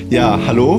Ja, hallo.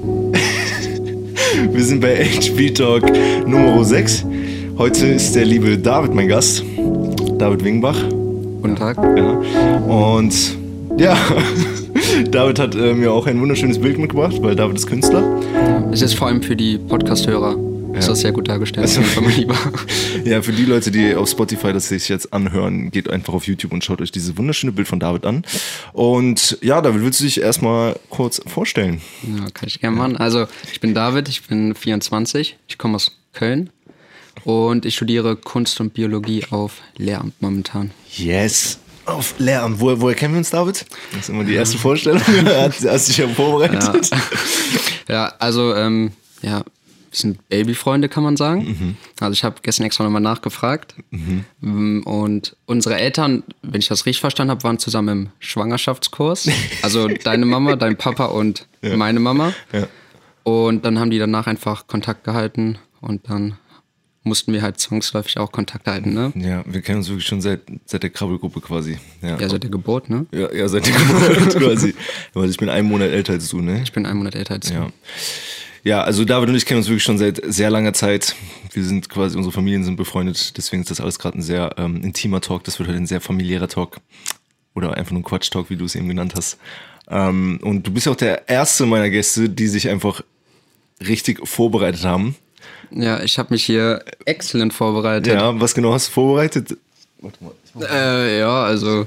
Wir sind bei HB Talk Nummer 6. Heute ist der liebe David mein Gast. David Wingbach. Guten Tag. Ja. Und ja, David hat mir auch ein wunderschönes Bild mitgebracht, weil David ist Künstler. Es ist vor allem für die Podcast-Hörer. Ist das sehr gut dargestellt. Also, lieber. Ja, für die Leute, die auf Spotify das sich jetzt anhören, geht einfach auf YouTube und schaut euch dieses wunderschöne Bild von David an. Und ja, David, willst du dich erstmal kurz vorstellen? Ja, kann ich gerne machen. Also, ich bin David, ich bin 24, ich komme aus Köln und ich studiere Kunst und Biologie auf Lehramt momentan. Yes. Auf Lehramt. Woher kennen wir uns, David? Das ist immer die erste Vorstellung. Hast du dich ja vorbereitet? Ja, also, wir sind Babyfreunde, kann man sagen. Mhm. Also ich habe gestern extra nochmal nachgefragt. Mhm. Und unsere Eltern, wenn ich das richtig verstanden habe, waren zusammen im Schwangerschaftskurs. Also deine Mama, dein Papa und meine Mama. Ja. Und dann haben die danach einfach Kontakt gehalten und dann mussten wir halt zwangsläufig auch Kontakt halten, ne? Ja, wir kennen uns wirklich schon seit der Krabbelgruppe quasi. Ja, seit der Geburt, ne? Ja, seit der Geburt quasi. Weil ich bin 1 Monat älter als du, ne? Ich bin 1 Monat älter als du. Ja, also David und ich kennen uns wirklich schon seit sehr langer Zeit. Wir sind quasi, unsere Familien sind befreundet, deswegen ist das alles gerade ein sehr intimer Talk. Das wird halt ein sehr familiärer Talk oder einfach nur ein Quatsch-Talk, wie du es eben genannt hast. Und du bist auch der erste meiner Gäste, die sich einfach richtig vorbereitet haben. Ja, ich habe mich hier exzellent vorbereitet. Ja, was genau hast du vorbereitet? Warte mal. Also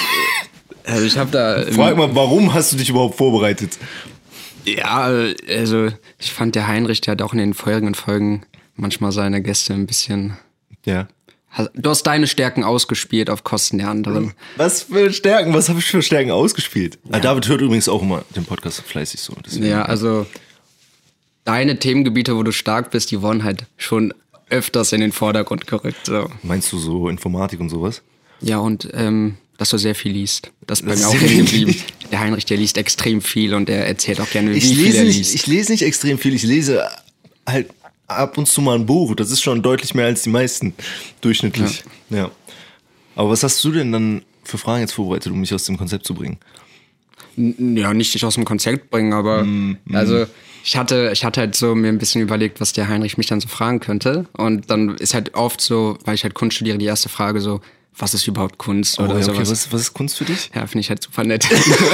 ich habe da... Frag mal, warum hast du dich überhaupt vorbereitet? Ja, also ich fand, der Heinrich, der hat auch in den vorherigen Folgen manchmal seine Gäste ein bisschen... Ja. Du hast deine Stärken ausgespielt auf Kosten der anderen. Was für Stärken? Was habe ich für Stärken ausgespielt? Ja. David hört übrigens auch immer den Podcast fleißig so. Deswegen. Ja, also deine Themengebiete, wo du stark bist, die wurden halt schon öfters in den Vordergrund gerückt. So. Meinst du so Informatik und sowas? Ja, und dass du sehr viel liest. Das ist bei mir auch hängen geblieben. Der Heinrich, der liest extrem viel und er erzählt auch gerne, wie viel er liest. Ich lese nicht extrem viel, ich lese halt ab und zu mal ein Buch. Das ist schon deutlich mehr als die meisten, durchschnittlich. Ja. Aber was hast du denn dann für Fragen jetzt vorbereitet, um mich aus dem Konzept zu bringen? Ja, nicht dich aus dem Konzept bringen, aber also ich hatte halt so mir ein bisschen überlegt, was der Heinrich mich dann so fragen könnte. Und dann ist halt oft so, weil ich halt Kunst studiere, die erste Frage so, was ist überhaupt Kunst oder sowas. Was ist Kunst für dich? Ja, finde ich halt super nett.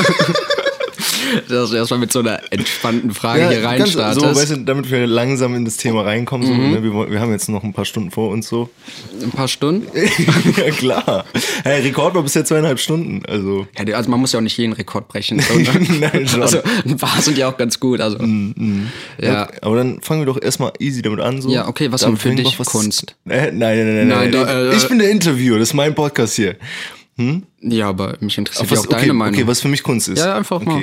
Dass du erstmal mit so einer entspannten Frage hier reinstartest. So, weißt du, damit wir langsam in das Thema reinkommen. So, ne? Wir haben jetzt noch ein paar Stunden vor uns so. Ein paar Stunden? Ja, klar. Hey, Rekord war bisher 2,5 Stunden. Also. Ja, also man muss ja auch nicht jeden Rekord brechen. So, ne? Nein, schon. Also ein paar sind ja auch ganz gut. Also. Ja. Aber dann fangen wir doch erstmal easy damit an. So. Ja, okay, was denn für dich Kunst? Nein. Ich bin der Interviewer, das ist mein Podcast hier. Ja, aber mich interessiert auch deine Meinung. Okay, was für mich Kunst ist. Ja, einfach mal.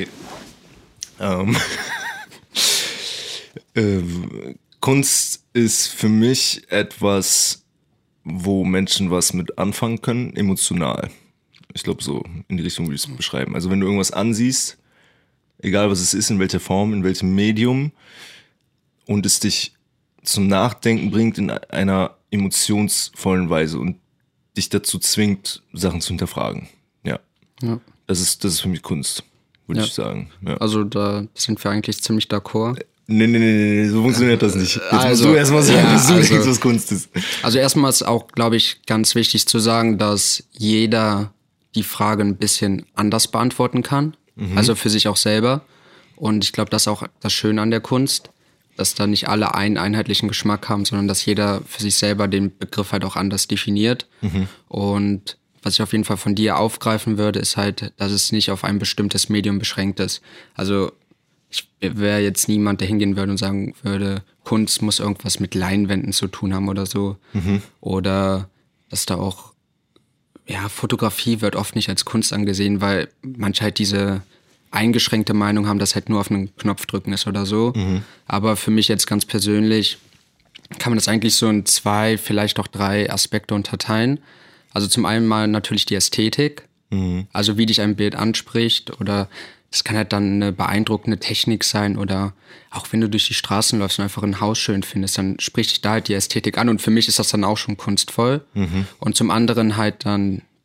Kunst ist für mich etwas, wo Menschen was mit anfangen können, emotional. Ich glaube, so in die Richtung würde ich es beschreiben. Also wenn du irgendwas ansiehst, egal was es ist, in welcher Form, in welchem Medium, und es dich zum Nachdenken bringt in einer emotionsvollen Weise und dich dazu zwingt, Sachen zu hinterfragen. Ja. Das ist für mich Kunst, würde ich sagen. Ja. Also da sind wir eigentlich ziemlich d'accord. Nee, so funktioniert das nicht. Jetzt musst du erstmal sagen, was du denkst, was Kunst ist. Also erstmal ist auch, glaube ich, ganz wichtig zu sagen, dass jeder die Frage ein bisschen anders beantworten kann. Also für sich auch selber. Und ich glaube, das ist auch das Schöne an der Kunst, dass da nicht alle einen einheitlichen Geschmack haben, sondern dass jeder für sich selber den Begriff halt auch anders definiert. Und was ich auf jeden Fall von dir aufgreifen würde, ist halt, dass es nicht auf ein bestimmtes Medium beschränkt ist. Also ich wäre jetzt niemand, der hingehen würde und sagen würde, Kunst muss irgendwas mit Leinwänden zu tun haben oder so. Oder dass da auch, Fotografie wird oft nicht als Kunst angesehen, weil manche halt diese eingeschränkte Meinung haben, dass halt nur auf einen Knopf drücken ist oder so. Aber für mich jetzt ganz persönlich kann man das eigentlich so in 2, vielleicht auch 3 Aspekte unterteilen. Also zum einen mal natürlich die Ästhetik, also wie dich ein Bild anspricht, oder das kann halt dann eine beeindruckende Technik sein, oder auch wenn du durch die Straßen läufst und einfach ein Haus schön findest, dann spricht dich da halt die Ästhetik an, und für mich ist das dann auch schon kunstvoll. Und zum anderen halt dann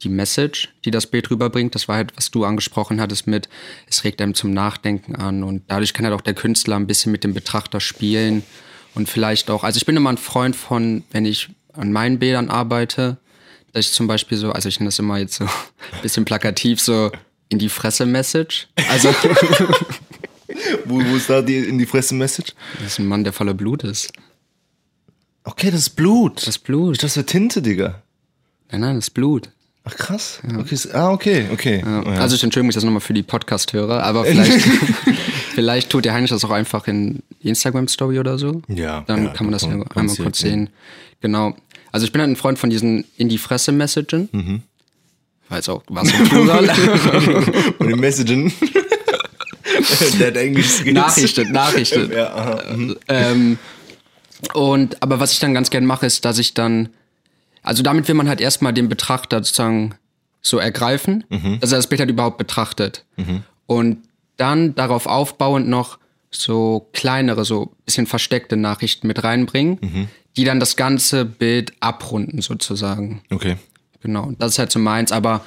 die Message, die das Bild rüberbringt. Das war halt, was du angesprochen hattest mit, es regt einem zum Nachdenken an und dadurch kann halt auch der Künstler ein bisschen mit dem Betrachter spielen und vielleicht auch, also ich bin immer ein Freund von, wenn ich an meinen Bildern arbeite, dass ich zum Beispiel so, also ich nenne das immer jetzt so ein bisschen plakativ, so in die Fresse-Message. Also Wo ist da die in die Fresse-Message? das ist ein Mann, der voller Blut ist. Okay, das ist Blut. Das ist Blut. Ich dachte, das wäre Tinte, Digga. Nein, das ist Blut. Ach krass. Ja. Okay. Ja. Oh, ja. Also ich entschuldige mich das nochmal für die Podcast-Hörer, aber vielleicht tut der Heinrich das auch einfach in Instagram-Story oder so. Ja. Dann kann man das einmal kurz sehen. Genau. Also ich bin halt ein Freund von diesen in die Fresse-Messagen. Mhm. Weiß auch, was im Plural. Und die Messagen. Der hat Englisch Nachrichten. Ja, Aber was ich dann ganz gern mache, ist, dass ich dann, also damit will man halt erstmal den Betrachter sozusagen so ergreifen, dass er das Bild halt überhaupt betrachtet. Und dann darauf aufbauend noch so kleinere, so bisschen versteckte Nachrichten mit reinbringen, die dann das ganze Bild abrunden sozusagen. Okay. Genau, das ist halt so meins, aber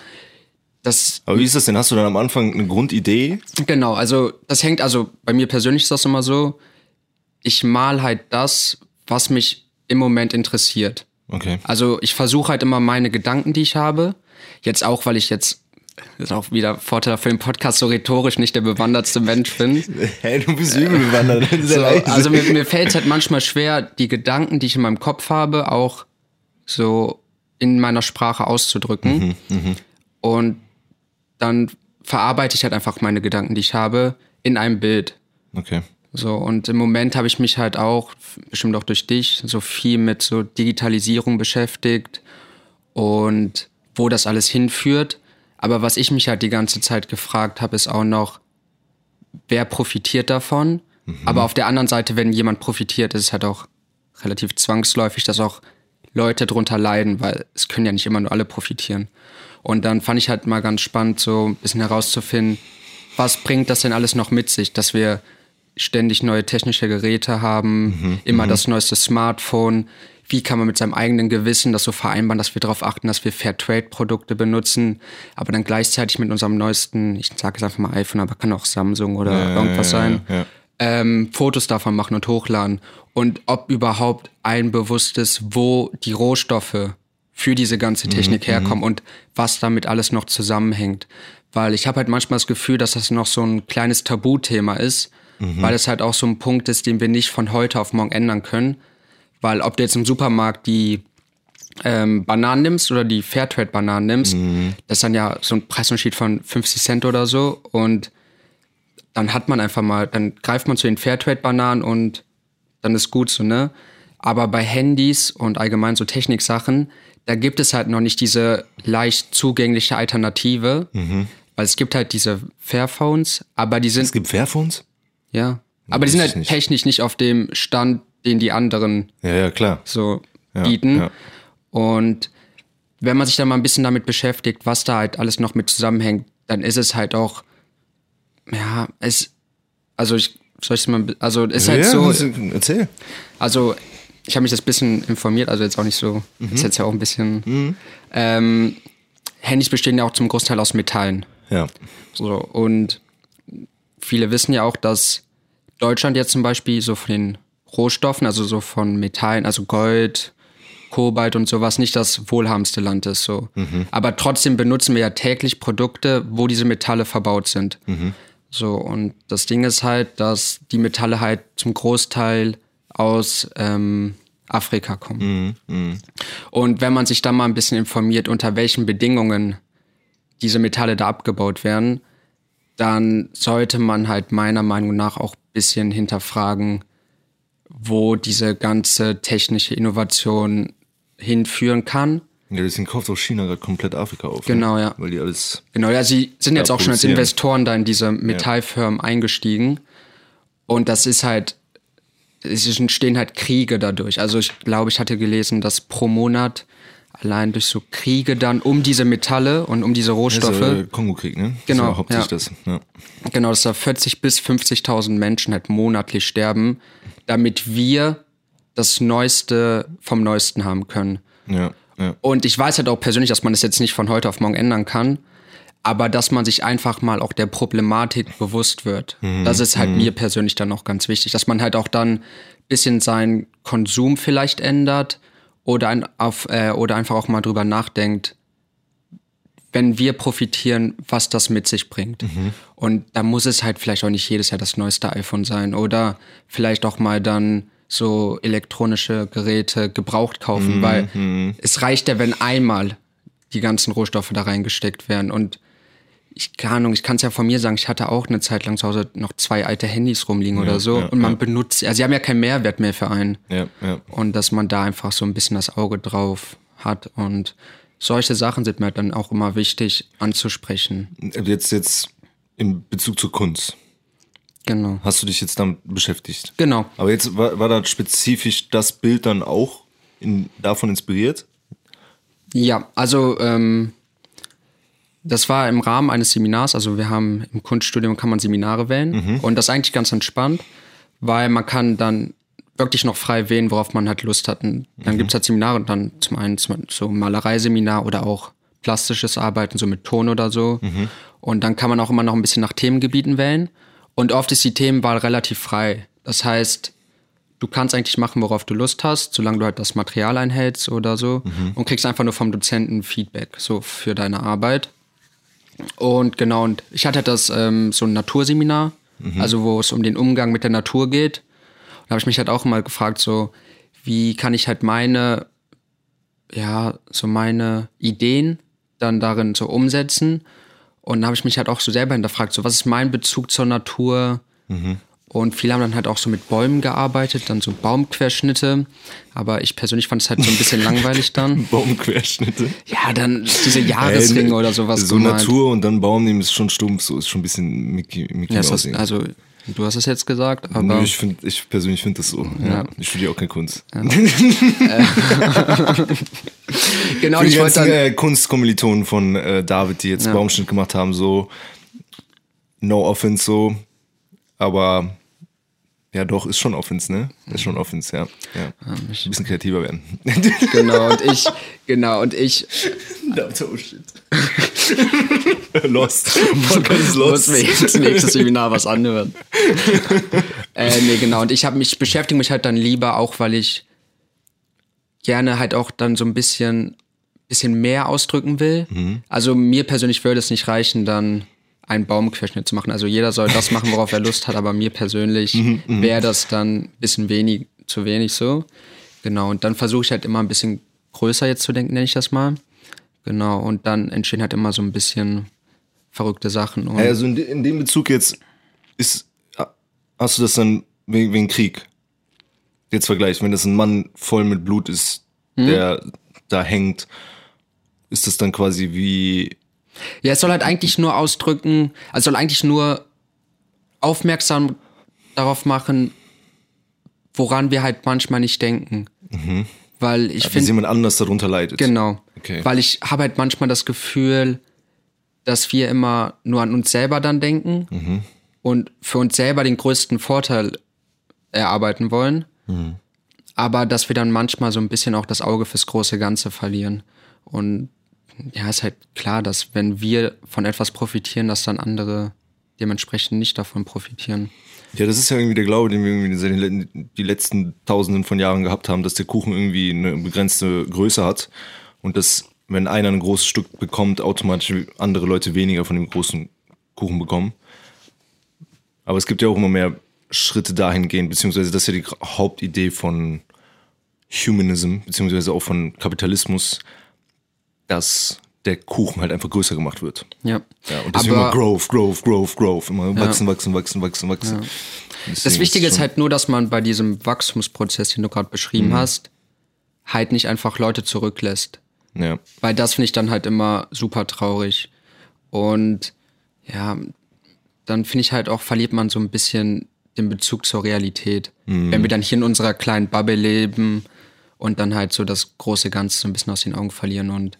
wie ist das denn? Hast du dann am Anfang eine Grundidee? Genau, also das hängt, also bei mir persönlich ist das immer so, ich mal halt das, was mich im Moment interessiert. Okay. Also ich versuche halt immer meine Gedanken, die ich habe, jetzt auch, weil ich jetzt, das ist auch wieder Vorteil für den Podcast, so rhetorisch nicht der bewandertste Mensch bin. Hey, du bist übel bewandert. Also mir fällt es halt manchmal schwer, die Gedanken, die ich in meinem Kopf habe, auch so in meiner Sprache auszudrücken. Und dann verarbeite ich halt einfach meine Gedanken, die ich habe, in einem Bild. Okay. So, und im Moment habe ich mich halt auch, bestimmt auch durch dich, so viel mit so Digitalisierung beschäftigt und wo das alles hinführt. Aber was ich mich halt die ganze Zeit gefragt habe, ist auch noch, wer profitiert davon? Aber auf der anderen Seite, wenn jemand profitiert, ist es halt auch relativ zwangsläufig, dass auch Leute drunter leiden, weil es können ja nicht immer nur alle profitieren. Und dann fand ich halt mal ganz spannend, so ein bisschen herauszufinden, was bringt das denn alles noch mit sich, dass wir ständig neue technische Geräte haben, immer das neueste Smartphone. Wie kann man mit seinem eigenen Gewissen das so vereinbaren, dass wir darauf achten, dass wir Fairtrade-Produkte benutzen, aber dann gleichzeitig mit unserem neuesten, ich sage jetzt einfach mal iPhone, aber kann auch Samsung oder irgendwas sein, Fotos davon machen und hochladen. Und ob überhaupt ein bewusstes, wo die Rohstoffe für diese ganze Technik herkommen und was damit alles noch zusammenhängt. Weil ich habe halt manchmal das Gefühl, dass das noch so ein kleines Tabuthema ist, weil es halt auch so ein Punkt ist, den wir nicht von heute auf morgen ändern können. Weil ob du jetzt im Supermarkt die Bananen nimmst oder die Fairtrade-Bananen nimmst, das ist dann ja so ein Preisunterschied von 50 Cent oder so. Und dann hat man einfach mal, dann greift man zu den Fairtrade-Bananen und dann ist gut so, ne? Aber bei Handys und allgemein so Techniksachen, da gibt es halt noch nicht diese leicht zugängliche Alternative, weil es gibt halt diese Fairphones, aber die sind... Es gibt Fairphones? Ja, aber die sind halt technisch nicht auf dem Stand, den die anderen klar. so bieten. Ja. Und wenn man sich dann mal ein bisschen damit beschäftigt, was da halt alles noch mit zusammenhängt, dann ist es halt auch, es ist halt so... Erzähl. Also ich habe mich das ein bisschen informiert, also jetzt auch nicht so, ist jetzt ja auch ein bisschen... Handys bestehen ja auch zum Großteil aus Metallen. Ja. So, und viele wissen ja auch, dass Deutschland jetzt zum Beispiel so von den Rohstoffen, also so von Metallen, also Gold, Kobalt und sowas, nicht das wohlhabendste Land ist. So. Aber trotzdem benutzen wir ja täglich Produkte, wo diese Metalle verbaut sind. So, und das Ding ist halt, dass die Metalle halt zum Großteil aus Afrika kommen. Und wenn man sich dann mal ein bisschen informiert, unter welchen Bedingungen diese Metalle da abgebaut werden, dann sollte man halt meiner Meinung nach auch ein bisschen hinterfragen, wo diese ganze technische Innovation hinführen kann. Ja, deswegen kauft auch China gerade komplett Afrika auf. Genau, ja. Weil die alles... Genau, ja, sie sind jetzt auch schon als Investoren da in diese Metallfirmen eingestiegen. Und das ist halt, es entstehen halt Kriege dadurch. Also ich glaube, ich hatte gelesen, dass pro Monat allein durch so Kriege dann um diese Metalle und um diese Rohstoffe. Das ist der Kongo-Krieg, ne? Genau, das ist hauptsächlich das. Ja. Genau, dass da 40.000 bis 50.000 Menschen halt monatlich sterben, damit wir das Neueste vom Neuesten haben können. Ja. Ja. Und ich weiß halt auch persönlich, dass man das jetzt nicht von heute auf morgen ändern kann, aber dass man sich einfach mal auch der Problematik bewusst wird. Das ist halt mir persönlich dann auch ganz wichtig, dass man halt auch dann ein bisschen seinen Konsum vielleicht ändert oder einfach auch mal drüber nachdenkt, wenn wir profitieren, was das mit sich bringt. Und da muss es halt vielleicht auch nicht jedes Jahr das neueste iPhone sein oder vielleicht auch mal dann so elektronische Geräte gebraucht kaufen, weil es reicht ja, wenn einmal die ganzen Rohstoffe da reingesteckt werden. Und ich kann es ja von mir sagen, ich hatte auch eine Zeit lang zu Hause noch 2 alte Handys rumliegen oder so und man benutzt, also sie haben ja keinen Mehrwert mehr für einen. Ja. Und dass man da einfach so ein bisschen das Auge drauf hat und solche Sachen sind mir dann auch immer wichtig anzusprechen. Jetzt in Bezug zur Kunst. Genau. Hast du dich jetzt damit beschäftigt? Genau. Aber jetzt war da spezifisch das Bild dann auch davon inspiriert? Ja, also das war im Rahmen eines Seminars, also wir haben im Kunststudium kann man Seminare wählen und das ist eigentlich ganz entspannt, weil man kann dann wirklich noch frei wählen, worauf man halt Lust hat. Und dann gibt's halt Seminare und dann zum einen so Malereiseminar oder auch plastisches Arbeiten, so mit Ton oder so. Und dann kann man auch immer noch ein bisschen nach Themengebieten wählen. Und oft ist die Themenwahl relativ frei. Das heißt, du kannst eigentlich machen, worauf du Lust hast, solange du halt das Material einhältst oder so. Und kriegst einfach nur vom Dozenten Feedback, so für deine Arbeit. Und genau, und ich hatte das so ein Naturseminar, also wo es um den Umgang mit der Natur geht. Da habe ich mich halt auch mal gefragt, so, wie kann ich halt meine Ideen dann darin so umsetzen? Und da habe ich mich halt auch so selber hinterfragt, so, was ist mein Bezug zur Natur? Und viele haben dann halt auch so mit Bäumen gearbeitet, dann so Baumquerschnitte. Aber ich persönlich fand es halt so ein bisschen langweilig dann. Baumquerschnitte? Ja, dann diese Jahresringe oder sowas. So gemeint. Natur und dann Baum nehmen ist schon stumpf, so ist schon ein bisschen Mickey Mouse. Also du hast es jetzt gesagt, aber... Ich persönlich finde das so. Ja. Ich studiere auch keine Kunst. Ja. Genau, für die ganzen Kunstkommilitonen von David, die jetzt Baumschnitt gemacht haben, so no offense so, aber ja doch, ist schon Offense, ne? Ist schon Offense, ja. Ein bisschen kreativer werden. Und ich... Oh shit. Lost. Podcast Lost. Muss mir jetzt nächstes Seminar was anhören. Genau. Und ich beschäftige mich halt dann lieber auch, weil ich gerne halt auch dann so ein bisschen mehr ausdrücken will. Also mir persönlich würde es nicht reichen, dann einen Baumquerschnitt zu machen. Also jeder soll das machen, worauf er Lust hat, aber mir persönlich wäre das dann ein bisschen zu wenig so. Genau. Und dann versuche ich halt immer ein bisschen größer jetzt zu denken, nenne ich das mal. Genau. Und dann entstehen halt immer so ein bisschen verrückte Sachen. Und also in dem Bezug jetzt hast du das dann wegen Krieg jetzt vergleicht, wenn das ein Mann voll mit Blut ist, der da hängt, ist das dann quasi wie... Ja, es soll halt eigentlich nur ausdrücken, also soll eigentlich nur aufmerksam darauf machen, woran wir halt manchmal nicht denken. Weil ich finde... Dass jemand anders darunter leidet. Genau. Okay. Weil ich habe halt manchmal das Gefühl, dass wir immer nur an uns selber dann denken und für uns selber den größten Vorteil erarbeiten wollen. Aber dass wir dann manchmal so ein bisschen auch das Auge fürs große Ganze verlieren. Und ja, ist halt klar, dass wenn wir von etwas profitieren, dass dann andere dementsprechend nicht davon profitieren. Ja, das ist ja irgendwie der Glaube, den wir irgendwie die letzten Tausenden von Jahren gehabt haben, dass der Kuchen irgendwie eine begrenzte Größe hat und dass, wenn einer ein großes Stück bekommt, automatisch andere Leute weniger von dem großen Kuchen bekommen. Aber es gibt ja auch immer mehr Schritte dahingehend, beziehungsweise das ist ja die Hauptidee von Humanism, beziehungsweise auch von Kapitalismus, dass der Kuchen halt einfach größer gemacht wird. Ja. Und deswegen immer Growth. Immer wachsen. Ja. Das Wichtige ist halt nur, dass man bei diesem Wachstumsprozess, den du gerade beschrieben hast, halt nicht einfach Leute zurücklässt. Ja. Weil das finde ich dann halt immer super traurig. Und ja, dann finde ich halt auch, verliert man so ein bisschen den Bezug zur Realität. Wenn wir dann hier in unserer kleinen Bubble leben und dann halt so das große Ganze so ein bisschen aus den Augen verlieren. Und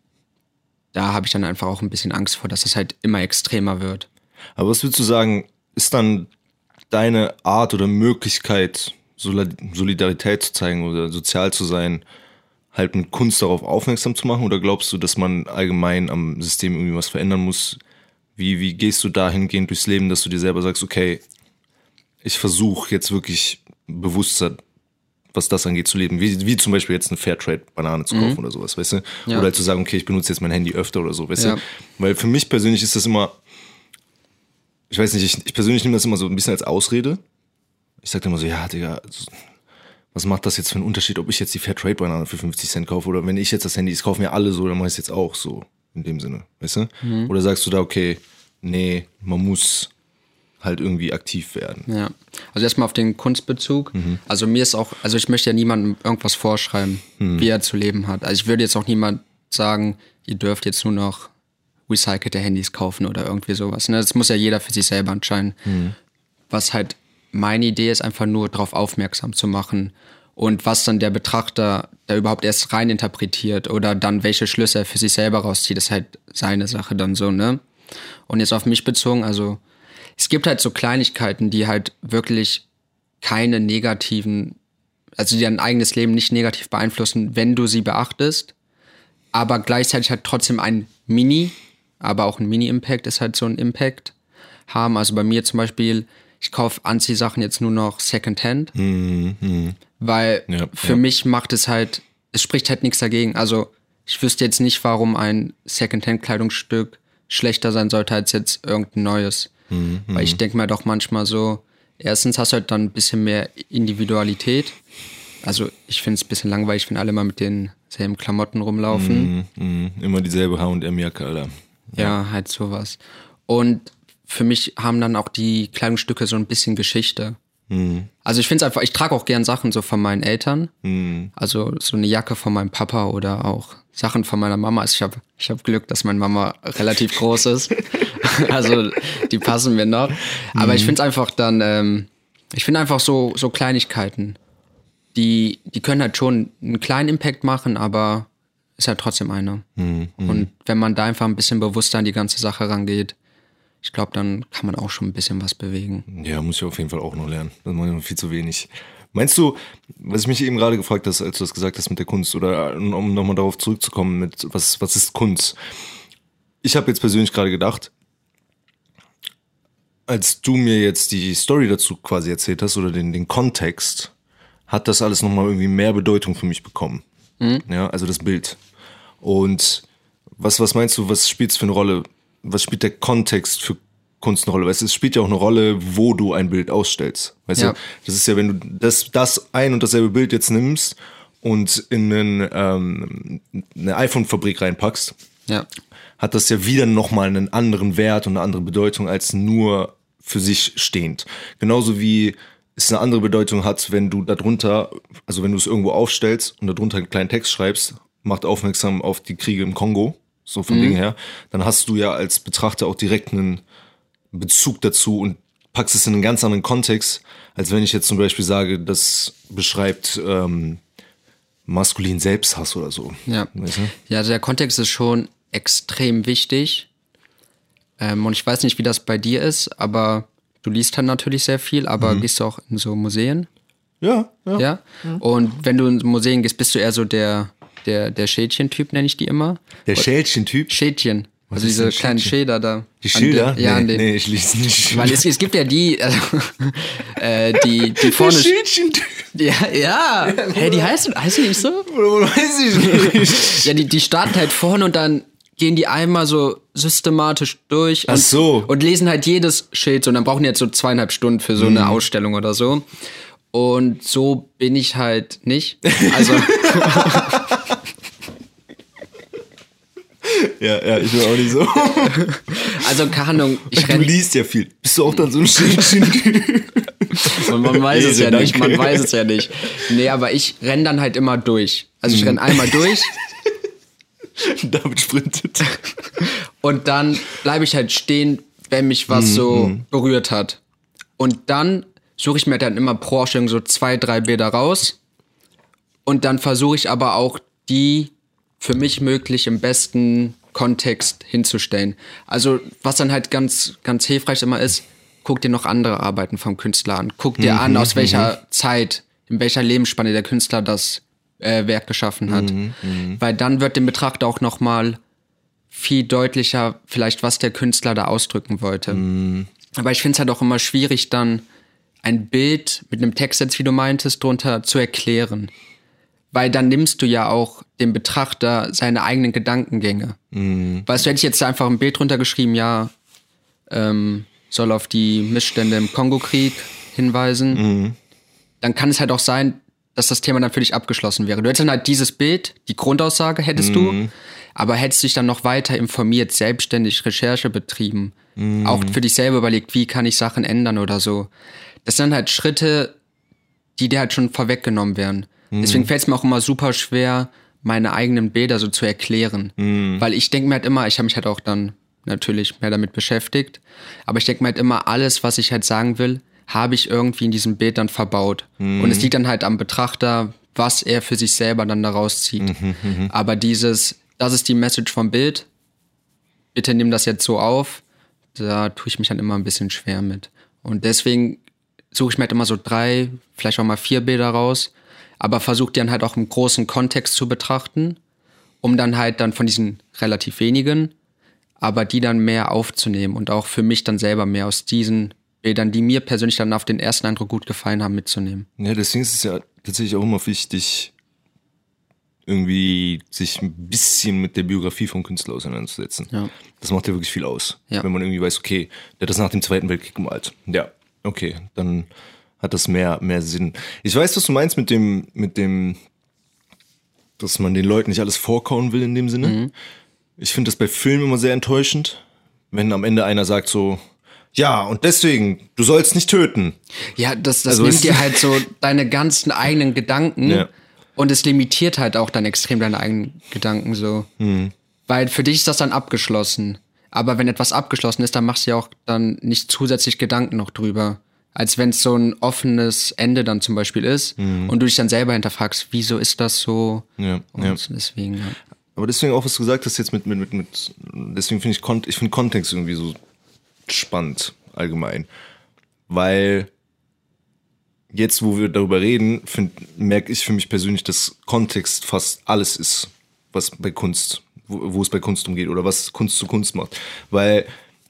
da habe ich dann einfach auch ein bisschen Angst vor, dass das halt immer extremer wird. Aber was würdest du sagen, ist dann deine Art oder Möglichkeit, Solidarität zu zeigen oder sozial zu sein, halt mit Kunst darauf aufmerksam zu machen? Oder glaubst du, dass man allgemein am System irgendwie was verändern muss? Wie gehst du dahingehend durchs Leben, dass du dir selber sagst, okay, ich versuche jetzt wirklich bewusster, was das angeht, zu leben. Wie zum Beispiel jetzt eine Fairtrade-Banane zu kaufen oder sowas, weißt du? Ja. Oder halt zu sagen, okay, ich benutze jetzt mein Handy öfter oder so, weißt du? Weil für mich persönlich ist das immer, ich weiß nicht, ich persönlich nehme das immer so ein bisschen als Ausrede. Ich sage immer so, ja, Digga, was macht das jetzt für einen Unterschied, ob ich jetzt die Fairtrade-Banane für 50 Cent kaufe oder wenn ich jetzt das Handy, das kaufen ja alle so, dann mache ich es jetzt auch so, in dem Sinne, weißt du? Oder sagst du da, okay, nee, man muss halt irgendwie aktiv werden. Ja, also erstmal auf den Kunstbezug. Also mir ist auch, also ich möchte ja niemandem irgendwas vorschreiben, wie er zu leben hat. Also ich würde jetzt auch niemand sagen, ihr dürft jetzt nur noch recycelte Handys kaufen oder irgendwie sowas. Ne? Das muss ja jeder für sich selber entscheiden. Was halt meine Idee ist, einfach nur darauf aufmerksam zu machen und was dann der Betrachter da überhaupt erst rein interpretiert oder dann welche Schlüsse er für sich selber rauszieht, ist halt seine Sache dann so, ne? Und jetzt auf mich bezogen, also es gibt halt so Kleinigkeiten, die halt wirklich keine negativen, also die dein eigenes Leben nicht negativ beeinflussen, wenn du sie beachtest, aber gleichzeitig halt trotzdem ein aber auch ein Mini-Impact ist halt so ein Impact haben. Also bei mir zum Beispiel, ich kaufe Anziehsachen jetzt nur noch Secondhand, weil für mich macht es halt, es spricht halt nichts dagegen. Also ich wüsste jetzt nicht, warum ein Secondhand-Kleidungsstück schlechter sein sollte als jetzt irgendein neues. Weil ich denke mir doch manchmal so, erstens hast du halt dann ein bisschen mehr Individualität. Also ich finde es ein bisschen langweilig, wenn alle mal mit denselben Klamotten rumlaufen. Immer dieselbe H&M-Jacke, Alter. Ja, halt sowas. Und für mich haben dann auch die Kleidungsstücke so ein bisschen Geschichte. Also ich finde es einfach, ich trage auch gern Sachen so von meinen Eltern. Also so eine Jacke von meinem Papa oder auch Sachen von meiner Mama. Also ich hab Glück, dass meine Mama relativ groß ist. Also die passen mir noch. Aber ich finde es einfach dann, ich finde einfach so Kleinigkeiten, die können halt schon einen kleinen Impact machen, aber ist halt trotzdem einer. Und wenn man da einfach ein bisschen bewusster an die ganze Sache rangeht, ich glaube, dann kann man auch schon ein bisschen was bewegen. Ja, muss ich auf jeden Fall auch noch lernen. Das mache ich noch viel zu wenig. Meinst du, was ich mich eben gerade gefragt hast, als du das gesagt hast mit der Kunst, oder um nochmal darauf zurückzukommen, mit was ist Kunst? Ich habe jetzt persönlich gerade gedacht, als du mir jetzt die Story dazu quasi erzählt hast oder den Kontext, hat das alles nochmal irgendwie mehr Bedeutung für mich bekommen. Ja, also das Bild. Und was meinst du, was spielt es für eine Rolle? Was spielt der Kontext für Kunst eine Rolle? Weißt du, es spielt ja auch eine Rolle, wo du ein Bild ausstellst. Weißt du, das ist ja, wenn du das ein und dasselbe Bild jetzt nimmst und in eine iPhone-Fabrik reinpackst, hat das ja wieder nochmal einen anderen Wert und eine andere Bedeutung als nur für sich stehend. Genauso wie es eine andere Bedeutung hat, wenn du darunter, also wenn du es irgendwo aufstellst und darunter einen kleinen Text schreibst, macht aufmerksam auf die Kriege im Kongo, so vom Ding her, dann hast du ja als Betrachter auch direkt einen Bezug dazu und packst es in einen ganz anderen Kontext, als wenn ich jetzt zum Beispiel sage, das beschreibt maskulinen Selbsthass oder so. Ja, weißt du? Ja, also der Kontext ist schon extrem wichtig. Und ich weiß nicht, wie das bei dir ist, aber du liest dann natürlich sehr viel, aber gehst du auch in so Museen? Ja. Und wenn du in Museen gehst, bist du eher so der Schädchen-Typ, nenne ich die immer? Der Schädchen-Typ? Schädchen. Also diese kleinen Schäder da. Die Schilder? Nee, ich lese nicht. Weil es gibt ja die, die vorne... Der Schädchen-Typ. Ja. Hey, die heißen nicht so? Weiß ich nicht. Ja, die starten halt vorne und dann gehen die einmal so systematisch durch und lesen halt jedes Schild so. Und dann brauchen die jetzt so 2,5 Stunden für so eine Ausstellung oder so. Und so bin ich halt nicht. Also... Ja, ich bin auch nicht so. Also, keine Ahnung. Du liest ja viel. Bist du auch dann so ein Schädchen-Typ? Man weiß es ja nicht. Man weiß es ja nicht. Nee, aber ich renne dann halt immer durch. Also ich renne einmal durch. David sprintet. Und dann bleibe ich halt stehen, wenn mich was so berührt hat. Und dann suche ich mir dann immer pro Ausstellung so 2, 3 Bilder raus. Und dann versuche ich aber auch die für mich möglich im besten Kontext hinzustellen. Also was dann halt ganz, ganz hilfreich immer ist, guck dir noch andere Arbeiten vom Künstler an. Guck dir an, aus welcher Zeit, in welcher Lebensspanne der Künstler das Werk geschaffen hat. Weil dann wird dem Betrachter auch nochmal viel deutlicher vielleicht, was der Künstler da ausdrücken wollte. Aber ich finde es halt auch immer schwierig, dann ein Bild mit einem Textsatz, wie du meintest, drunter zu erklären. Weil dann nimmst du ja auch dem Betrachter seine eigenen Gedankengänge. Weißt du, hätte ich jetzt einfach ein Bild drunter geschrieben, ja, soll auf die Missstände im Kongo-Krieg hinweisen, dann kann es halt auch sein, dass das Thema dann für dich abgeschlossen wäre. Du hättest dann halt dieses Bild, die Grundaussage hättest du, aber hättest dich dann noch weiter informiert, selbstständig Recherche betrieben, auch für dich selber überlegt, wie kann ich Sachen ändern oder so. Das sind halt Schritte, die dir halt schon vorweggenommen werden. Deswegen fällt es mir auch immer super schwer, meine eigenen Bilder so zu erklären. Weil ich denke mir halt immer, ich habe mich halt auch dann natürlich mehr damit beschäftigt, aber ich denke mir halt immer, alles, was ich halt sagen will, habe ich irgendwie in diesem Bild dann verbaut. Und es liegt dann halt am Betrachter, was er für sich selber dann daraus zieht. Aber das ist die Message vom Bild, bitte nimm das jetzt so auf, da tue ich mich dann immer ein bisschen schwer mit. Und deswegen suche ich mir halt immer so 3, vielleicht auch mal 4 Bilder raus, aber versuche die dann halt auch im großen Kontext zu betrachten, um dann halt dann von diesen relativ wenigen, aber die dann mehr aufzunehmen und auch für mich dann selber mehr aus diesen Bildern, die mir persönlich dann auf den ersten Eindruck gut gefallen haben, mitzunehmen. Ja, deswegen ist es ja tatsächlich auch immer wichtig, irgendwie sich ein bisschen mit der Biografie vom Künstler auseinanderzusetzen. Ja. Das macht ja wirklich viel aus. Ja. Wenn man irgendwie weiß, okay, der hat das nach dem Zweiten Weltkrieg gemalt. Ja, okay, dann hat das mehr Sinn. Ich weiß, was du meinst mit dem, dass man den Leuten nicht alles vorkauen will in dem Sinne. Ich finde das bei Filmen immer sehr enttäuschend, wenn am Ende einer sagt so, ja, und deswegen, du sollst nicht töten. Ja, das also nimmt dir halt so deine ganzen eigenen Gedanken und es limitiert halt auch dann extrem deine eigenen Gedanken so. Weil für dich ist das dann abgeschlossen. Aber wenn etwas abgeschlossen ist, dann machst du ja auch dann nicht zusätzlich Gedanken noch drüber. Als wenn es so ein offenes Ende dann zum Beispiel ist und du dich dann selber hinterfragst, wieso ist das so? Und deswegen, ja. Aber deswegen auch, was du gesagt hast jetzt deswegen finde ich finde Kontext irgendwie so spannend allgemein, weil jetzt, wo wir darüber reden, merke ich für mich persönlich, dass Kontext fast alles ist, was bei Kunst, wo es bei Kunst umgeht oder was Kunst zu Kunst macht, weil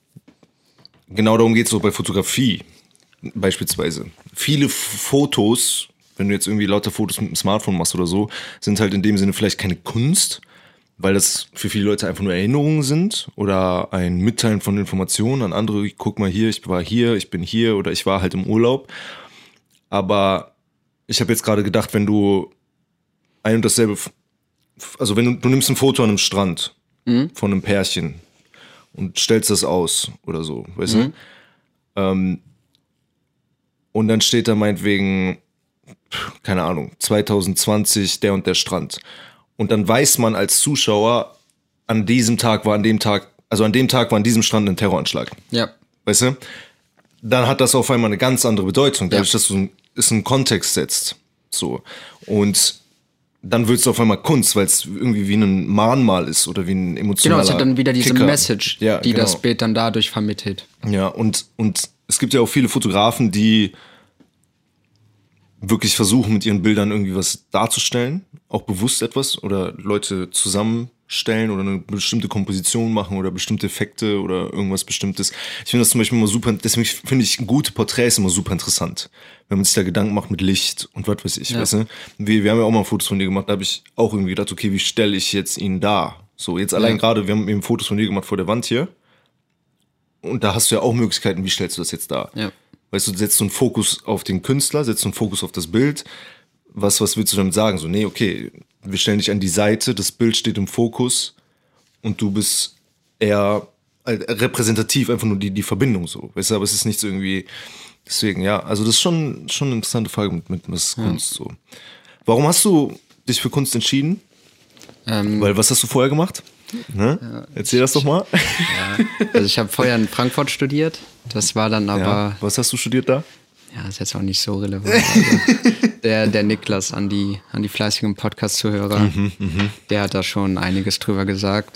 genau darum geht es auch bei Fotografie beispielsweise. Viele Fotos, wenn du jetzt irgendwie lauter Fotos mit dem Smartphone machst oder so, sind halt in dem Sinne vielleicht keine Kunst, weil das für viele Leute einfach nur Erinnerungen sind oder ein Mitteilen von Informationen an andere. Guck mal hier, ich war hier, ich bin hier oder ich war halt im Urlaub. Aber ich habe jetzt gerade gedacht, wenn du ein und dasselbe, also wenn du nimmst ein Foto an einem Strand von einem Pärchen und stellst das aus oder so, weißt du? Und dann steht da meinetwegen, keine Ahnung, 2020 der und der Strand. Und dann weiß man als Zuschauer, an dem Tag war an diesem Strand ein Terroranschlag. Ja. Weißt du? Dann hat das auf einmal eine ganz andere Bedeutung, dadurch, dass du es in einen Kontext setzt. So. Und dann wird es auf einmal Kunst, weil es irgendwie wie ein Mahnmal ist oder wie ein emotionaler Genau, es hat dann wieder diese Kicker. Message, die das Bild dann dadurch vermittelt. Ja, und es gibt ja auch viele Fotografen, die wirklich versuchen, mit ihren Bildern irgendwie was darzustellen, auch bewusst etwas oder Leute zusammenstellen oder eine bestimmte Komposition machen oder bestimmte Effekte oder irgendwas Bestimmtes. Ich finde das zum Beispiel immer super, deswegen finde ich gute Porträts immer super interessant, wenn man sich da Gedanken macht mit Licht und was weiß ich, weißt du? Wir haben ja auch mal Fotos von dir gemacht, da habe ich auch irgendwie gedacht, okay, wie stelle ich jetzt ihn dar? So, jetzt allein gerade, wir haben eben Fotos von dir gemacht vor der Wand hier und da hast du ja auch Möglichkeiten, wie stellst du das jetzt dar? Ja. Weißt du, setzt so einen Fokus auf den Künstler, setzt so einen Fokus auf das Bild. Was willst du damit sagen? So, nee, okay, wir stellen dich an die Seite, das Bild steht im Fokus und du bist eher repräsentativ, einfach nur die Verbindung so. Weißt du, aber es ist nichts irgendwie, deswegen, ja, also das ist schon eine interessante Frage mit was Kunst so. Warum hast du dich für Kunst entschieden? Weil, was hast du vorher gemacht? Ne? Ja, erzähl das doch mal. Ja, also ich habe vorher in Frankfurt studiert. Das war dann aber... Ja, was hast du studiert da? Ja, ist jetzt auch nicht so relevant. Also der Niklas, an die fleißigen Podcast-Zuhörer, der hat da schon einiges drüber gesagt.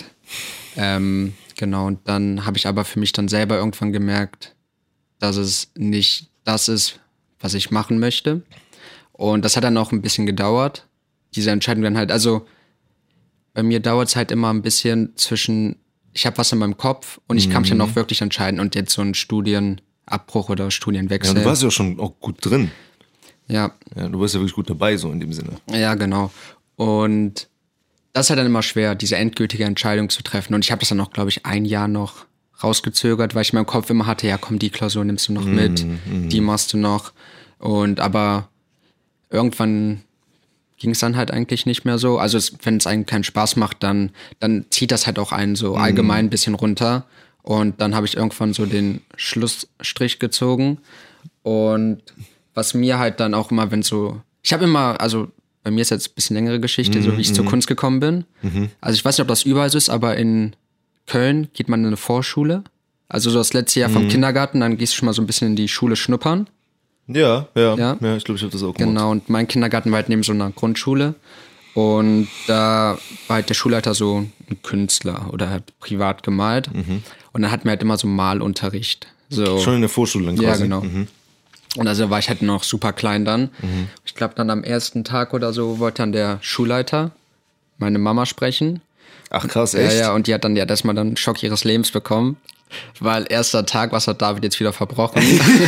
Genau, und dann habe ich aber für mich dann selber irgendwann gemerkt, dass es nicht das ist, was ich machen möchte. Und das hat dann auch ein bisschen gedauert. diese Entscheidung dann halt, also bei mir dauert es halt immer ein bisschen zwischen, ich habe was in meinem Kopf und ich kann mich dann auch wirklich entscheiden und jetzt so ein Studienabbruch oder Studienwechsel. Ja, du warst ja schon auch gut drin. Ja. Ja, du warst ja wirklich gut dabei, so in dem Sinne. Ja, genau. Und das ist halt dann immer schwer, diese endgültige Entscheidung zu treffen. Und ich habe das dann auch, glaube ich, ein Jahr noch rausgezögert, weil ich in meinem Kopf immer hatte, ja komm, die Klausur nimmst du noch mit, die machst du noch. Und aber irgendwann ging es dann halt eigentlich nicht mehr so. Also wenn es einem keinen Spaß macht, dann zieht das halt auch einen so allgemein ein bisschen runter. Und dann habe ich irgendwann so den Schlussstrich gezogen. Und was mir halt dann auch immer, wenn so, ich habe immer, also bei mir ist jetzt ein bisschen längere Geschichte, so wie ich zur Kunst gekommen bin. Also ich weiß nicht, ob das überall so ist, aber in Köln geht man in eine Vorschule. Also so das letzte Jahr vom Kindergarten, dann gehst du schon mal so ein bisschen in die Schule schnuppern. Ja, ich glaube, ich habe das auch gemacht. Genau, und mein Kindergarten war halt neben so einer Grundschule. Und da war halt der Schulleiter so ein Künstler oder hat privat gemalt. Und dann hatten wir halt immer so Malunterricht. So. Schon in der Vorschule dann quasi? Ja, genau. Und also war ich halt noch super klein dann. Ich glaube, dann am ersten Tag oder so wollte dann der Schulleiter meine Mama sprechen. Ach krass, echt? Ja, und die hat dann ja erstmal dann einen Schock ihres Lebens bekommen. Weil erster Tag, was hat David jetzt wieder verbrochen?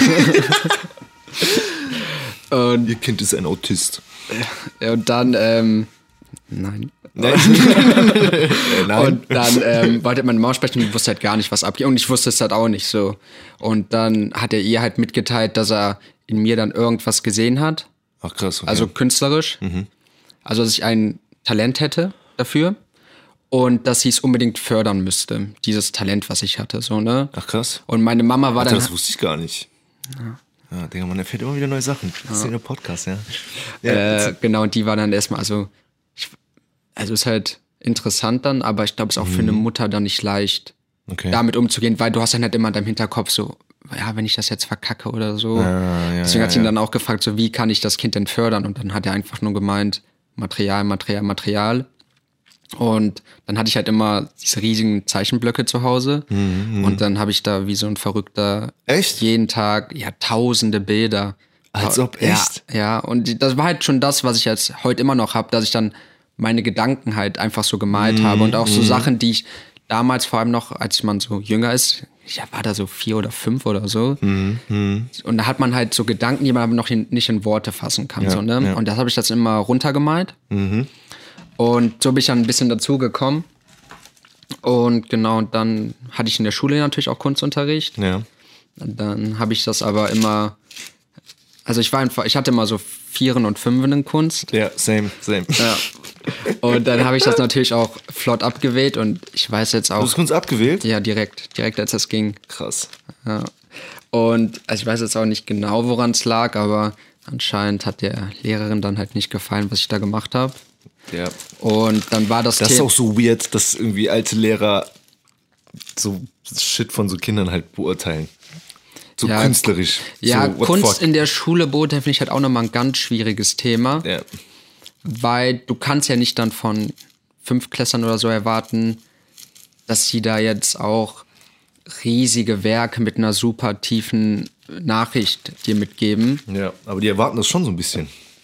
Und Ihr Kind ist ein Autist. und dann, nein. Nein. Und dann wollte meine Mama sprechen und ich wusste halt gar nicht, was abgeht. Und ich wusste es halt auch nicht so. Und dann hat er ihr halt mitgeteilt, dass er in mir dann irgendwas gesehen hat. Ach krass. Okay. Also künstlerisch. Also, dass ich ein Talent hätte dafür. Und dass sie es unbedingt fördern müsste. Dieses Talent, was ich hatte, so, ne? Ach krass. Und meine Mama war Alter, dann... das wusste ich gar nicht. Ja, Digga, man erfährt immer wieder neue Sachen. Das ist ja der Podcast, ja. Genau, und die war dann erstmal, also ist halt interessant dann, aber ich glaube, es ist auch für eine Mutter dann nicht leicht, damit umzugehen, weil du hast dann halt immer in deinem Hinterkopf so, ja, wenn ich das jetzt verkacke oder so. Deswegen hat sie ihn dann auch gefragt, so, wie kann ich das Kind denn fördern? Und dann hat er einfach nur gemeint, Material. Und dann hatte ich halt immer diese riesigen Zeichenblöcke zu Hause. Und dann habe ich da wie so ein Verrückter jeden Tag, ja, tausende Bilder. Als ob, echt? Ja, und das war halt schon das, was ich jetzt heute immer noch habe, dass ich dann meine Gedanken halt einfach so gemalt habe. Und auch so Sachen, die ich damals vor allem noch, als man so jünger ist, ja, war da so 4 oder 5 oder so. Und da hat man halt so Gedanken, die man aber noch nicht in Worte fassen kann. Ja, so, ne? ja. Und das habe ich jetzt immer runtergemalt. Und so bin ich dann ein bisschen dazu gekommen. Und genau, und dann hatte ich in der Schule natürlich auch Kunstunterricht. Ja. Und dann habe ich das aber immer, also ich hatte immer so 4 und 5 in Kunst. Ja, same. Ja. Und dann habe ich das natürlich auch flott abgewählt und ich weiß jetzt auch. Du hast Kunst abgewählt? Ja, direkt als das ging. Krass. Ja. Und also ich weiß jetzt auch nicht genau, woran es lag, aber anscheinend hat der Lehrerin dann halt nicht gefallen, was ich da gemacht habe. Ja. Und dann war das Das ist auch so weird, dass irgendwie alte Lehrer so Shit von so Kindern halt beurteilen. So ja, künstlerisch. Ja, so, Kunst in der Schule beurteilen finde ich halt auch nochmal ein ganz schwieriges Thema. Ja. Weil du kannst ja nicht dann von 5-Klässlern oder so erwarten, dass sie da jetzt auch riesige Werke mit einer super tiefen Nachricht dir mitgeben. Ja, aber die erwarten das schon so ein bisschen.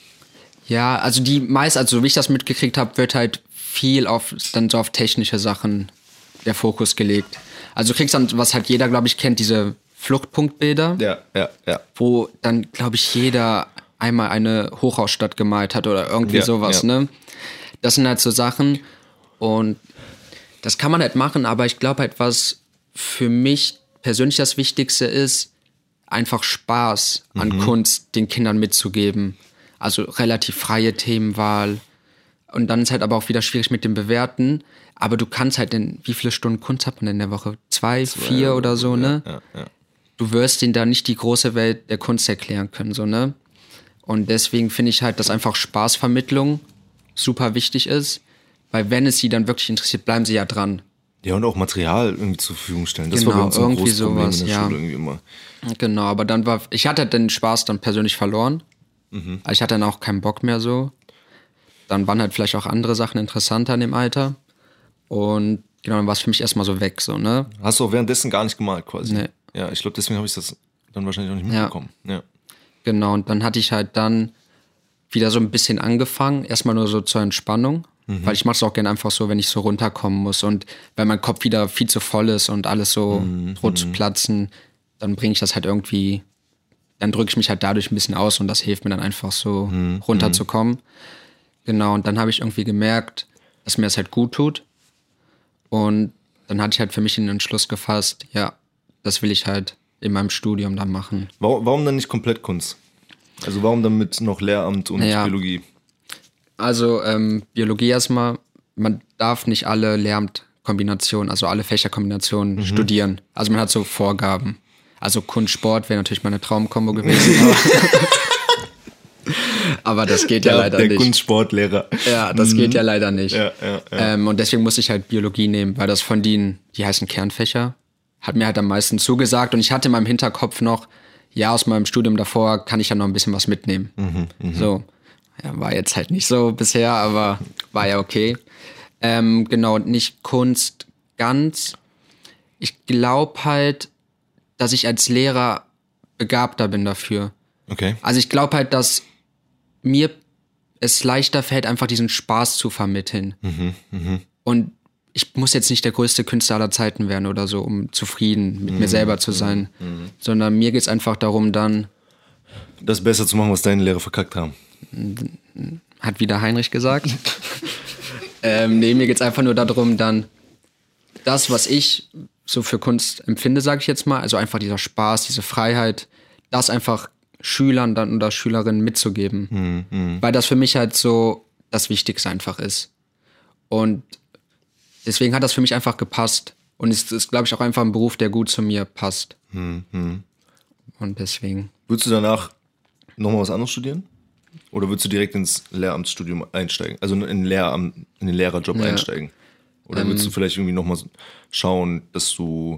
Ja, also so wie ich das mitgekriegt habe, wird halt viel auf technische Sachen der Fokus gelegt. Also du kriegst dann, was halt jeder, glaube ich, kennt, diese Fluchtpunktbilder. Ja. Wo dann, glaube ich, jeder einmal eine Hochhausstadt gemalt hat oder irgendwie sowas, ne? Das sind halt so Sachen und das kann man halt machen, aber ich glaube halt, was für mich persönlich das Wichtigste ist, einfach Spaß an Kunst den Kindern mitzugeben. Also relativ freie Themenwahl. Und dann ist halt aber auch wieder schwierig mit dem Bewerten. Aber du kannst halt wie viele Stunden Kunst hat man in der Woche? 2, 4 oder so, ne? Ja. Du wirst ihnen da nicht die große Welt der Kunst erklären können, so, ne? Und deswegen finde ich halt, dass einfach Spaßvermittlung super wichtig ist. Weil wenn es sie dann wirklich interessiert, bleiben sie ja dran. Ja, und auch Material irgendwie zur Verfügung stellen. Das Genau, war bei uns ein irgendwie großes Problem sowas, in der ja. Schule irgendwie immer. Genau, aber ich hatte den Spaß dann persönlich verloren. Also ich hatte dann auch keinen Bock mehr so. Dann waren halt vielleicht auch andere Sachen interessanter in dem Alter. Und genau, dann war es für mich erstmal so weg, so, ne? Hast du auch währenddessen gar nicht gemalt quasi? Nee. Ja, ich glaube, deswegen habe ich das dann wahrscheinlich auch nicht mitbekommen. Ja. Genau, und dann hatte ich halt wieder so ein bisschen angefangen. Erstmal nur so zur Entspannung. Weil ich mache es auch gerne einfach so, wenn ich so runterkommen muss. Und wenn mein Kopf wieder viel zu voll ist und alles so droht zu platzen, dann bringe ich das halt irgendwie, dann drücke ich mich halt dadurch ein bisschen aus und das hilft mir dann einfach so runterzukommen. Genau, und dann habe ich irgendwie gemerkt, dass mir das halt gut tut. Und dann hatte ich halt für mich den Entschluss gefasst, ja, das will ich halt in meinem Studium dann machen. Warum dann nicht komplett Kunst? Also warum dann mit noch Lehramt und Biologie? Also Biologie erstmal, man darf nicht alle Lehramtkombinationen, also alle Fächerkombinationen studieren. Also man hat so Vorgaben. Also Kunst, Sport wäre natürlich meine Traumkombo gewesen. Aber das geht ja leider nicht. Der Kunstsportlehrer. Ja, das geht ja leider nicht. Ja. Und deswegen musste ich halt Biologie nehmen, weil das von denen, die heißen Kernfächer, hat mir halt am meisten zugesagt. Und ich hatte in meinem Hinterkopf noch, ja, aus meinem Studium davor kann ich ja noch ein bisschen was mitnehmen. So. Ja, war jetzt halt nicht so bisher, aber war ja okay. Genau, nicht Kunst ganz. Ich glaube halt, dass ich als Lehrer begabter bin dafür. Okay. Also ich glaube halt, dass mir es leichter fällt, einfach diesen Spaß zu vermitteln. Und ich muss jetzt nicht der größte Künstler aller Zeiten werden oder so, um zufrieden mit mir selber zu sein. Sondern mir geht's einfach darum, dann das besser zu machen, was deine Lehrer verkackt haben. Hat wieder Heinrich gesagt. Nee, mir geht's einfach nur darum, dann das, was ich so für Kunst empfinde, sage ich jetzt mal, also einfach dieser Spaß, diese Freiheit, das einfach Schülern dann oder Schülerinnen mitzugeben. Weil das für mich halt so das Wichtigste einfach ist. Und deswegen hat das für mich einfach gepasst. Und es ist, glaube ich, auch einfach ein Beruf, der gut zu mir passt. Und deswegen. Würdest du danach nochmal was anderes studieren? Oder würdest du direkt ins Lehramtsstudium einsteigen? Also in den Lehrerjob einsteigen? Oder würdest du vielleicht irgendwie nochmal schauen, dass du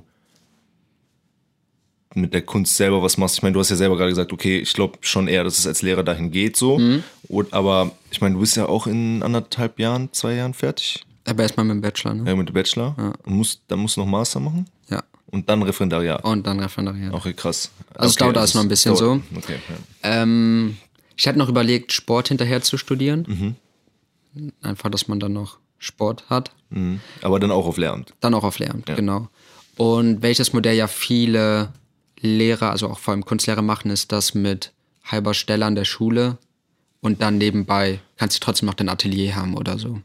mit der Kunst selber was machst? Ich meine, du hast ja selber gerade gesagt, okay, ich glaube schon eher, dass es als Lehrer dahin geht so. Aber ich meine, du bist ja auch in 1,5 Jahren, 2 Jahren fertig. Aber erstmal mit dem Bachelor, ne? Ja, mit dem Bachelor. Ja. Und dann musst du noch Master machen? Ja. Und dann Referendariat? Okay, krass. Also es dauert alles noch ein bisschen so. Okay, ich hatte noch überlegt, Sport hinterher zu studieren. Einfach, dass man dann noch Sport hat. Aber dann auch auf Lehramt? Dann auch auf Lehramt, genau. Und welches Modell ja viele Lehrer, also auch vor allem Kunstlehrer machen, ist das mit halber Stelle an der Schule und dann nebenbei kannst du trotzdem noch dein Atelier haben oder so.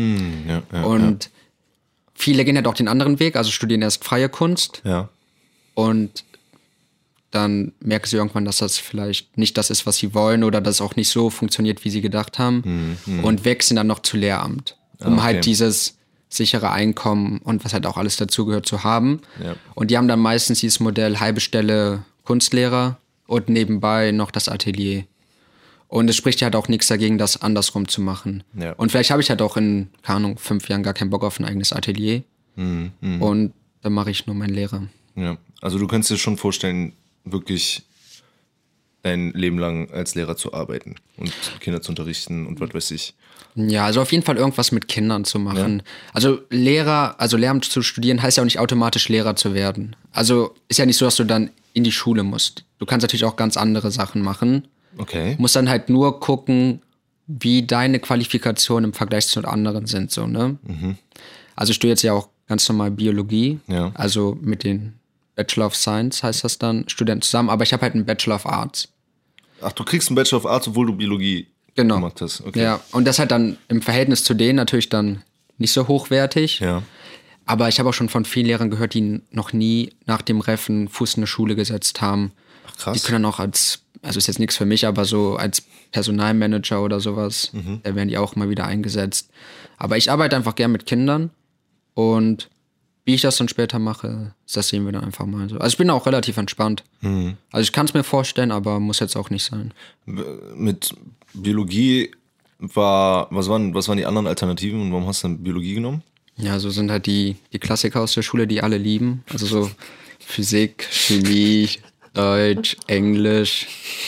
Und viele gehen halt auch den anderen Weg, also studieren erst freie Kunst. Ja. Und dann merken sie irgendwann, dass das vielleicht nicht das ist, was sie wollen oder dass es auch nicht so funktioniert, wie sie gedacht haben. Und wechseln dann noch zu Lehramt, um halt dieses sichere Einkommen und was halt auch alles dazugehört zu haben. Ja. Und die haben dann meistens dieses Modell halbe Stelle Kunstlehrer und nebenbei noch das Atelier. Und es spricht ja halt auch nichts dagegen, das andersrum zu machen. Ja. Und vielleicht habe ich halt auch in, keine Ahnung, 5 Jahren gar keinen Bock auf ein eigenes Atelier. Und dann mache ich nur meinen Lehrer. Ja, also du kannst dir schon vorstellen, wirklich dein Leben lang als Lehrer zu arbeiten und Kinder zu unterrichten und was weiß ich. Ja, also auf jeden Fall irgendwas mit Kindern zu machen. Ja. Also Lehramt zu studieren heißt ja auch nicht automatisch Lehrer zu werden. Also ist ja nicht so, dass du dann in die Schule musst. Du kannst natürlich auch ganz andere Sachen machen. Okay. Musst dann halt nur gucken, wie deine Qualifikationen im Vergleich zu anderen sind, so, ne? Also ich studiere jetzt ja auch ganz normal Biologie, also mit den Bachelor of Science heißt das dann, Studenten zusammen, aber ich habe halt einen Bachelor of Arts. Ach, du kriegst einen Bachelor of Arts, obwohl du Biologie gemacht hast. Okay. Ja, und das halt dann im Verhältnis zu denen natürlich dann nicht so hochwertig. Ja. Aber ich habe auch schon von vielen Lehrern gehört, die noch nie nach dem Reffen Fuß in eine Schule gesetzt haben. Ach, krass. Die können dann auch also ist jetzt nichts für mich, aber so als Personalmanager oder sowas, da werden die auch mal wieder eingesetzt. Aber ich arbeite einfach gern mit Kindern und wie ich das dann später mache, das sehen wir dann einfach mal so. Also ich bin auch relativ entspannt. Also ich kann es mir vorstellen, aber muss jetzt auch nicht sein. Mit Biologie was waren die anderen Alternativen und warum hast du dann Biologie genommen? Ja, so sind halt die Klassiker aus der Schule, die alle lieben. Also so Physik, Chemie, Deutsch, Englisch.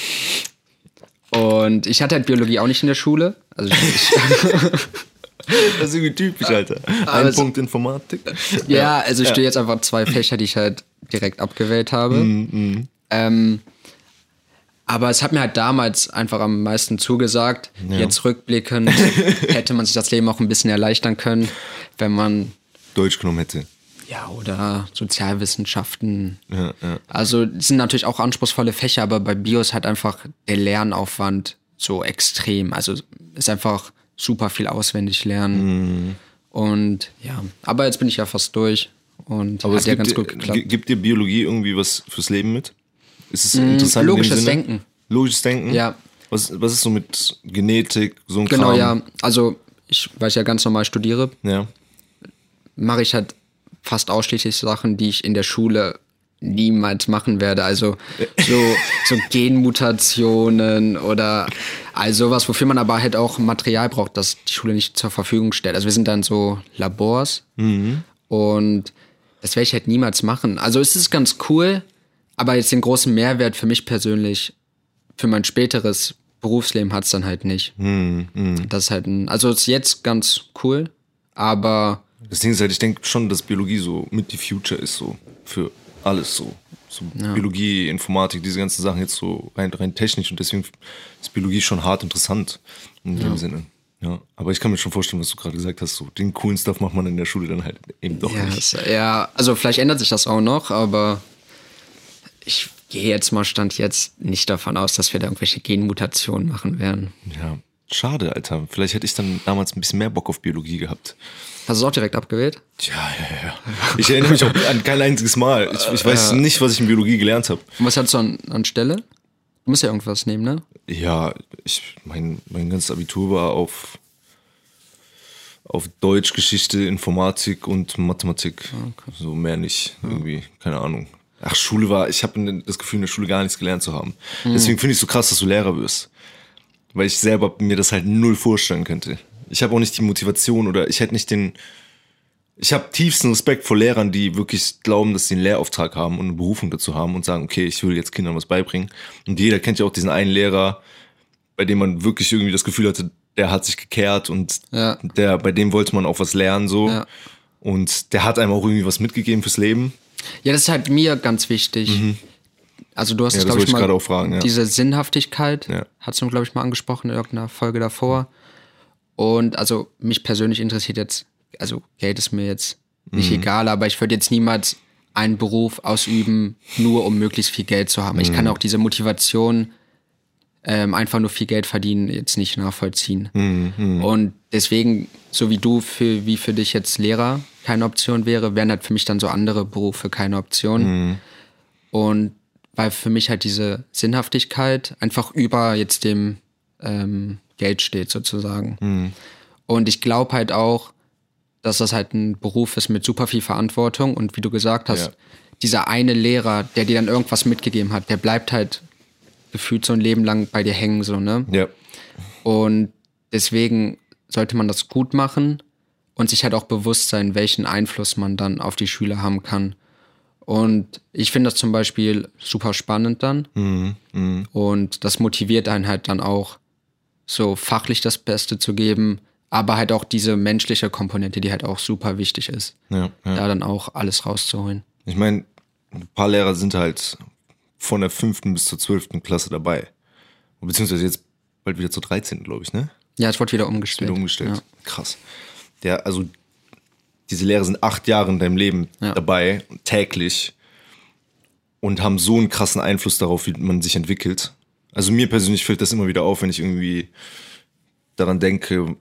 Und ich hatte halt Biologie auch nicht in der Schule. Also das ist irgendwie typisch, Alter. Ein Punkt Informatik. Ja, also ich studiere jetzt einfach 2 Fächer, die ich halt direkt abgewählt habe. Aber es hat mir halt damals einfach am meisten zugesagt. Ja. Jetzt rückblickend hätte man sich das Leben auch ein bisschen erleichtern können, wenn man Deutsch genommen hätte. Ja, oder Sozialwissenschaften. Ja. Also es sind natürlich auch anspruchsvolle Fächer, aber bei Bio ist halt einfach der Lernaufwand so extrem. Also ist einfach super viel auswendig lernen. Und ja, aber jetzt bin ich ja fast durch und aber hat ja ganz gut geklappt. Gibt dir Biologie irgendwie was fürs Leben mit? Ist es interessant? Logisches Denken. Logisches Denken? Ja. Was ist so mit Genetik, so ein Genau, Kram? ja. Also weil ich ja ganz normal studiere, mache ich halt fast ausschließlich Sachen, die ich in der Schule niemals machen werde. Also so Genmutationen oder also sowas, wofür man aber halt auch Material braucht, das die Schule nicht zur Verfügung stellt. Also wir sind dann so Labors und das werde ich halt niemals machen. Also es ist ganz cool, aber jetzt den großen Mehrwert für mich persönlich, für mein späteres Berufsleben hat es dann halt nicht. Das ist halt also ist jetzt ganz cool, aber das Ding ist halt, ich denke schon, dass Biologie so mit die Future ist, so für alles so. Biologie, Informatik, diese ganzen Sachen jetzt so rein technisch und deswegen ist Biologie schon hart interessant in dem Sinne. Ja, aber ich kann mir schon vorstellen, was du gerade gesagt hast, so den coolen Stuff macht man in der Schule dann halt eben doch nicht. Ja, also vielleicht ändert sich das auch noch, aber ich gehe jetzt mal Stand jetzt nicht davon aus, dass wir da irgendwelche Genmutationen machen werden. Ja, schade, Alter. Vielleicht hätte ich dann damals ein bisschen mehr Bock auf Biologie gehabt. Hast du es auch direkt abgewählt? Ja. Ich erinnere mich auch an kein einziges Mal. Ich weiß nicht, was ich in Biologie gelernt habe. Und was hattest du an Stelle? Du musst ja irgendwas nehmen, ne? Ja, mein ganzes Abitur war auf Deutsch, Geschichte, Informatik und Mathematik. Okay. So mehr nicht. Irgendwie, keine Ahnung. Ach, ich habe das Gefühl, in der Schule gar nichts gelernt zu haben. Deswegen finde ich es so krass, dass du Lehrer wirst. Weil ich selber mir das halt null vorstellen könnte. Ich habe auch nicht die Motivation oder ich habe tiefsten Respekt vor Lehrern, die wirklich glauben, dass sie einen Lehrauftrag haben und eine Berufung dazu haben und sagen, okay, ich will jetzt Kindern was beibringen. Und jeder kennt ja auch diesen einen Lehrer, bei dem man wirklich irgendwie das Gefühl hatte, der hat sich gekehrt und bei dem wollte man auch was lernen so. Ja. Und der hat einem auch irgendwie was mitgegeben fürs Leben. Ja, das ist halt mir ganz wichtig. Also du hast es, glaube ich, mal auch fragen, diese Sinnhaftigkeit, hast du, glaube ich, mal angesprochen in irgendeiner Folge davor. Und also mich persönlich interessiert jetzt, also Geld ist mir jetzt nicht egal, aber ich würde jetzt niemals einen Beruf ausüben, nur um möglichst viel Geld zu haben. Ich kann auch diese Motivation, einfach nur viel Geld verdienen, jetzt nicht nachvollziehen. Und deswegen, so wie wie für dich jetzt Lehrer keine Option wäre, wären halt für mich dann so andere Berufe keine Option. Und weil für mich halt diese Sinnhaftigkeit einfach über jetzt dem Geld steht sozusagen. Und ich glaube halt auch, dass das halt ein Beruf ist mit super viel Verantwortung und wie du gesagt hast, dieser eine Lehrer, der dir dann irgendwas mitgegeben hat, der bleibt halt gefühlt so ein Leben lang bei dir hängen, so, ne? Ja. Und deswegen sollte man das gut machen und sich halt auch bewusst sein, welchen Einfluss man dann auf die Schüler haben kann. Und ich finde das zum Beispiel super spannend dann. Und das motiviert einen halt dann auch, so fachlich das Beste zu geben, aber halt auch diese menschliche Komponente, die halt auch super wichtig ist. Da dann auch alles rauszuholen. Ich meine, ein paar Lehrer sind halt von der 5. bis zur 12. Klasse dabei. Beziehungsweise jetzt bald wieder zur 13., glaube ich, ne? Ja, es wurde wieder umgestellt. Ja. Krass. Also diese Lehrer sind 8 Jahre in deinem Leben dabei, täglich, und haben so einen krassen Einfluss darauf, wie man sich entwickelt. Also mir persönlich fällt das immer wieder auf, wenn ich irgendwie daran denke,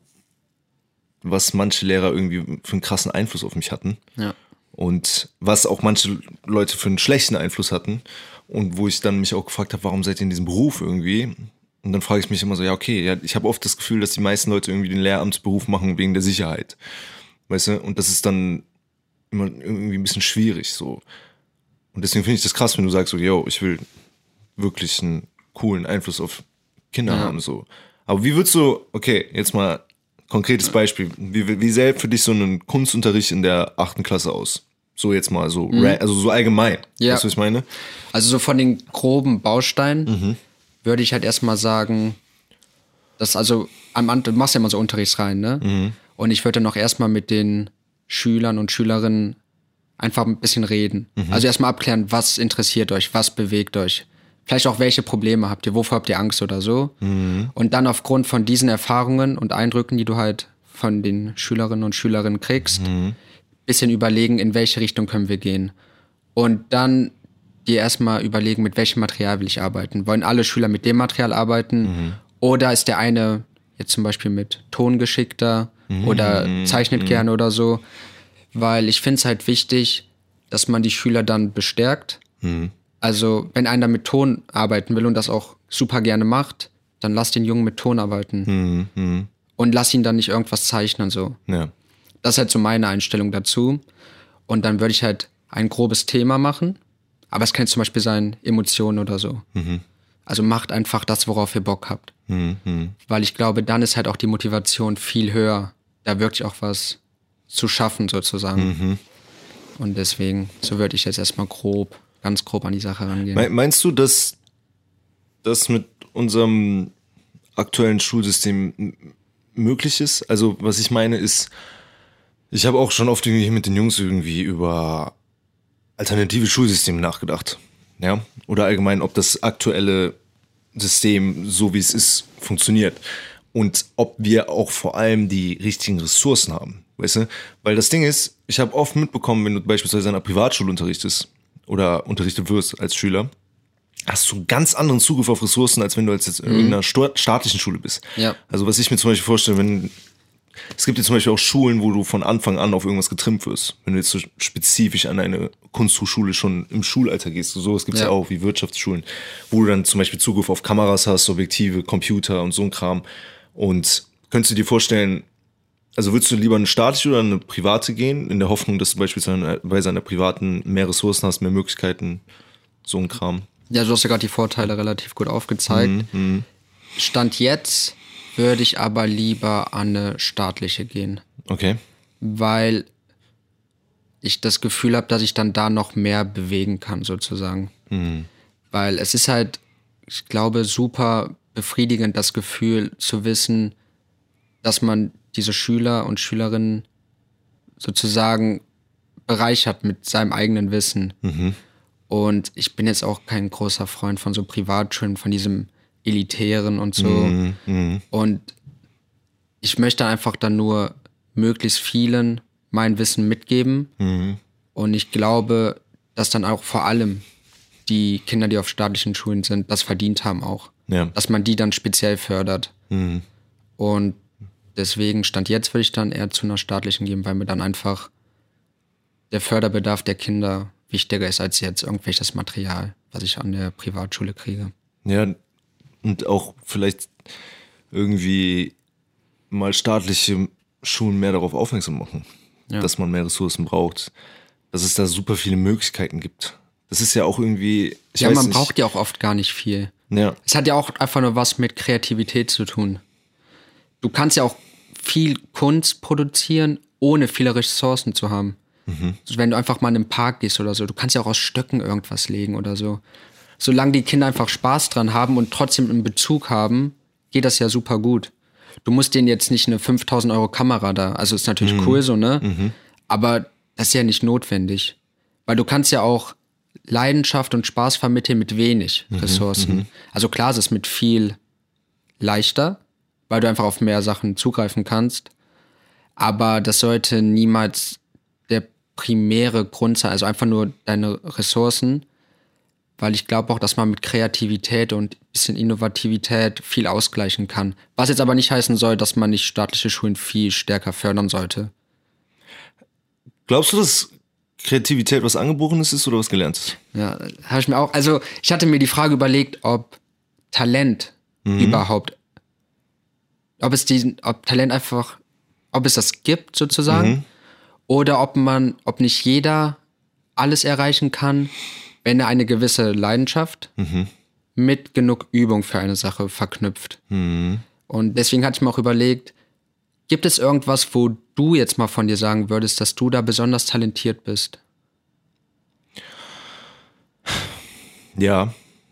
was manche Lehrer irgendwie für einen krassen Einfluss auf mich hatten. Ja. Und was auch manche Leute für einen schlechten Einfluss hatten. Und wo ich dann mich auch gefragt habe, warum seid ihr in diesem Beruf irgendwie? Und dann frage ich mich immer so, ich habe oft das Gefühl, dass die meisten Leute irgendwie den Lehramtsberuf machen wegen der Sicherheit. Weißt du? Und das ist dann immer irgendwie ein bisschen schwierig so. Und deswegen finde ich das krass, wenn du sagst so, ich will wirklich einen coolen Einfluss auf Kinder haben so. Aber wie würdest du, jetzt mal konkretes Beispiel, wie sähe für dich so ein Kunstunterricht in der 8. Klasse aus? So jetzt mal so, also so allgemein. Ja. Weißt du, was ich meine? Also so von den groben Bausteinen würde ich halt erstmal sagen, dass du machst ja immer so Unterrichtsreihen, ne? Und ich würde dann auch erstmal mit den Schülern und Schülerinnen einfach ein bisschen reden. Also erstmal abklären, was interessiert euch, was bewegt euch, Vielleicht auch, welche Probleme habt ihr, wovor habt ihr Angst oder so. Und dann aufgrund von diesen Erfahrungen und Eindrücken, die du halt von den Schülerinnen und Schülern kriegst, bisschen überlegen, in welche Richtung können wir gehen. Und dann dir erstmal überlegen, mit welchem Material will ich arbeiten. Wollen alle Schüler mit dem Material arbeiten? Oder ist der eine jetzt zum Beispiel mit Ton geschickter oder zeichnet gerne oder so? Weil ich finde es halt wichtig, dass man die Schüler dann bestärkt. Also wenn einer mit Ton arbeiten will und das auch super gerne macht, dann lass den Jungen mit Ton arbeiten. Und lass ihn dann nicht irgendwas zeichnen so. Ja. Das ist halt so meine Einstellung dazu. Und dann würde ich halt ein grobes Thema machen. Aber es kann zum Beispiel sein Emotionen oder so. Also macht einfach das, worauf ihr Bock habt. Weil ich glaube, dann ist halt auch die Motivation viel höher, da wirklich auch was zu schaffen sozusagen. Und deswegen, so würde ich jetzt erstmal ganz grob an die Sache rangehen. Meinst du, dass das mit unserem aktuellen Schulsystem möglich ist? Also was ich meine ist, ich habe auch schon oft irgendwie mit den Jungs irgendwie über alternative Schulsysteme nachgedacht. Ja? Oder allgemein, ob das aktuelle System, so wie es ist, funktioniert. Und ob wir auch vor allem die richtigen Ressourcen haben. Weißt du? Weil das Ding ist, ich habe oft mitbekommen, wenn du beispielsweise an einer Privatschule unterrichtest oder unterrichtet wirst als Schüler, hast du einen ganz anderen Zugriff auf Ressourcen, als wenn du jetzt in irgendeiner staatlichen Schule bist. Ja. Also was ich mir zum Beispiel vorstelle, es gibt ja zum Beispiel auch Schulen, wo du von Anfang an auf irgendwas getrimmt wirst. Wenn du jetzt so spezifisch an eine Kunsthochschule schon im Schulalter gehst. So sowas gibt's ja auch wie Wirtschaftsschulen, wo du dann zum Beispiel Zugriff auf Kameras hast, Objektive, Computer und so ein Kram. Und könntest du dir vorstellen, also würdest du lieber eine staatliche oder eine private gehen, in der Hoffnung, dass du beispielsweise bei einer privaten mehr Ressourcen hast, mehr Möglichkeiten, so ein Kram? Ja, du hast ja gerade die Vorteile relativ gut aufgezeigt. Stand jetzt würde ich aber lieber an eine staatliche gehen. Okay. Weil ich das Gefühl habe, dass ich dann da noch mehr bewegen kann, sozusagen. Weil es ist halt, ich glaube, super befriedigend, das Gefühl zu wissen, dass man diese Schüler und Schülerinnen sozusagen bereichert mit seinem eigenen Wissen. Und ich bin jetzt auch kein großer Freund von so Privatschulen, von diesem Elitären und so. Und ich möchte einfach dann nur möglichst vielen mein Wissen mitgeben. Und ich glaube, dass dann auch vor allem die Kinder, die auf staatlichen Schulen sind, das verdient haben auch. Ja. Dass man die dann speziell fördert. Und deswegen Stand jetzt würde ich dann eher zu einer staatlichen gehen, weil mir dann einfach der Förderbedarf der Kinder wichtiger ist als jetzt irgendwelches Material, was ich an der Privatschule kriege. Ja, und auch vielleicht irgendwie mal staatliche Schulen mehr darauf aufmerksam machen, dass man mehr Ressourcen braucht, dass es da super viele Möglichkeiten gibt. Das ist ja auch irgendwie, man braucht ja auch oft gar nicht viel. Ja. Es hat ja auch einfach nur was mit Kreativität zu tun. Du kannst ja auch viel Kunst produzieren, ohne viele Ressourcen zu haben. Also wenn du einfach mal in den Park gehst oder so, du kannst ja auch aus Stöcken irgendwas legen oder so. Solange die Kinder einfach Spaß dran haben und trotzdem einen Bezug haben, geht das ja super gut. Du musst denen jetzt nicht eine 5.000 € Kamera da, also ist natürlich cool so, ne? Aber das ist ja nicht notwendig. Weil du kannst ja auch Leidenschaft und Spaß vermitteln mit wenig Ressourcen. Also klar, es ist mit viel leichter, weil du einfach auf mehr Sachen zugreifen kannst. Aber das sollte niemals der primäre Grund sein, also einfach nur deine Ressourcen, weil ich glaube auch, dass man mit Kreativität und ein bisschen Innovativität viel ausgleichen kann. Was jetzt aber nicht heißen soll, dass man nicht staatliche Schulen viel stärker fördern sollte. Glaubst du, dass Kreativität was Angeborenes ist oder was Gelerntes? Ja, habe ich mir auch, also ich hatte mir die Frage überlegt, ob Talent überhaupt, ob Talent einfach, ob es das gibt sozusagen, oder ob nicht jeder alles erreichen kann, wenn er eine gewisse Leidenschaft mit genug Übung für eine Sache verknüpft. Und deswegen hatte ich mir auch überlegt, gibt es irgendwas, wo du jetzt mal von dir sagen würdest, dass du da besonders talentiert bist? Ja.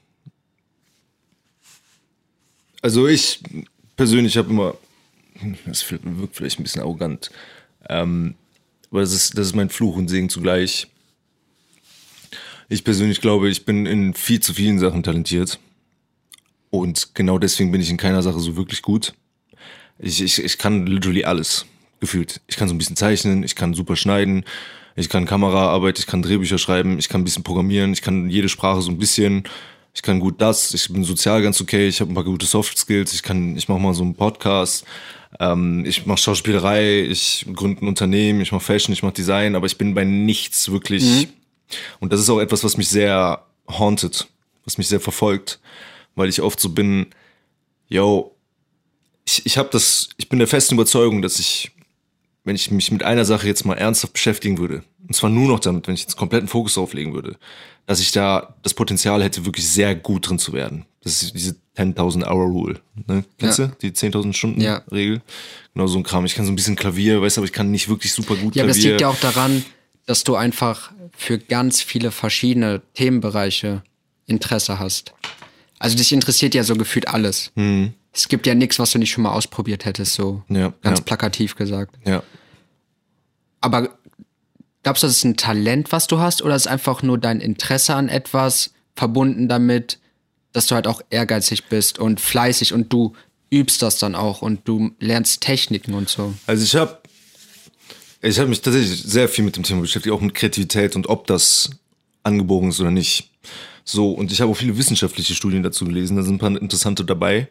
Also ich persönlich habe immer, das wirkt vielleicht ein bisschen arrogant, aber das ist mein Fluch und Segen zugleich. Ich persönlich glaube, ich bin in viel zu vielen Sachen talentiert. Und genau deswegen bin ich in keiner Sache so wirklich gut. Ich kann literally alles, gefühlt. Ich kann so ein bisschen zeichnen, ich kann super schneiden, ich kann Kameraarbeit, ich kann Drehbücher schreiben, ich kann ein bisschen programmieren, ich kann jede Sprache so ein bisschen, ich kann gut das, ich bin sozial ganz okay, ich habe ein paar gute Soft Skills, ich mache mal so einen Podcast, ich mache Schauspielerei, ich gründe ein Unternehmen, ich mache Fashion, ich mache Design, aber ich bin bei nichts wirklich. Und das ist auch etwas, was mich sehr haunted, was mich sehr verfolgt, weil ich oft so bin, yo, ich bin der festen Überzeugung, dass wenn ich mich mit einer Sache jetzt mal ernsthaft beschäftigen würde, und zwar nur noch damit, wenn ich jetzt kompletten Fokus drauf legen würde, dass ich da das Potenzial hätte, wirklich sehr gut drin zu werden. Das ist diese 10.000 Hour Rule. Ne? Kennst du? Die 10.000 Stunden Regel? Genau so ein Kram. Ich kann so ein bisschen Klavier, weißt du, aber ich kann nicht wirklich super gut Klavier. Ja, aber es liegt ja auch daran, dass du einfach für ganz viele verschiedene Themenbereiche Interesse hast. Also dich interessiert ja so gefühlt alles. Es gibt ja nichts, was du nicht schon mal ausprobiert hättest, so ganz plakativ gesagt. Ja. Aber glaubst du, das ist ein Talent, was du hast, oder ist einfach nur dein Interesse an etwas verbunden damit, dass du halt auch ehrgeizig bist und fleißig und du übst das dann auch und du lernst Techniken und so? Also ich hab mich tatsächlich sehr viel mit dem Thema beschäftigt, auch mit Kreativität und ob das angeboren ist oder nicht. So, und ich habe auch viele wissenschaftliche Studien dazu gelesen, da sind ein paar interessante dabei.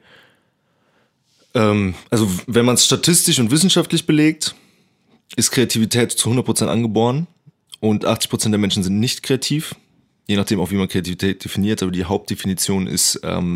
Also wenn man es statistisch und wissenschaftlich belegt, ist Kreativität zu 100% angeboren und 80% der Menschen sind nicht kreativ, je nachdem auch wie man Kreativität definiert, aber die Hauptdefinition ist,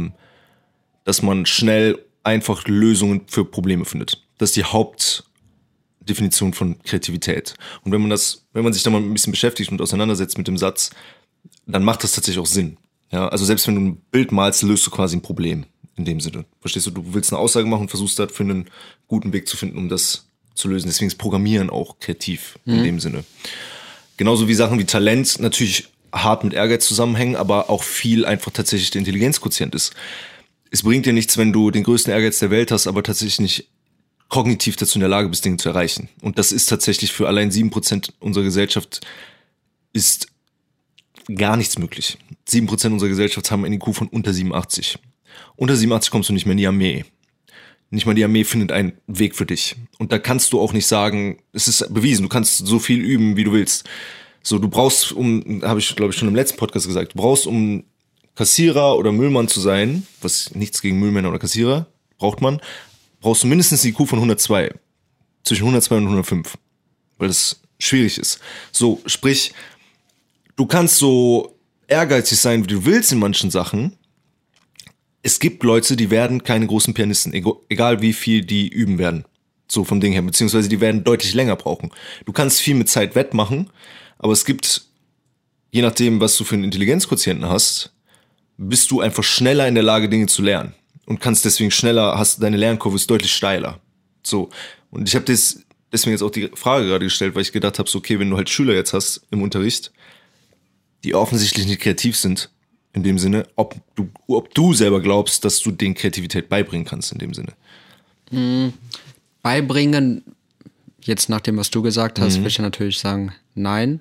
dass man schnell einfach Lösungen für Probleme findet. Das ist die Hauptdefinition von Kreativität. Und wenn man sich da mal ein bisschen beschäftigt und auseinandersetzt mit dem Satz, dann macht das tatsächlich auch Sinn. Ja, also selbst wenn du ein Bild malst, löst du quasi ein Problem in dem Sinne. Verstehst du? Du willst eine Aussage machen und versuchst dafür einen guten Weg zu finden, um das zu lösen. Deswegen ist Programmieren auch kreativ in dem Sinne. Genauso wie Sachen wie Talent natürlich hart mit Ehrgeiz zusammenhängen, aber auch viel einfach tatsächlich der Intelligenzquotient ist. Es bringt dir nichts, wenn du den größten Ehrgeiz der Welt hast, aber tatsächlich nicht kognitiv dazu in der Lage bist, Dinge zu erreichen. Und das ist tatsächlich für allein 7% unserer Gesellschaft ist gar nichts möglich. 7% unserer Gesellschaft haben einen IQ von unter 87. Unter 87 kommst du nicht mehr in die Armee. Nicht mal die Armee findet einen Weg für dich. Und da kannst du auch nicht sagen, es ist bewiesen, du kannst so viel üben, wie du willst. So, du brauchst, habe ich glaube ich schon im letzten Podcast gesagt, du brauchst, um Kassierer oder Müllmann zu sein, was nichts gegen Müllmänner oder Kassierer, brauchst du mindestens einen IQ von 102. Zwischen 102 und 105. Weil das schwierig ist. So, sprich, du kannst so ehrgeizig sein, wie du willst in manchen Sachen. Es gibt Leute, die werden keine großen Pianisten, egal wie viel die üben werden. So vom Ding her, beziehungsweise die werden deutlich länger brauchen. Du kannst viel mit Zeit wettmachen, aber es gibt, je nachdem, was du für einen Intelligenzquotienten hast, bist du einfach schneller in der Lage, Dinge zu lernen. Und kannst deswegen deine Lernkurve ist deutlich steiler. So. Und ich habe deswegen jetzt auch die Frage gerade gestellt, weil ich gedacht habe, so, okay, wenn du halt Schüler jetzt hast im Unterricht, die offensichtlich nicht kreativ sind, in dem Sinne, ob du selber glaubst, dass du denen Kreativität beibringen kannst, in dem Sinne. Beibringen, jetzt nach dem, was du gesagt hast, würde ich natürlich sagen, nein.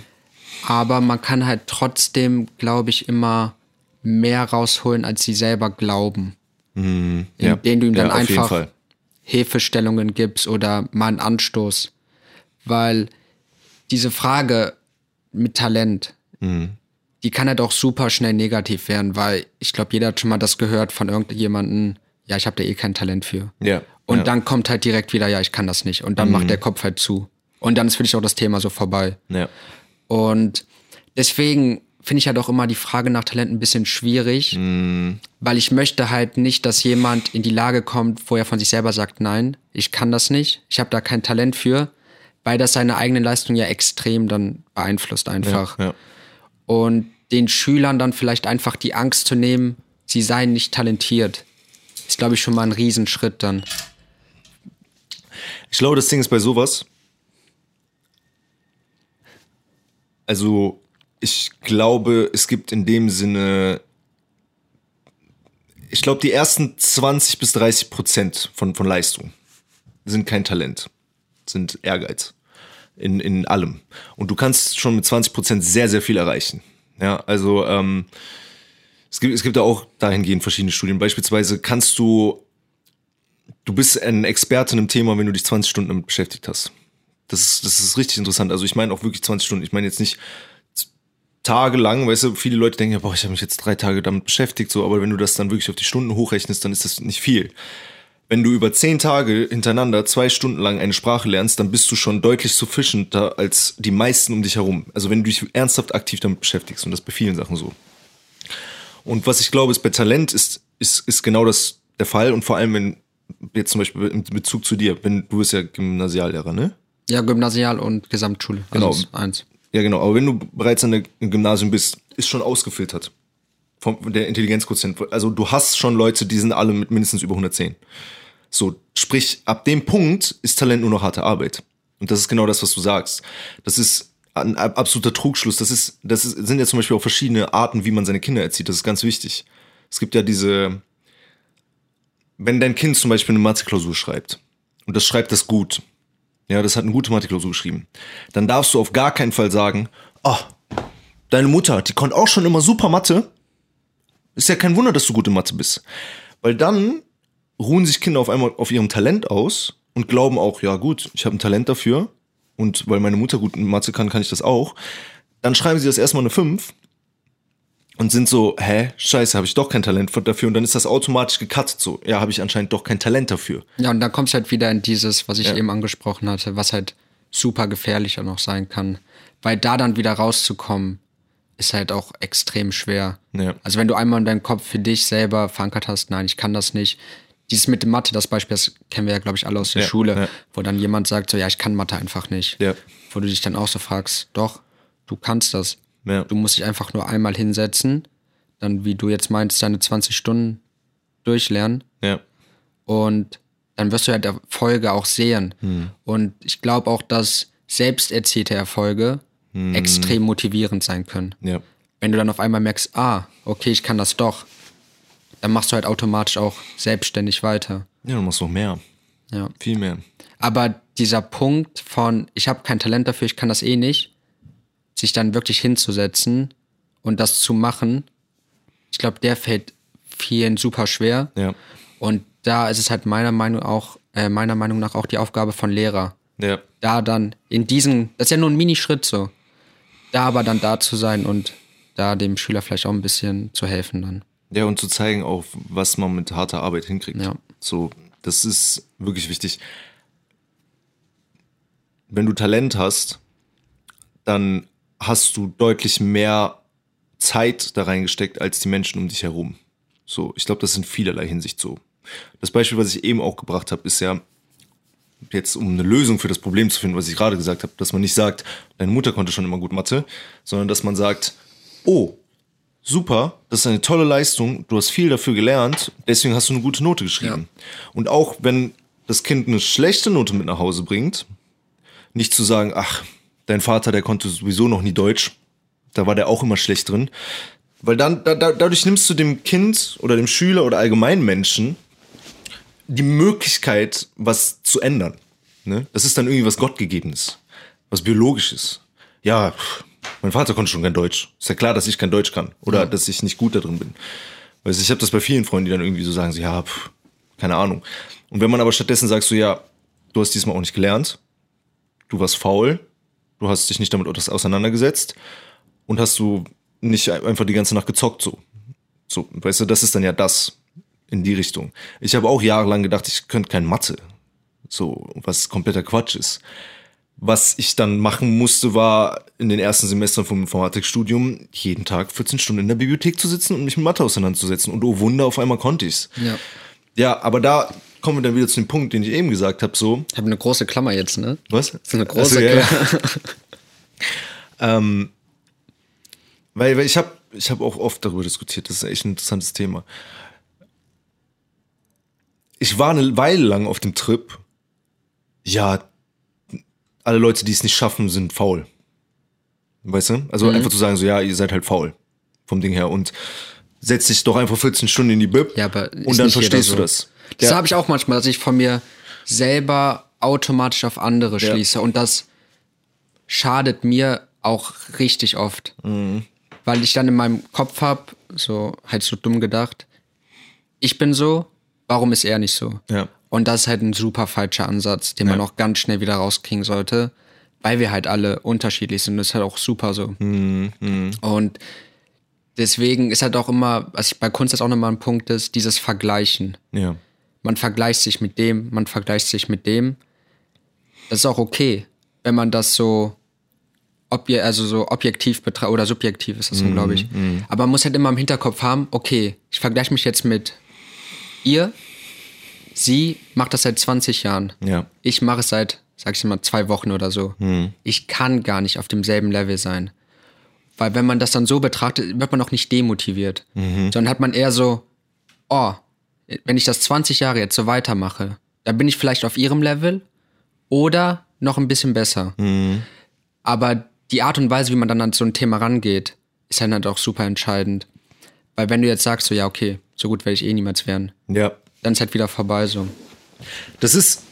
Aber man kann halt trotzdem, glaube ich, immer mehr rausholen, als sie selber glauben. Indem du ihm dann einfach Hilfestellungen gibst oder mal einen Anstoß. Weil diese Frage mit Talent, die kann halt auch super schnell negativ werden, weil ich glaube, jeder hat schon mal das gehört von irgendjemandem, ja, ich habe da eh kein Talent für. Ja. Und dann kommt halt direkt wieder, ja, ich kann das nicht. Und dann macht der Kopf halt zu. Und dann ist für dich auch das Thema so vorbei. Ja. Und deswegen finde ich halt auch immer die Frage nach Talent ein bisschen schwierig, weil ich möchte halt nicht, dass jemand in die Lage kommt, wo er von sich selber sagt, nein, ich kann das nicht, ich habe da kein Talent für, weil das seine eigene Leistung ja extrem dann beeinflusst einfach. Ja. Und den Schülern dann vielleicht einfach die Angst zu nehmen, sie seien nicht talentiert, ist, glaube ich, schon mal ein Riesenschritt dann. Ich glaube, das Ding ist bei sowas, also ich glaube, es gibt in dem Sinne, ich glaube, die ersten 20-30% von Leistung sind kein Talent, sind Ehrgeiz in allem. Und du kannst schon mit 20% sehr, sehr viel erreichen. Ja, also es gibt da auch dahingehend verschiedene Studien. Beispielsweise du bist ein Experte in einem Thema, wenn du dich 20 Stunden damit beschäftigt hast. Das ist richtig interessant. Also ich meine auch wirklich 20 Stunden. Ich meine jetzt nicht tagelang, weißt du, viele Leute denken ja, boah, ich habe mich jetzt 3 Tage damit beschäftigt, so, aber wenn du das dann wirklich auf die Stunden hochrechnest, dann ist das nicht viel. Wenn du über 10 Tage hintereinander 2 Stunden lang eine Sprache lernst, dann bist du schon deutlich sufficienter als die meisten um dich herum. Also wenn du dich ernsthaft aktiv damit beschäftigst, und das bei vielen Sachen so. Und was ich glaube, ist bei Talent ist genau das der Fall, und vor allem, wenn jetzt zum Beispiel in Bezug zu dir, du bist ja Gymnasiallehrer, ne? Ja, Gymnasial und Gesamtschule. Genau. Also eins. Ja, genau. Aber wenn du bereits an der Gymnasium bist, ist schon ausgefiltert. Der Intelligenzquotient. Also du hast schon Leute, die sind alle mit mindestens über 110. So, sprich, ab dem Punkt ist Talent nur noch harte Arbeit. Und das ist genau das, was du sagst. Das ist ein absoluter Trugschluss. Sind ja zum Beispiel auch verschiedene Arten, wie man seine Kinder erzieht. Das ist ganz wichtig. Es gibt ja wenn dein Kind zum Beispiel eine Mathe-Klausur schreibt und das schreibt das gut, ja, das hat eine gute Mathe-Klausur geschrieben, dann darfst du auf gar keinen Fall sagen, deine Mutter, die konnte auch schon immer super Mathe. Ist ja kein Wunder, dass du gut in Mathe bist. Weil dann ruhen sich Kinder auf einmal auf ihrem Talent aus und glauben auch, ja gut, ich habe ein Talent dafür und weil meine Mutter gut in Mathe kann ich das auch. Dann schreiben sie das erstmal eine 5 und sind so, scheiße, habe ich doch kein Talent dafür, und dann ist das automatisch gecuttet so. Ja, habe ich anscheinend doch kein Talent dafür. Ja, und dann kommst du halt wieder in dieses, was ich eben angesprochen hatte, was halt super gefährlich auch noch sein kann. Weil da dann wieder rauszukommen, ist halt auch extrem schwer. Ja. Also wenn du einmal in deinem Kopf für dich selber verankert hast, nein, ich kann das nicht. Dieses mit dem Mathe, das Beispiel, das kennen wir ja, glaube ich, alle aus der Schule, wo dann jemand sagt so, ja, ich kann Mathe einfach nicht. Ja. Wo du dich dann auch so fragst, doch, du kannst das. Ja. Du musst dich einfach nur einmal hinsetzen, dann, wie du jetzt meinst, deine 20 Stunden durchlernen. Ja. Und dann wirst du halt Erfolge auch sehen. Und ich glaube auch, dass selbst erzielte Erfolge extrem motivierend sein können. Ja. Wenn du dann auf einmal merkst, okay, ich kann das doch, dann machst du halt automatisch auch selbstständig weiter. Ja, du machst noch mehr. Ja. Viel mehr. Aber dieser Punkt von, ich habe kein Talent dafür, ich kann das eh nicht, sich dann wirklich hinzusetzen und das zu machen, ich glaube, der fällt vielen super schwer. Ja. Und da ist es halt meiner Meinung nach auch die Aufgabe von Lehrer. Ja. Da dann das ist ja nur ein Minischritt so, da aber dann da zu sein und da dem Schüler vielleicht auch ein bisschen zu helfen dann. Ja, und zu zeigen auch, was man mit harter Arbeit hinkriegt. Ja. So, das ist wirklich wichtig. Wenn du Talent hast, dann hast du deutlich mehr Zeit da reingesteckt als die Menschen um dich herum. So, ich glaube, das ist in vielerlei Hinsicht so. Das Beispiel, was ich eben auch gebracht habe, ist ja jetzt, um eine Lösung für das Problem zu finden, was ich gerade gesagt habe, dass man nicht sagt, deine Mutter konnte schon immer gut Mathe, sondern dass man sagt, oh, super, das ist eine tolle Leistung, du hast viel dafür gelernt, deswegen hast du eine gute Note geschrieben. Ja. Und auch wenn das Kind eine schlechte Note mit nach Hause bringt, nicht zu sagen, ach, dein Vater, der konnte sowieso noch nie Deutsch, da war der auch immer schlecht drin. Weil dann, dadurch nimmst du dem Kind oder dem Schüler oder allgemeinen Menschen die Möglichkeit, was zu ändern. Ne? Das ist dann irgendwie was Gottgegebenes, was Biologisches. Ja, mein Vater konnte schon kein Deutsch. Ist ja klar, dass ich kein Deutsch kann oder dass ich nicht gut da drin bin. Weil ich habe das bei vielen Freunden, die dann irgendwie so sagen, keine Ahnung. Und wenn man aber stattdessen sagt, so ja, du hast diesmal auch nicht gelernt, du warst faul, du hast dich nicht damit auseinandergesetzt und hast du nicht einfach die ganze Nacht gezockt so. So, weißt du, das ist dann ja das in die Richtung. Ich habe auch jahrelang gedacht, ich könnte kein Mathe. So, was kompletter Quatsch ist. Was ich dann machen musste, war in den ersten Semestern vom Informatikstudium jeden Tag 14 Stunden in der Bibliothek zu sitzen und mich mit Mathe auseinanderzusetzen. Und oh Wunder, auf einmal konnte ich's. Ja, aber da kommen wir dann wieder zu dem Punkt, den ich eben gesagt habe. So. Ich habe eine große Klammer jetzt, ne? Was? Das ist eine große Klammer. Ja. Weil ich hab auch oft darüber diskutiert. Das ist echt ein interessantes Thema. Ich war eine Weile lang auf dem Trip, ja, alle Leute, die es nicht schaffen, sind faul. Weißt du? Also einfach zu sagen, so, ja, ihr seid halt faul. Vom Ding her. Und setz dich doch einfach 14 Stunden in die Bib. Ja, aber und dann verstehst du das. Das habe ich auch manchmal, dass ich von mir selber automatisch auf andere schließe. Und das schadet mir auch richtig oft. weil ich dann in meinem Kopf habe, so halt so dumm gedacht, ich bin so, warum ist er nicht so? Ja. Und das ist halt ein super falscher Ansatz, den man auch ganz schnell wieder rauskriegen sollte, weil wir halt alle unterschiedlich sind. Das ist halt auch super so. Und deswegen ist halt auch immer, was bei Kunst jetzt auch nochmal ein Punkt ist, dieses Vergleichen. Ja. Man vergleicht sich mit dem, man vergleicht sich mit dem. Das ist auch okay, wenn man das so so objektiv betrachtet, oder subjektiv ist das dann, glaube ich. Aber man muss halt immer im Hinterkopf haben, okay, ich vergleiche mich jetzt mit ihr, sie macht das seit 20 Jahren. Ja. Ich mache es seit, sag ich mal, 2 Wochen oder so. Ich kann gar nicht auf demselben Level sein. Weil wenn man das dann so betrachtet, wird man auch nicht demotiviert. Sondern hat man eher so, oh, wenn ich das 20 Jahre jetzt so weitermache, dann bin ich vielleicht auf ihrem Level oder noch ein bisschen besser. Aber die Art und Weise, wie man dann an so ein Thema rangeht, ist dann halt auch super entscheidend. Weil wenn du jetzt sagst, so ja, okay, so gut werde ich eh niemals werden, Ja. dann ist halt wieder vorbei so. Das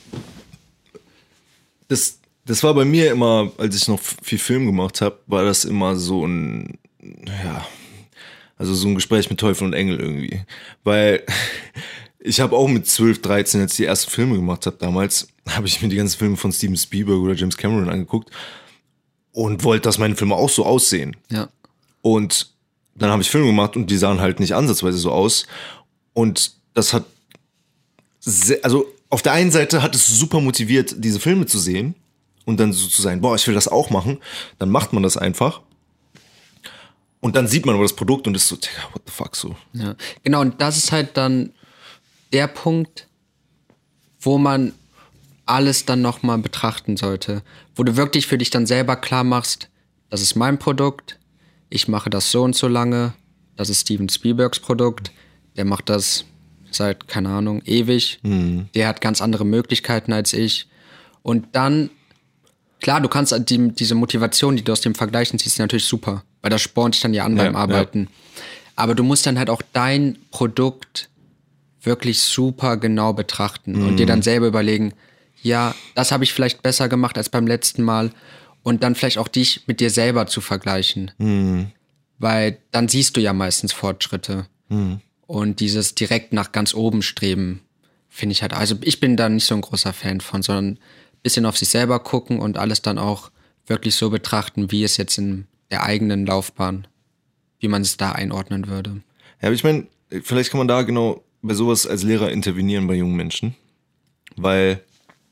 war bei mir immer, als ich noch viel Film gemacht habe, war das immer so ein, also so ein Gespräch mit Teufel und Engel irgendwie. Weil ich habe auch mit 12, 13, als ich die ersten Filme gemacht habe damals, habe ich mir die ganzen Filme von Steven Spielberg oder James Cameron angeguckt und wollte, dass meine Filme auch so aussehen. Ja. Und dann habe ich Filme gemacht und die sahen halt nicht ansatzweise so aus. Und das hat, also auf der einen Seite hat es super motiviert, diese Filme zu sehen und dann so zu sein, boah, ich will das auch machen. Dann macht man das einfach. Und dann sieht man aber das Produkt und ist so, what the fuck, so. Ja. Genau, und das ist halt dann der Punkt, wo man alles dann nochmal betrachten sollte. Wo du wirklich für dich dann selber klar machst, das ist mein Produkt, ich mache das so und so lange, das ist Steven Spielbergs Produkt, der macht das seit, keine Ahnung, ewig, der hat ganz andere Möglichkeiten als ich. Und dann, klar, du kannst diese Motivation, die du aus dem Vergleichen ziehst, ist natürlich super, weil das spornt dich dann ja an beim Arbeiten. Aber du musst dann halt auch dein Produkt wirklich super genau betrachten und dir dann selber überlegen, ja, das habe ich vielleicht besser gemacht als beim letzten Mal und dann vielleicht auch dich mit dir selber zu vergleichen. Weil dann siehst du ja meistens Fortschritte. Und dieses direkt nach ganz oben streben, finde ich halt, also ich bin da nicht so ein großer Fan von, sondern ein bisschen auf sich selber gucken und alles dann auch wirklich so betrachten, wie es jetzt in der eigenen Laufbahn, wie man es da einordnen würde. Ja, aber ich meine, vielleicht kann man da genau bei sowas als Lehrer intervenieren bei jungen Menschen, weil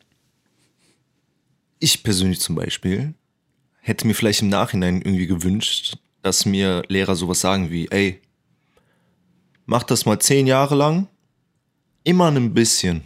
ich persönlich zum Beispiel hätte mir vielleicht im Nachhinein irgendwie gewünscht, dass mir Lehrer sowas sagen wie, ey, mach das mal 10 Jahre lang, immer ein bisschen.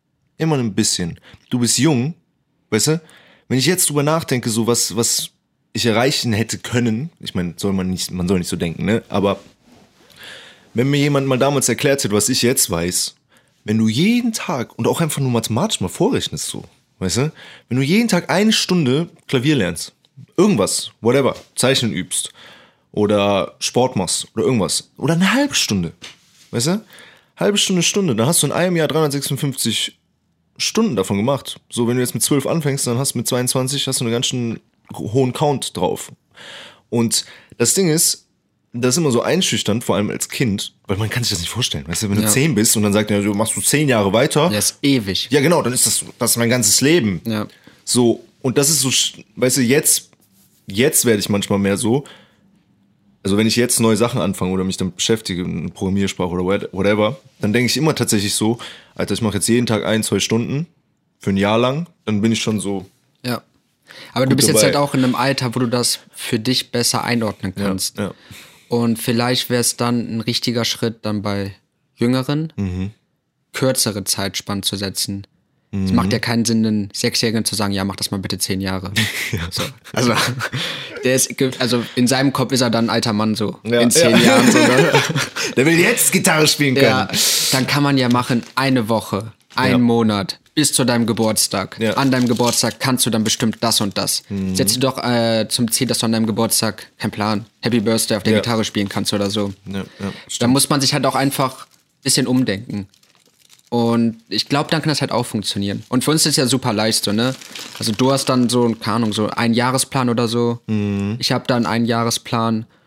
Du bist jung, weißt du? Wenn ich jetzt drüber nachdenke, so was ich erreichen hätte können, ich meine, man soll nicht so denken, ne? Aber wenn mir jemand mal damals erklärt hätte, was ich jetzt weiß, wenn du jeden Tag und auch einfach nur mathematisch mal vorrechnest, so, weißt du? Wenn du jeden Tag 1 Stunde Klavier lernst, irgendwas, whatever, Zeichnen übst oder Sport machst oder irgendwas, oder eine halbe Stunde, weißt du? Halbe Stunde, dann hast du in einem Jahr 356 Stunden davon gemacht. So, wenn du jetzt mit 12 anfängst, dann hast du mit 22 einen ganz schön hohen Count drauf. Und das Ding ist, das ist immer so einschüchternd, vor allem als Kind, weil man kann sich das nicht vorstellen. Weißt du, wenn du 10 bist und dann sagt er, du machst 10 Jahre weiter. Das ist ewig. Ja, genau, dann ist das mein ganzes Leben. Ja. So, und das ist so, weißt du, jetzt werde ich manchmal mehr so, also wenn ich jetzt neue Sachen anfange oder mich dann beschäftige, eine Programmiersprache oder whatever, dann denke ich immer tatsächlich so, Alter, ich mache jetzt jeden Tag 1-2 Stunden für ein Jahr lang, dann bin ich schon so. Ja. Aber du bist dabei. jetzt halt auch in einem Alter, wo du das für dich besser einordnen kannst. Ja. Und vielleicht wäre es dann ein richtiger Schritt, dann bei Jüngeren kürzere Zeitspannen zu setzen. Es macht ja keinen Sinn, einen 6-Jährigen zu sagen, ja, mach das mal bitte 10 Jahre. So. Also, also in seinem Kopf ist er dann ein alter Mann so. In 10 Jahren so. Ne? Der will jetzt Gitarre spielen können. Ja, dann kann man ja machen, eine Woche, einen Monat, bis zu deinem Geburtstag. Ja. An deinem Geburtstag kannst du dann bestimmt das und das. Setz dir doch zum Ziel, dass du an deinem Geburtstag, kein Plan, Happy Birthday auf der Gitarre spielen kannst oder so. Ja, Da muss man sich halt auch einfach ein bisschen umdenken. Und ich glaube, dann kann das halt auch funktionieren. Und für uns ist es ja super leicht so, ne? Also du hast dann so, keine Ahnung, so einen Jahresplan oder so. Ich habe dann einen Jahresplan.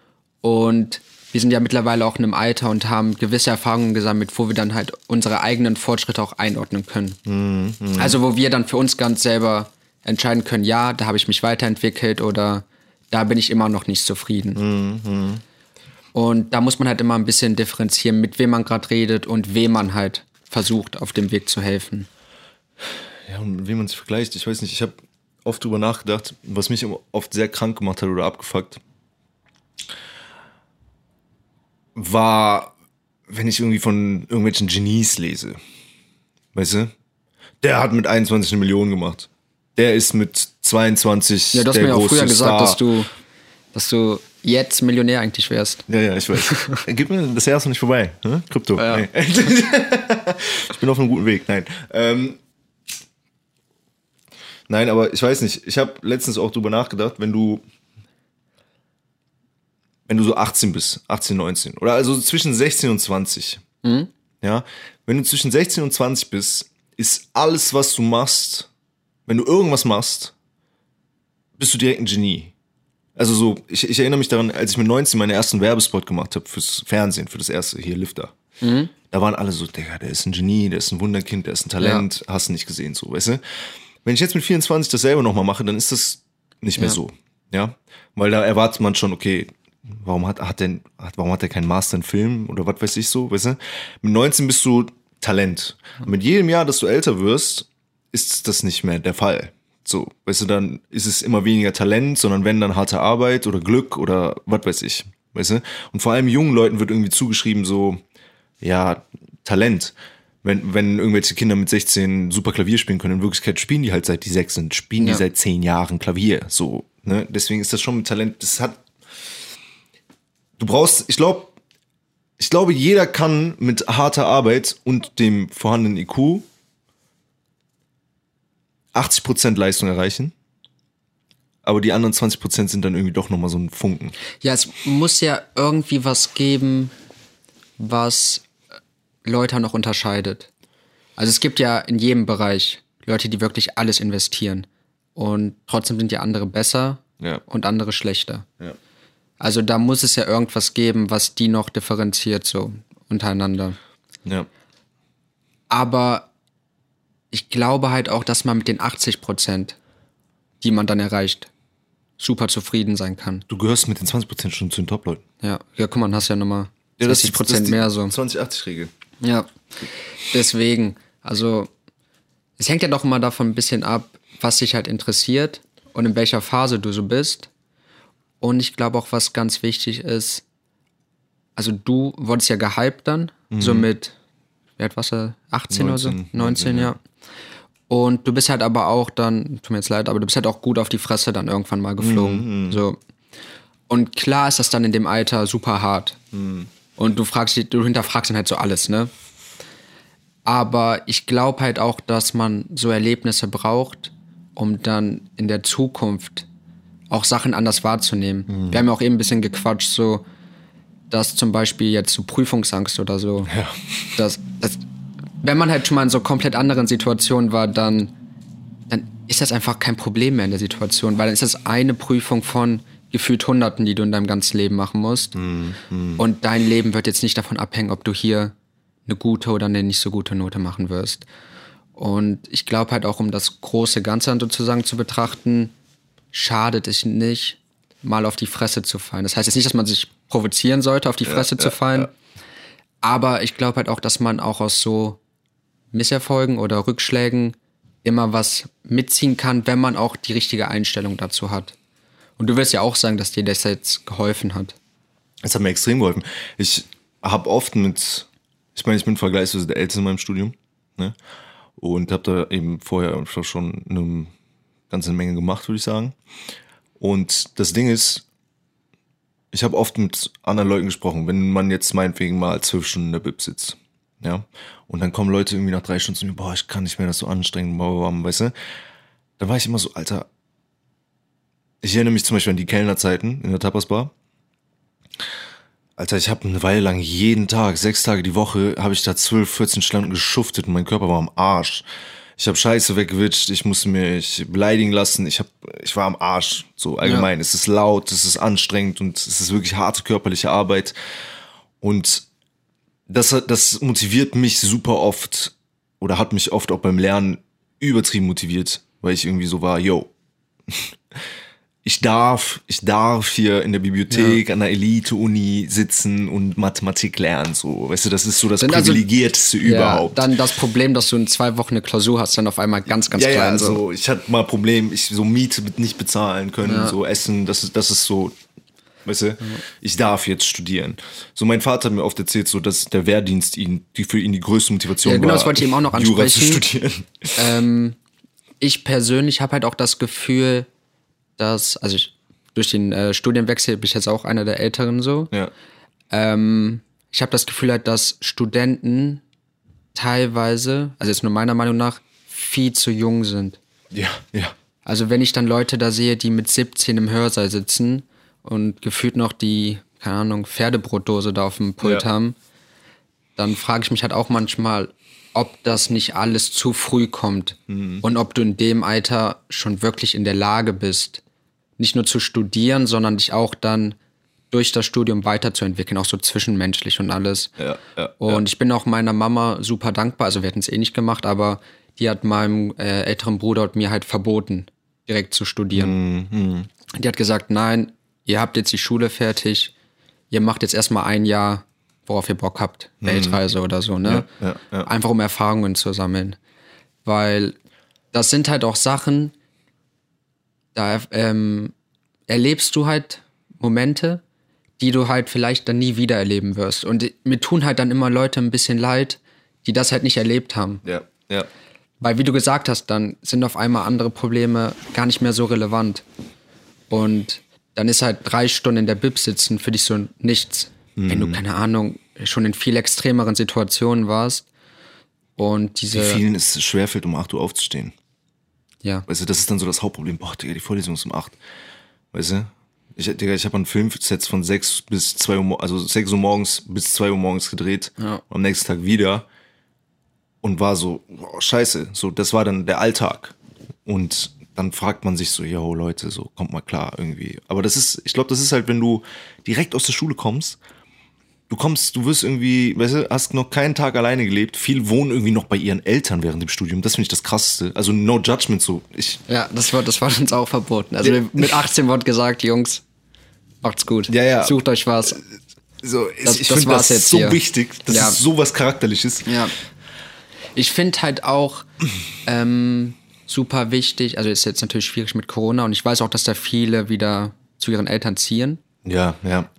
Und wir sind ja mittlerweile auch in einem Alter und haben gewisse Erfahrungen gesammelt, wo wir dann halt unsere eigenen Fortschritte auch einordnen können. Also wo wir dann für uns ganz selber entscheiden können, ja, da habe ich mich weiterentwickelt oder da bin ich immer noch nicht zufrieden. Und da muss man halt immer ein bisschen differenzieren, mit wem man gerade redet und wem man halt versucht, auf dem Weg zu helfen. Ja, und mit wem man sich vergleicht, ich weiß nicht, ich habe oft drüber nachgedacht, was mich oft sehr krank gemacht hat oder abgefuckt, war, wenn ich irgendwie von irgendwelchen Genies lese. Weißt du? Der hat mit 21 eine Million gemacht. Der ist mit 22 ja, du hast der mir ja auch große früher gesagt, Star. dass du jetzt Millionär eigentlich wärst. Ja, ich weiß. Gib mir das Jahr ist noch nicht vorbei. Ne? Krypto. Ja. Nee. Ich bin auf einem guten Weg. Nein, aber ich weiß nicht. Ich habe letztens auch drüber nachgedacht, wenn du so 18 bist, 18, 19 oder also zwischen 16 und 20. Ja, wenn du zwischen 16 und 20 bist, ist alles, was du machst, wenn du irgendwas machst, bist du direkt ein Genie. Also so, ich erinnere mich daran, als ich mit 19 meinen ersten Werbespot gemacht habe fürs Fernsehen, für das erste, hier Lifter. Da waren alle so, Digga, der ist ein Genie, der ist ein Wunderkind, der ist ein Talent, hast du nicht gesehen, so, weißt du? Wenn ich jetzt mit 24 das selber nochmal mache, dann ist das nicht mehr so, ja? Weil da erwartet man schon, okay, warum hat er keinen Master in Film oder was weiß ich so, weißt du? Mit 19 bist du Talent. Mit jedem Jahr, dass du älter wirst, ist das nicht mehr der Fall. So, weißt du, dann ist es immer weniger Talent, sondern wenn, dann harte Arbeit oder Glück oder was weiß ich, weißt du? Und vor allem jungen Leuten wird irgendwie zugeschrieben so, ja, Talent. Wenn irgendwelche Kinder mit 16 super Klavier spielen können, in Wirklichkeit spielen die halt seit die 6 sind, spielen die seit 10 Jahren Klavier, so, ne? Deswegen ist das schon mit Talent, du brauchst, ich glaube, jeder kann mit harter Arbeit und dem vorhandenen IQ 80% Leistung erreichen, aber die anderen 20% sind dann irgendwie doch nochmal so ein Funken. Ja, es muss ja irgendwie was geben, was Leute noch unterscheidet. Also es gibt ja in jedem Bereich Leute, die wirklich alles investieren und trotzdem sind ja andere besser und andere schlechter. Ja. Also da muss es ja irgendwas geben, was die noch differenziert so untereinander. Ja. Aber ich glaube halt auch, dass man mit den 80%, die man dann erreicht, super zufrieden sein kann. Du gehörst mit den 20% schon zu den Top-Leuten. Ja, guck mal, hast ja nochmal 60% mehr so. 20-80-Regel. Ja, deswegen, also es hängt ja doch immer davon ein bisschen ab, was dich halt interessiert und in welcher Phase du so bist. Und ich glaube auch, was ganz wichtig ist, also du wurdest ja gehypt dann, so mit, wie alt warst du, 18 oder so? 19, ja. Und du bist halt aber auch dann, tut mir jetzt leid, aber du bist halt auch gut auf die Fresse dann irgendwann mal geflogen. So. Und klar ist das dann in dem Alter super hart. Und du hinterfragst dann halt so alles, ne? Aber ich glaube halt auch, dass man so Erlebnisse braucht, um dann in der Zukunft auch Sachen anders wahrzunehmen. Wir haben ja auch eben ein bisschen gequatscht, so, dass zum Beispiel jetzt so Prüfungsangst oder so, wenn man halt schon mal in so komplett anderen Situationen war, dann ist das einfach kein Problem mehr in der Situation, weil dann ist das eine Prüfung von gefühlt Hunderten, die du in deinem ganzen Leben machen musst. Und dein Leben wird jetzt nicht davon abhängen, ob du hier eine gute oder eine nicht so gute Note machen wirst. Und ich glaube halt auch, um das große Ganze dann sozusagen zu betrachten, schadet es nicht, mal auf die Fresse zu fallen. Das heißt jetzt nicht, dass man sich provozieren sollte, auf die Fresse zu fallen. Aber ich glaube halt auch, dass man auch aus so Misserfolgen oder Rückschlägen immer was mitziehen kann, wenn man auch die richtige Einstellung dazu hat. Und du wirst ja auch sagen, dass dir das jetzt geholfen hat. Es hat mir extrem geholfen. Ich habe oft ich bin vergleichsweise der Älteste in meinem Studium, ne? Und habe da eben vorher schon eine ganze Menge gemacht, würde ich sagen. Und das Ding ist, ich habe oft mit anderen Leuten gesprochen, wenn man jetzt meinetwegen mal 12 Stunden in der Bib sitzt, ja, und dann kommen Leute irgendwie nach 3 Stunden zu mir, boah, ich kann nicht mehr, das so anstrengend, weißt du, dann war ich immer so, Alter, ich erinnere mich zum Beispiel an die Kellnerzeiten in der Tapasbar. Alter, ich habe eine Weile lang jeden Tag, 6 Tage die Woche, habe ich da 12, 14 Stunden geschuftet und mein Körper war am Arsch. ich habe Scheiße weggewischt, ich musste mich beleidigen lassen, ich war am Arsch, so allgemein. Es ist laut, es ist anstrengend und es ist wirklich harte körperliche Arbeit. Und das motiviert mich super oft oder hat mich oft auch beim Lernen übertrieben motiviert, weil ich irgendwie so war, ich darf hier in der Bibliothek an der Elite-Uni sitzen und Mathematik lernen, so. Weißt du, das ist so das Privilegierteste überhaupt. Dann das Problem, dass du in 2 Wochen eine Klausur hast, dann auf einmal ganz klein. Ja, also ich hatte mal ein Problem, so Miete nicht bezahlen können, so Essen, das ist so, weißt du, ich darf jetzt studieren. So, mein Vater hat mir oft erzählt, so, dass der Wehrdienst für ihn die größte Motivation war, das wollte ich ihm auch noch ansprechen. Jura zu studieren. Ich persönlich habe halt auch das Gefühl, durch den Studienwechsel bin ich jetzt auch einer der Älteren so. Ja. Ich habe das Gefühl halt, dass Studenten teilweise, also jetzt nur meiner Meinung nach, viel zu jung sind. Ja. Also wenn ich dann Leute da sehe, die mit 17 im Hörsaal sitzen und gefühlt noch die, keine Ahnung, Pferdebrotdose da auf dem Pult haben, dann frage ich mich halt auch manchmal, ob das nicht alles zu früh kommt und ob du in dem Alter schon wirklich in der Lage bist, nicht nur zu studieren, sondern dich auch dann durch das Studium weiterzuentwickeln, auch so zwischenmenschlich und alles. Und ich bin auch meiner Mama super dankbar, also wir hätten es eh nicht gemacht, aber die hat meinem älteren Bruder und mir halt verboten, direkt zu studieren. Die hat gesagt, nein, ihr habt jetzt die Schule fertig, ihr macht jetzt erstmal 1 Jahr, worauf ihr Bock habt, Weltreise oder so, ne? Ja. Einfach um Erfahrungen zu sammeln. Weil das sind halt auch Sachen, da erlebst du halt Momente, die du halt vielleicht dann nie wieder erleben wirst. Und mir tun halt dann immer Leute ein bisschen leid, die das halt nicht erlebt haben. Ja. Weil, wie du gesagt hast, dann sind auf einmal andere Probleme gar nicht mehr so relevant. Und dann ist halt 3 Stunden in der Bib sitzen für dich so nichts. Wenn du, keine Ahnung, schon in viel extremeren Situationen warst. Und Wie vielen es schwerfällt, um 8 Uhr aufzustehen. Ja. Weißt du, das ist dann so das Hauptproblem. Boah, Digga, die Vorlesung ist um 8. Weißt du? Ich habe an Filmsets von 6 bis 2 Uhr, also 6 Uhr morgens bis 2 Uhr morgens gedreht. Ja. Am nächsten Tag wieder. Und war so, boah, scheiße. So, das war dann der Alltag. Und dann fragt man sich so, yo, Leute, so, kommt mal klar irgendwie. Aber ich glaube, das ist halt, wenn du direkt aus der Schule kommst, du wirst irgendwie, weißt du, hast noch keinen Tag alleine gelebt. Viele wohnen irgendwie noch bei ihren Eltern während dem Studium. Das finde ich das Krasseste. Also no judgment so. Ja, das war uns auch verboten. Also mit 18 wurde gesagt, Jungs, macht's gut. Ja. Sucht euch was. So, ich finde das jetzt so wichtig. Das ist sowas Charakterliches. Ja. Ich finde halt auch super wichtig, also ist jetzt natürlich schwierig mit Corona und ich weiß auch, dass da viele wieder zu ihren Eltern ziehen. Ja.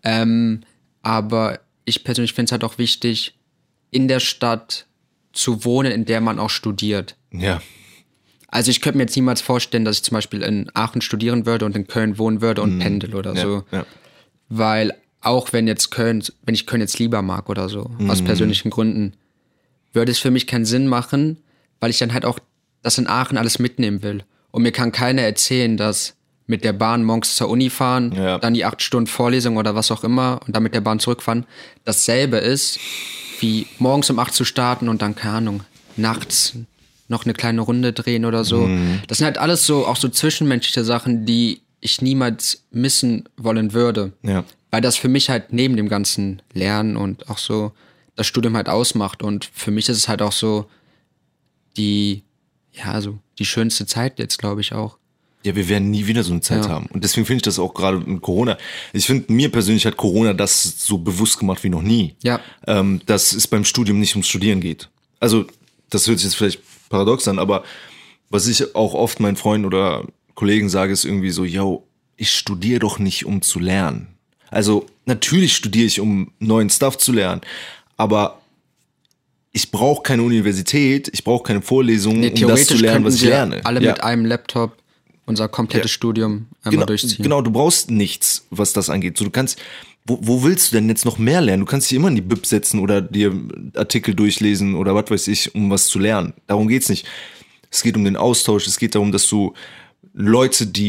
Aber ich persönlich finde es halt auch wichtig, in der Stadt zu wohnen, in der man auch studiert. Ja. Also ich könnte mir jetzt niemals vorstellen, dass ich zum Beispiel in Aachen studieren würde und in Köln wohnen würde und pendel oder so. Ja. Weil auch wenn ich Köln jetzt lieber mag oder so, aus persönlichen Gründen, würde es für mich keinen Sinn machen, weil ich dann halt auch das in Aachen alles mitnehmen will. Und mir kann keiner erzählen, dass mit der Bahn morgens zur Uni fahren, dann die 8 Stunden Vorlesung oder was auch immer und dann mit der Bahn zurückfahren, dasselbe ist, wie morgens um 8 zu starten und dann, keine Ahnung, nachts noch eine kleine Runde drehen oder so. Das sind halt alles so, auch so zwischenmenschliche Sachen, die ich niemals missen wollen würde. Ja. Weil das für mich halt neben dem ganzen Lernen und auch so das Studium halt ausmacht. Und für mich ist es halt auch so die schönste Zeit jetzt, glaube ich, auch. Ja, wir werden nie wieder so eine Zeit haben. Und deswegen finde ich das auch gerade mit Corona. Ich finde, mir persönlich hat Corona das so bewusst gemacht wie noch nie. Ja. Dass es beim Studium nicht ums Studieren geht. Also, das hört sich jetzt vielleicht paradox an, aber was ich auch oft meinen Freunden oder Kollegen sage, ist irgendwie so, yo, ich studiere doch nicht, um zu lernen. Also, natürlich studiere ich, um neuen Stuff zu lernen, aber ich brauche keine Universität, ich brauche keine Vorlesungen, um das zu lernen, was ich lerne. Alle mit einem Laptop unser komplettes Studium einmal durchziehen. Genau, du brauchst nichts, was das angeht. So, du kannst, wo willst du denn jetzt noch mehr lernen? Du kannst dich immer in die Bib setzen oder dir Artikel durchlesen oder was weiß ich, um was zu lernen. Darum geht's nicht. Es geht um den Austausch, es geht darum, dass du Leute, die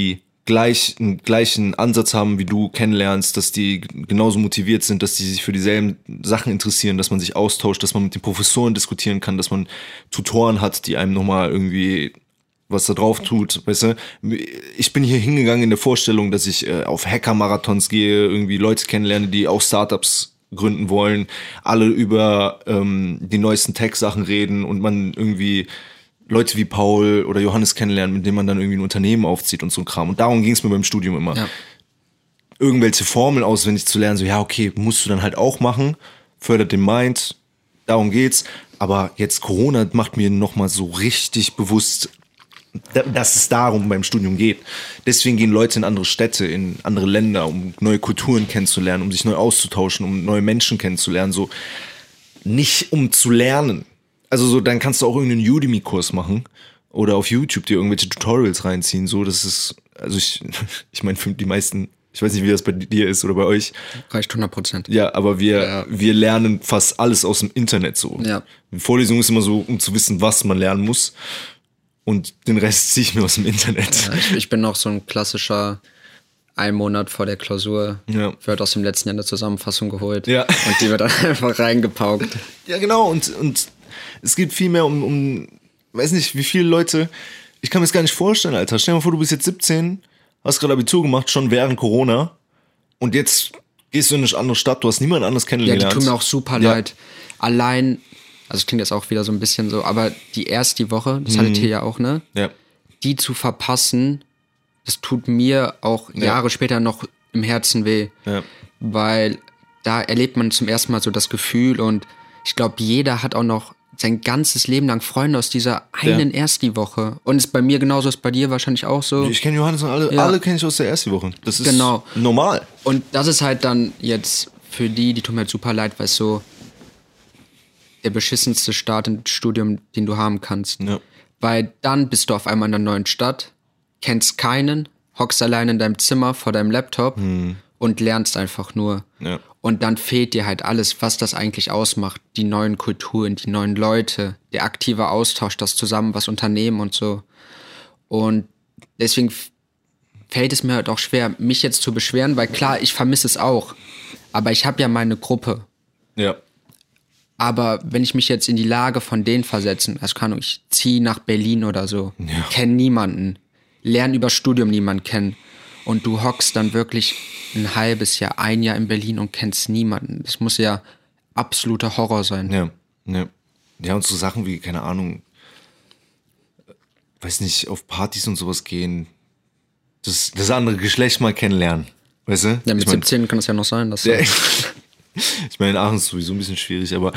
einen gleichen Ansatz haben wie du, kennenlernst, dass die genauso motiviert sind, dass die sich für dieselben Sachen interessieren, dass man sich austauscht, dass man mit den Professoren diskutieren kann, dass man Tutoren hat, die einem nochmal irgendwie was da drauf tut, weißt du. Ich bin hier hingegangen in der Vorstellung, dass ich auf Hacker-Marathons gehe, irgendwie Leute kennenlerne, die auch Startups gründen wollen, alle über die neuesten Tech-Sachen reden und man irgendwie Leute wie Paul oder Johannes kennenlernen, mit denen man dann irgendwie ein Unternehmen aufzieht und so ein Kram. Und darum ging es mir beim Studium immer. Ja. Irgendwelche Formeln auswendig zu lernen, so ja, okay, musst du dann halt auch machen, fördert den Mind, darum geht's. Aber jetzt Corona macht mir nochmal so richtig bewusst, dass es darum beim Studium geht. Deswegen gehen Leute in andere Städte, in andere Länder, um neue Kulturen kennenzulernen, um sich neu auszutauschen, um neue Menschen kennenzulernen, so nicht um zu lernen. Also so, dann kannst du auch irgendeinen Udemy-Kurs machen oder auf YouTube dir irgendwelche Tutorials reinziehen. So, das ist, also ich meine, für die meisten, ich weiß nicht, wie das bei dir ist oder bei euch. Reicht 100%. Ja, aber wir lernen fast alles aus dem Internet so. Ja. Die Vorlesung ist immer so, um zu wissen, was man lernen muss. Und den Rest ziehe ich mir aus dem Internet. Ja, ich bin noch so ein klassischer, ein Monat vor der Klausur, wird aus dem letzten Jahr eine Zusammenfassung geholt. Ja. Und die wird dann einfach reingepaukt. Ja, genau. Und es geht viel mehr um, weiß nicht, wie viele Leute, ich kann mir das gar nicht vorstellen, Alter. Stell dir mal vor, du bist jetzt 17, hast gerade Abitur gemacht, schon während Corona. Und jetzt gehst du in eine andere Stadt, du hast niemanden anders kennengelernt. Ja, die tun mir auch super leid. Allein, also es klingt jetzt auch wieder so ein bisschen so, aber die erste Woche, das hattet ihr ja auch, ne? Ja. Die zu verpassen, das tut mir auch Jahre später noch im Herzen weh. Ja. Weil da erlebt man zum ersten Mal so das Gefühl und ich glaube, jeder hat auch noch sein ganzes Leben lang Freunde aus dieser einen Ersti-Woche. Und ist bei mir genauso, ist bei dir wahrscheinlich auch so. Ich kenne Johannes und alle kenne ich aus der Ersti-Woche. Das ist normal. Und das ist halt dann jetzt für die tun mir halt super leid, weil es so der beschissenste Start ins Studium, den du haben kannst. Ja. Weil dann bist du auf einmal in einer neuen Stadt, kennst keinen, hockst allein in deinem Zimmer vor deinem Laptop und lernst einfach nur. Ja. Und dann fehlt dir halt alles, was das eigentlich ausmacht. Die neuen Kulturen, die neuen Leute, der aktive Austausch, das zusammen was unternehmen und so. Und deswegen fällt es mir halt auch schwer, mich jetzt zu beschweren, weil klar, ich vermisse es auch. Aber ich habe ja meine Gruppe. Ja. Aber wenn ich mich jetzt in die Lage von denen versetzen, also keine Ahnung, ich ziehe nach Berlin oder so, kenne niemanden, lerne über Studium niemanden kennen. Und du hockst dann wirklich ein halbes Jahr, ein Jahr in Berlin und kennst niemanden. Das muss ja absoluter Horror sein. Ja. Ja, und so Sachen wie, keine Ahnung, weiß nicht, auf Partys und sowas gehen, das andere Geschlecht mal kennenlernen, weißt du? Ja, mit 17 kann es ja noch sein, dass... Ja, ich meine, in Aachen ist es sowieso ein bisschen schwierig, aber...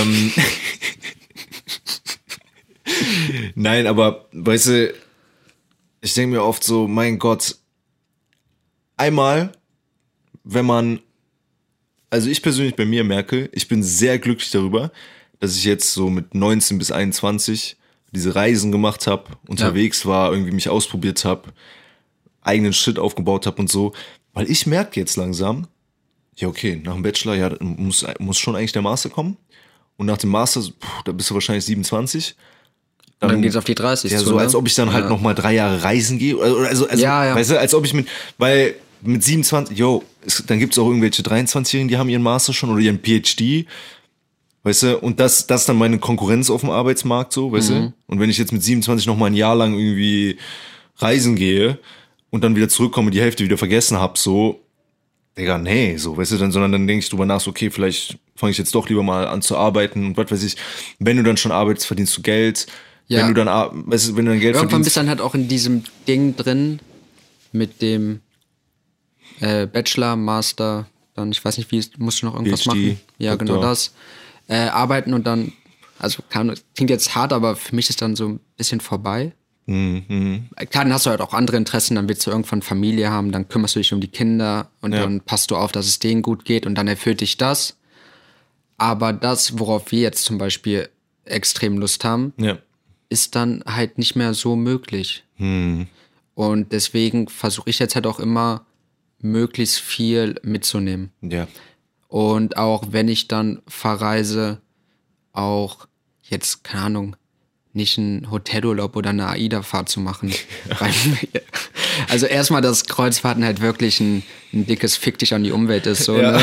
Nein, aber, weißt du, ich denke mir oft so, mein Gott, einmal, wenn man, also ich persönlich bei mir merke, ich bin sehr glücklich darüber, dass ich jetzt so mit 19 bis 21 diese Reisen gemacht habe, unterwegs war, irgendwie mich ausprobiert habe, eigenen Shit aufgebaut habe und so, weil ich merke jetzt langsam, ja okay, nach dem Bachelor, ja, muss schon eigentlich der Master kommen und nach dem Master, da bist du wahrscheinlich 27. Dann geht's auf die 30. Ja, so als ob ich dann halt nochmal 3 Jahre reisen gehe, also weißt du, als ob ich weil mit 27, dann gibt's auch irgendwelche 23-Jährigen, die haben ihren Master schon oder ihren PhD, weißt du, und das ist dann meine Konkurrenz auf dem Arbeitsmarkt so, weißt du, und wenn ich jetzt mit 27 nochmal ein Jahr lang irgendwie reisen gehe und dann wieder zurückkomme, die Hälfte wieder vergessen hab, so, Digga, nee, so, weißt du, sondern dann denke ich drüber nach, so, okay, vielleicht fange ich jetzt doch lieber mal an zu arbeiten und was weiß ich, wenn du dann schon arbeitest, verdienst du Geld, wenn du dann, weißt du, wenn du dann Geld irgendwann verdienst. bist du dann halt auch in diesem Ding drin mit dem Bachelor, Master, dann, ich weiß nicht, musst du noch irgendwas PhD, machen? Ja, Doktor. genau das. Arbeiten und dann, also klingt jetzt hart, aber für mich ist dann so ein bisschen vorbei. Klar, dann hast du halt auch andere Interessen, dann willst du irgendwann Familie haben, dann kümmerst du dich um die Kinder und dann passt du auf, dass es denen gut geht und dann erfüllt dich das. Aber das, worauf wir jetzt zum Beispiel extrem Lust haben, ist dann halt nicht mehr so möglich. Und deswegen versuche ich jetzt halt auch immer, möglichst viel mitzunehmen. Ja. Und auch wenn ich dann verreise, auch jetzt, keine Ahnung, nicht einen Hotelurlaub oder eine AIDA-Fahrt zu machen. Weil Also erstmal, dass Kreuzfahrten halt wirklich ein dickes Fick dich an die Umwelt ist. So, Ja. ne?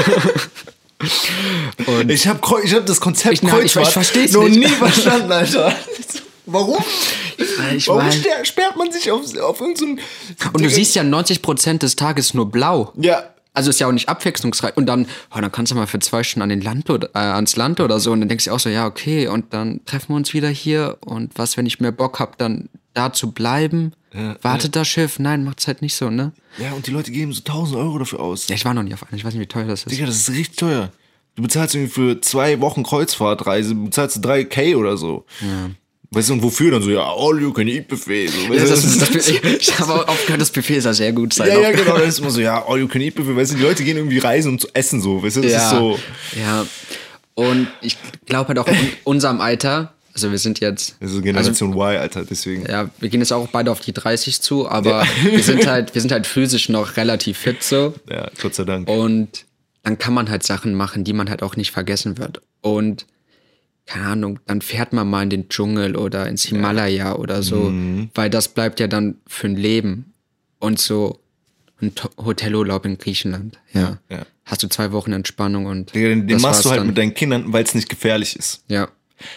Und Ich hab das Konzept ich Kreuzfahrt versteh's noch nicht. nie verstanden, Alter. Warum? Warum weiß. sperrt man sich auf irgendeinen... Und du siehst ja 90% des Tages nur blau. Ja. Also ist ja auch nicht abwechslungsreich. Und dann kannst du mal für 2 Stunden ans Land oder so. Und dann denkst du auch so, ja, okay. Und dann treffen wir uns wieder hier. Und was, wenn ich mehr Bock hab, dann da zu bleiben? Wartet das Schiff? Nein, macht's halt nicht so, ne? Ja, und die Leute geben so 1.000 Euro dafür aus. Ja, ich war noch nie auf einer. Ich weiß nicht, wie teuer das ist. Digga, das ist richtig teuer. Du bezahlst irgendwie für 2 Wochen Kreuzfahrtreise, bezahlst du 3.000 oder so. Ja. Weißt du, und wofür dann so? Ja, all you can eat Buffet. So, Ja, ich habe auch gehört, das Buffet soll sehr gut sein. Ja, genau, das ist immer so, ja, all you can eat Buffet. Weißt du, die Leute gehen irgendwie reisen und essen so. Weißt du, das ist so. Ja, und ich glaube halt auch in unserem Alter, also wir sind jetzt... Das ist Generation Y, Alter, deswegen. Ja, wir gehen jetzt auch beide auf die 30 zu, aber wir sind halt physisch noch relativ fit so. Ja, Gott sei Dank. Und dann kann man halt Sachen machen, die man halt auch nicht vergessen wird. Und keine Ahnung, dann fährt man mal in den Dschungel oder ins Himalaya oder so, weil das bleibt ja dann für ein Leben. Und so ein Hotelurlaub in Griechenland, ja. Hast du 2 Wochen Entspannung und Den machst du halt mit deinen Kindern, weil es nicht gefährlich ist. Ja.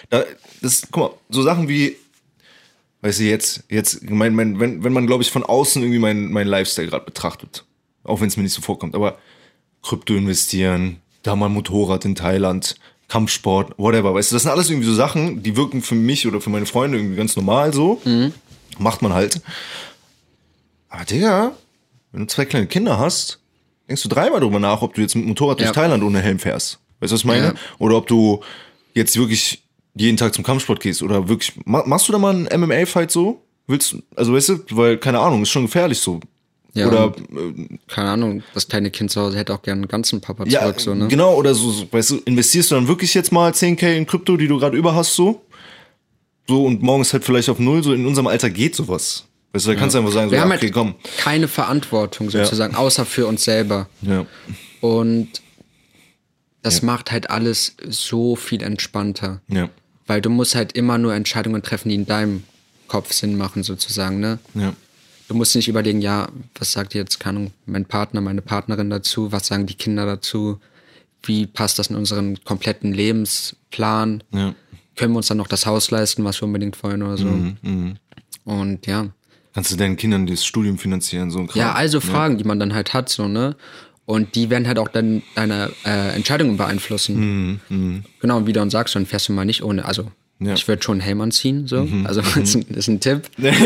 Guck mal, so Sachen wie, weißt du, jetzt wenn man, glaube ich, von außen irgendwie mein Lifestyle gerade betrachtet, auch wenn es mir nicht so vorkommt, aber Krypto investieren, da mal ein Motorrad in Thailand, Kampfsport, whatever, weißt du, das sind alles irgendwie so Sachen, die wirken für mich oder für meine Freunde irgendwie ganz normal so. Macht man halt. Aber Digga, wenn du 2 kleine Kinder hast, denkst du 3-mal drüber nach, ob du jetzt mit dem Motorrad durch Thailand ohne Helm fährst. Weißt du, was ich meine? Ja. Oder ob du jetzt wirklich jeden Tag zum Kampfsport gehst oder wirklich, machst du da mal einen MMA-Fight so? Also weißt du, weil, keine Ahnung, ist schon gefährlich so. Ja, oder, keine Ahnung, das kleine Kind zu Hause hätte auch gerne einen ganzen Papa zurück, so, ne? Genau, oder so, weißt du, investierst du dann wirklich jetzt mal 10.000 in Krypto, die du gerade über hast, so? So, und morgen ist halt vielleicht auf 0, so in unserem Alter geht sowas. Weißt du, da kannst du einfach sagen, so, wir haben okay, halt komm. Keine Verantwortung sozusagen, außer für uns selber. Ja. Und das macht halt alles so viel entspannter. Ja. Weil du musst halt immer nur Entscheidungen treffen, die in deinem Kopf Sinn machen, sozusagen, ne? Ja. Du musst nicht überlegen, ja, was sagt jetzt, keine Ahnung, mein Partner, meine Partnerin dazu, was sagen die Kinder dazu, wie passt das in unseren kompletten Lebensplan, können wir uns dann noch das Haus leisten, was wir unbedingt wollen oder so. Und ja. Kannst du deinen Kindern das Studium finanzieren, so ein Kram? Ja, also Fragen, die man dann halt hat, so, ne? Und die werden halt auch dann deine Entscheidungen beeinflussen. Genau, und wie du dann sagst, dann fährst du mal nicht ohne, also ich würde schon einen Helm anziehen, so, also das ist ein Tipp.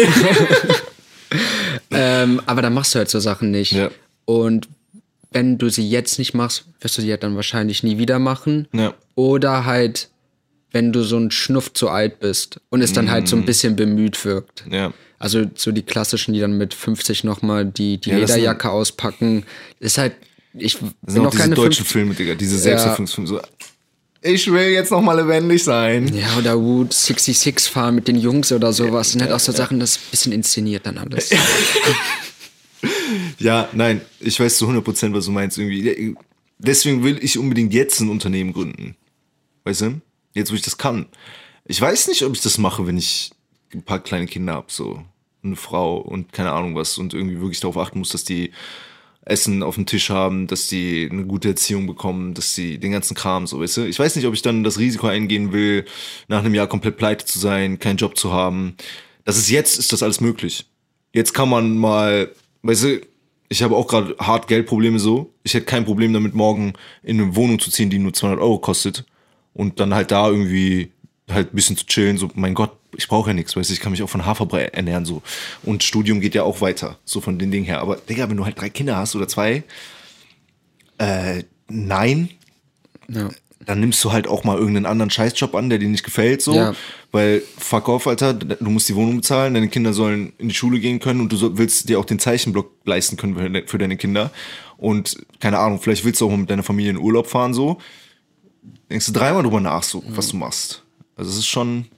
Aber dann machst du halt so Sachen nicht. Ja. Und wenn du sie jetzt nicht machst, wirst du sie halt dann wahrscheinlich nie wieder machen. Ja. Oder halt, wenn du so ein Schnuff zu alt bist und es dann halt so ein bisschen bemüht wirkt. Ja. Also so die klassischen, die dann mit 50 nochmal die Lederjacke auspacken, ist halt, ich bin noch keine deutschen Filme, Digga, diese Selbsterfüllungsfilme, so, ich will jetzt noch mal lebendig sein. Ja, oder Route 66 fahren mit den Jungs oder sowas. Sind halt auch so Sachen, das ist ein bisschen inszeniert dann alles. Ja, nein, ich weiß zu 100%, was du meinst irgendwie. Deswegen will ich unbedingt jetzt ein Unternehmen gründen. Weißt du? Jetzt, wo ich das kann. Ich weiß nicht, ob ich das mache, wenn ich ein paar kleine Kinder habe, so eine Frau und keine Ahnung was und irgendwie wirklich darauf achten muss, dass die Essen auf dem Tisch haben, dass die eine gute Erziehung bekommen, dass sie den ganzen Kram, so, weißt du? Ich weiß nicht, ob ich dann das Risiko eingehen will, nach einem Jahr komplett pleite zu sein, keinen Job zu haben. Ist das alles möglich. Jetzt kann man mal, weißt du, ich habe auch gerade hart Geldprobleme so. Ich hätte kein Problem damit, morgen in eine Wohnung zu ziehen, die nur 200 Euro kostet und dann halt da irgendwie halt ein bisschen zu chillen, so, mein Gott, ich brauche ja nichts, weißt du, ich kann mich auch von Haferbrei ernähren, so. Und Studium geht ja auch weiter, so von den Dingen her. Aber, Digga, wenn du halt 3 Kinder hast oder 2, nein, dann nimmst du halt auch mal irgendeinen anderen Scheißjob an, der dir nicht gefällt, so. Weil, fuck off, Alter, du musst die Wohnung bezahlen, deine Kinder sollen in die Schule gehen können und du willst dir auch den Zeichenblock leisten können für deine Kinder. Und, keine Ahnung, vielleicht willst du auch mal mit deiner Familie in Urlaub fahren, so. Denkst du 3-mal drüber nach, so, was du machst. Also es ist schon.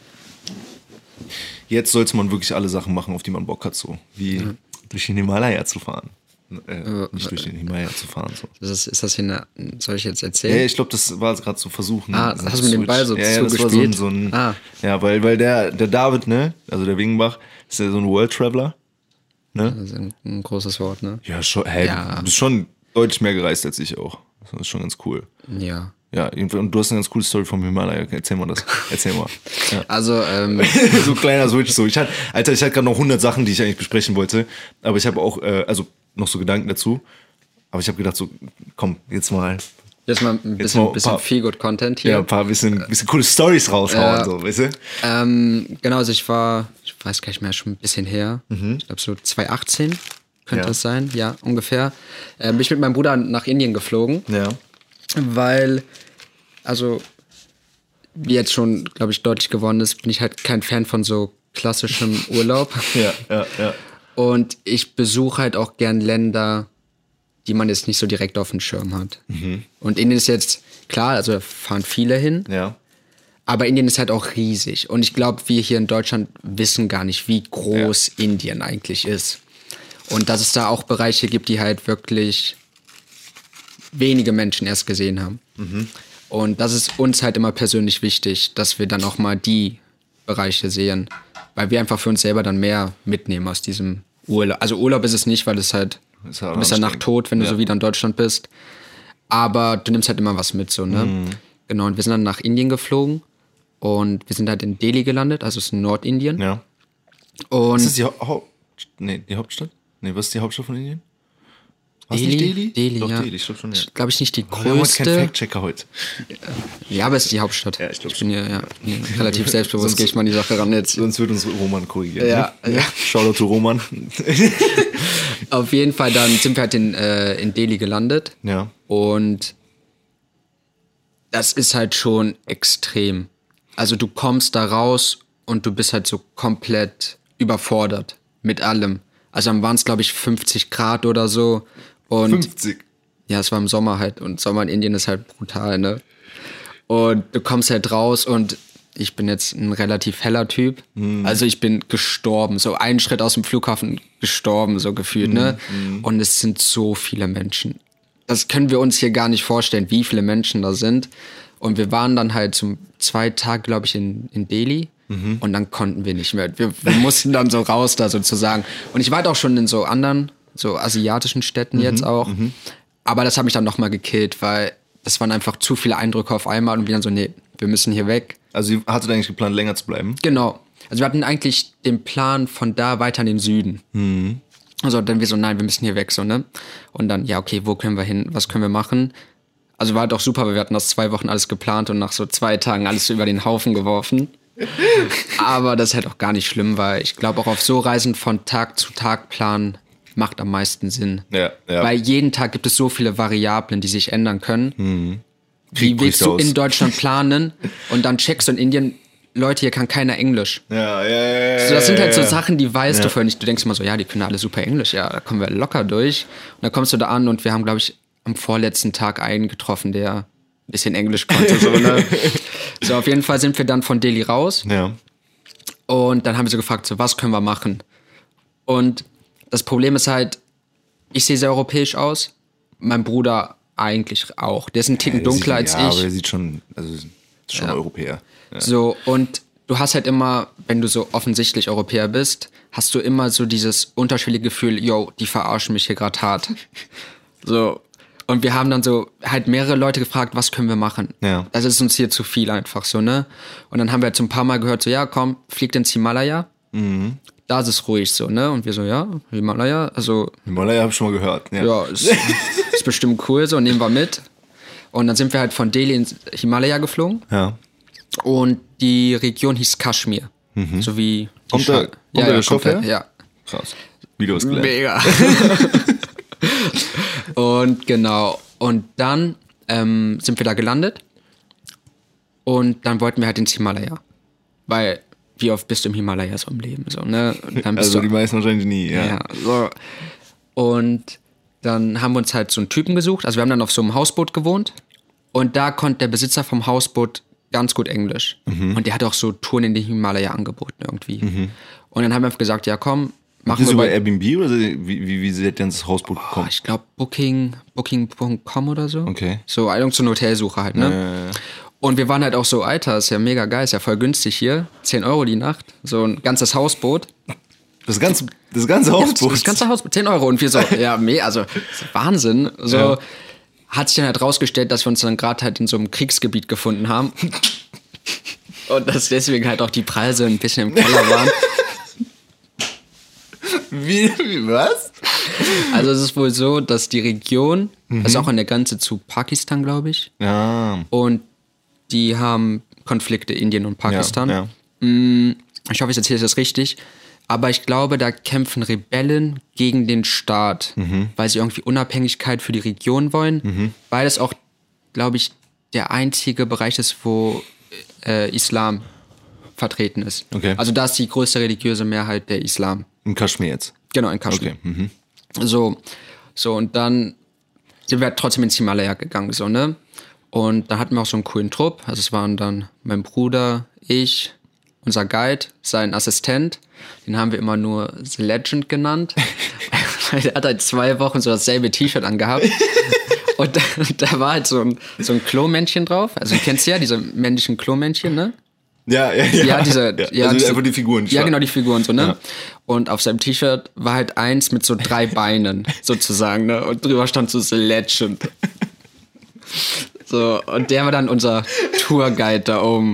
Jetzt sollte man wirklich alle Sachen machen, auf die man Bock hat, so. Wie durch den Himalaya zu fahren. Nicht durch den Himalaya zu fahren. So. Ist das hier soll ich jetzt erzählen? Ja, ich glaube, das war gerade zu versuchen. Hast du mit dem Ball so zugespielt? Ja, das war so ein ja, weil der David, ne, also der Wingenbach, ist ja so ein World Traveler. Ne? Das ist ein großes Wort, ne? Ja, schon, hey, Ja. du bist schon deutlich mehr gereist als ich auch. Das ist schon ganz cool. Ja. Ja, und du hast eine ganz coole Story vom Himalaya. Erzähl mal das. Erzähl mal. Ja. Also, So kleiner Switch so. Ich hatte gerade noch 100 Sachen, die ich eigentlich besprechen wollte. Aber ich habe auch, noch so Gedanken dazu. Aber ich habe gedacht so, komm, jetzt mal jetzt mal ein Jetzt mal ein bisschen paar- Feel-Good-Content hier. ja, ein paar bisschen coole Stories raushauen, so, weißt du? Genau, also ich weiß gar nicht mehr, schon ein bisschen her. Ich glaube so 2018 könnte Ja. das sein, ja, ungefähr. Bin ich mit meinem Bruder nach Indien geflogen, Ja. weil, also, wie jetzt schon, glaube ich, deutlich geworden ist, bin ich halt kein Fan von so klassischem Urlaub. Ja. Und ich besuche halt auch gern Länder, die man jetzt nicht so direkt auf dem Schirm hat. Und Indien ist jetzt, klar, also da fahren viele hin, Ja. aber Indien ist halt auch riesig. Und ich glaube, wir hier in Deutschland wissen gar nicht, wie groß Indien eigentlich ist. Und dass es da auch Bereiche gibt, die halt wirklich wenige Menschen erst gesehen haben. Und das ist uns halt immer persönlich wichtig, dass wir dann auch mal die Bereiche sehen. Weil wir einfach für uns selber dann mehr mitnehmen aus diesem Urlaub. Also Urlaub ist es nicht, weil es halt, Ist halt du bist danach anstrengend. tot, wenn du Ja. so wieder in Deutschland bist. Aber du nimmst halt immer was mit, so, ne? Genau, und wir sind dann nach Indien geflogen. Und wir sind halt in Delhi gelandet, also es ist in Nordindien. Ja. Und Ist das die Hauptstadt? Nee, was ist die Hauptstadt von Indien? Was nicht Delhi? Delhi, Doch, ja. Delhi, ich glaube schon, ja. Glaube ich nicht die Wir haben heute keinen größte. Fact-Checker heute. Ja, aber es ist die Hauptstadt. Ja, ich glaub bin ja relativ selbstbewusst, gehe ich mal an die Sache ran jetzt. Sonst wird uns Roman korrigieren. Ja, ne? ja. Shoutout to Roman. Auf jeden Fall, dann sind wir halt in Delhi gelandet. Ja. Und das ist halt schon extrem. Also du kommst da raus und du bist halt so komplett überfordert mit allem. Also dann waren es, glaube ich, 50 Grad oder so. Und 50. ja, es war im Sommer halt. Und Sommer in Indien ist halt brutal, ne? Und du kommst halt raus und ich bin jetzt ein relativ heller Typ. Also ich bin gestorben. So einen Schritt aus dem Flughafen gestorben, so gefühlt, ne? Und es sind so viele Menschen. Das können wir uns hier gar nicht vorstellen, wie viele Menschen da sind. Und wir waren dann halt zum 2 Tage, glaube ich, in Delhi. Und dann konnten wir nicht mehr. Wir mussten dann so raus da sozusagen. Und ich war halt auch schon in so anderen, so asiatischen Städten jetzt auch. Aber das hat mich dann nochmal gekillt, weil das waren einfach zu viele Eindrücke auf einmal. Und wir dann so, nee, wir müssen hier weg. Also ihr hattet eigentlich geplant, länger zu bleiben? Genau. Also wir hatten eigentlich den Plan von da weiter in den Süden. Also dann wir so, nein, wir müssen hier weg, so, ne? Und dann, ja, okay, wo können wir hin? Was können wir machen? Also war halt auch super, weil wir hatten das 2 Wochen alles geplant und nach so 2 Tagen alles so über den Haufen geworfen. Aber das ist halt auch gar nicht schlimm, weil ich glaube auch auf so Reisen von Tag zu Tag planen macht am meisten Sinn. Ja. Weil jeden Tag gibt es so viele Variablen, die sich ändern können. Krieg Wie willst bricht du aus. in Deutschland planen und dann checkst du in Indien, Leute, hier kann keiner Englisch. Ja. So, das sind halt so Sachen, die weißt du vorher nicht. Du denkst immer so, ja, die können alle super Englisch, ja, da kommen wir locker durch. Und dann kommst du da an und wir haben, glaube ich, am vorletzten Tag einen getroffen, der ein bisschen Englisch konnte. So, ne? So, auf jeden Fall sind wir dann von Delhi raus Ja. und dann haben wir so gefragt, so, was können wir machen? Und das Problem ist halt, ich sehe sehr europäisch aus, mein Bruder eigentlich auch. Der ist ein Ticken dunkler als Aber ich. er sieht schon, also ist schon Europäer. Ja. So, und du hast halt immer, wenn du so offensichtlich Europäer bist, hast du immer so dieses unterschwellige Gefühl, yo, die verarschen mich hier gerade hart. So. Und wir haben dann so halt mehrere Leute gefragt, was können wir machen? Ja. Das ist uns hier zu viel einfach so, ne? Und dann haben wir halt so ein paar Mal gehört, so, ja, komm, fliegt ins Himalaya. Da ist es ruhig so, ne? Und wir so, ja, Himalaya, also, Himalaya habe ich schon mal gehört. ja, ist bestimmt cool, so, nehmen wir mit. Und dann sind wir halt von Delhi ins Himalaya geflogen. Ja. Und die Region hieß Kaschmir. So wie die Kommt da- kommt da der Stoff komplett, her? ja. Krass. Wieder was gelernt. Mega. Und genau. Und dann sind wir da gelandet. Und dann wollten wir halt ins Himalaya. Weil, wie oft bist du im Himalaya so im Leben? So, ne? Und dann bist Also du, die meisten wahrscheinlich nie, ja. ja, so. Und dann haben wir uns halt so einen Typen gesucht. Also wir haben dann auf so einem Hausboot gewohnt. Und da konnte der Besitzer vom Hausboot ganz gut Englisch. Und der hat auch so Touren in den Himalaya angeboten irgendwie. Und dann haben wir einfach gesagt, ja komm, machen Ist wir über bei, Airbnb oder wie seid ihr ins Hausboot gekommen? ich glaube Booking.com oder so. Okay. So irgend so eine Hotelsuche halt, ne? Und wir waren halt auch so, Alter, ist ja mega geil, ist ja voll günstig hier. 10 € die Nacht, so ein ganzes Hausboot. Das ganze Hausboot. Das ganze Haus mit 10 Euro. Und wir so, ja, also das ist Wahnsinn. So Ja. hat sich dann halt rausgestellt, dass wir uns dann gerade halt in so einem Kriegsgebiet gefunden haben. Und dass deswegen halt auch die Preise ein bisschen im Keller waren. Wie was? Also es ist wohl so, dass die Region, also auch an der Grenze zu Pakistan, glaube ich, Ja. und die haben Konflikte, Indien und Pakistan. Ja. Ich hoffe, ich erzähle das richtig. Aber ich glaube, da kämpfen Rebellen gegen den Staat, weil sie irgendwie Unabhängigkeit für die Region wollen, weil es auch, glaube ich, der einzige Bereich ist, wo Islam vertreten ist. Okay. Also da ist die größte religiöse Mehrheit der Islam. In Kaschmir jetzt. Genau, in Kaschmir. Okay. So, und dann sind wir halt trotzdem ins Himalaya gegangen, so, ne? Und da hatten wir auch so einen coolen Trupp. Also es waren dann mein Bruder, ich, unser Guide, sein Assistent. Den haben wir immer nur The Legend genannt. Weil der hat halt 2 Wochen so dasselbe T-Shirt angehabt. Und da war halt so ein Klo-Männchen drauf. Also du kennst ja diese männlichen Klo-Männchen, ne? Ja. Also einfach die Figuren. Ja, genau, die Figuren so, ne? Ja. Und auf seinem T-Shirt war halt eins mit so 3 Beinen, sozusagen, ne? Und drüber stand so The Legend. So, und der war dann unser Tourguide da oben.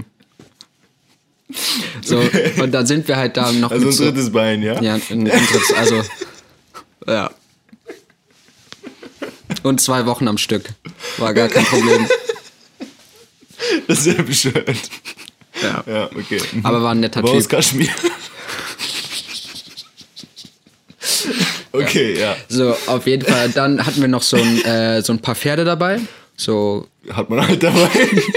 So, und dann sind wir halt da noch Also ein mit so, drittes Bein, ja? ja, ein drittes, also, ja. Und 2 Wochen am Stück. War gar kein Problem. Das ist ja bescheuert. Ja. Ja, okay. Aber war ein netter Aber aus Typ. Kaschmir. Okay, ja. So, auf jeden Fall. Dann hatten wir noch so ein paar Pferde dabei. So, Hat man halt dabei.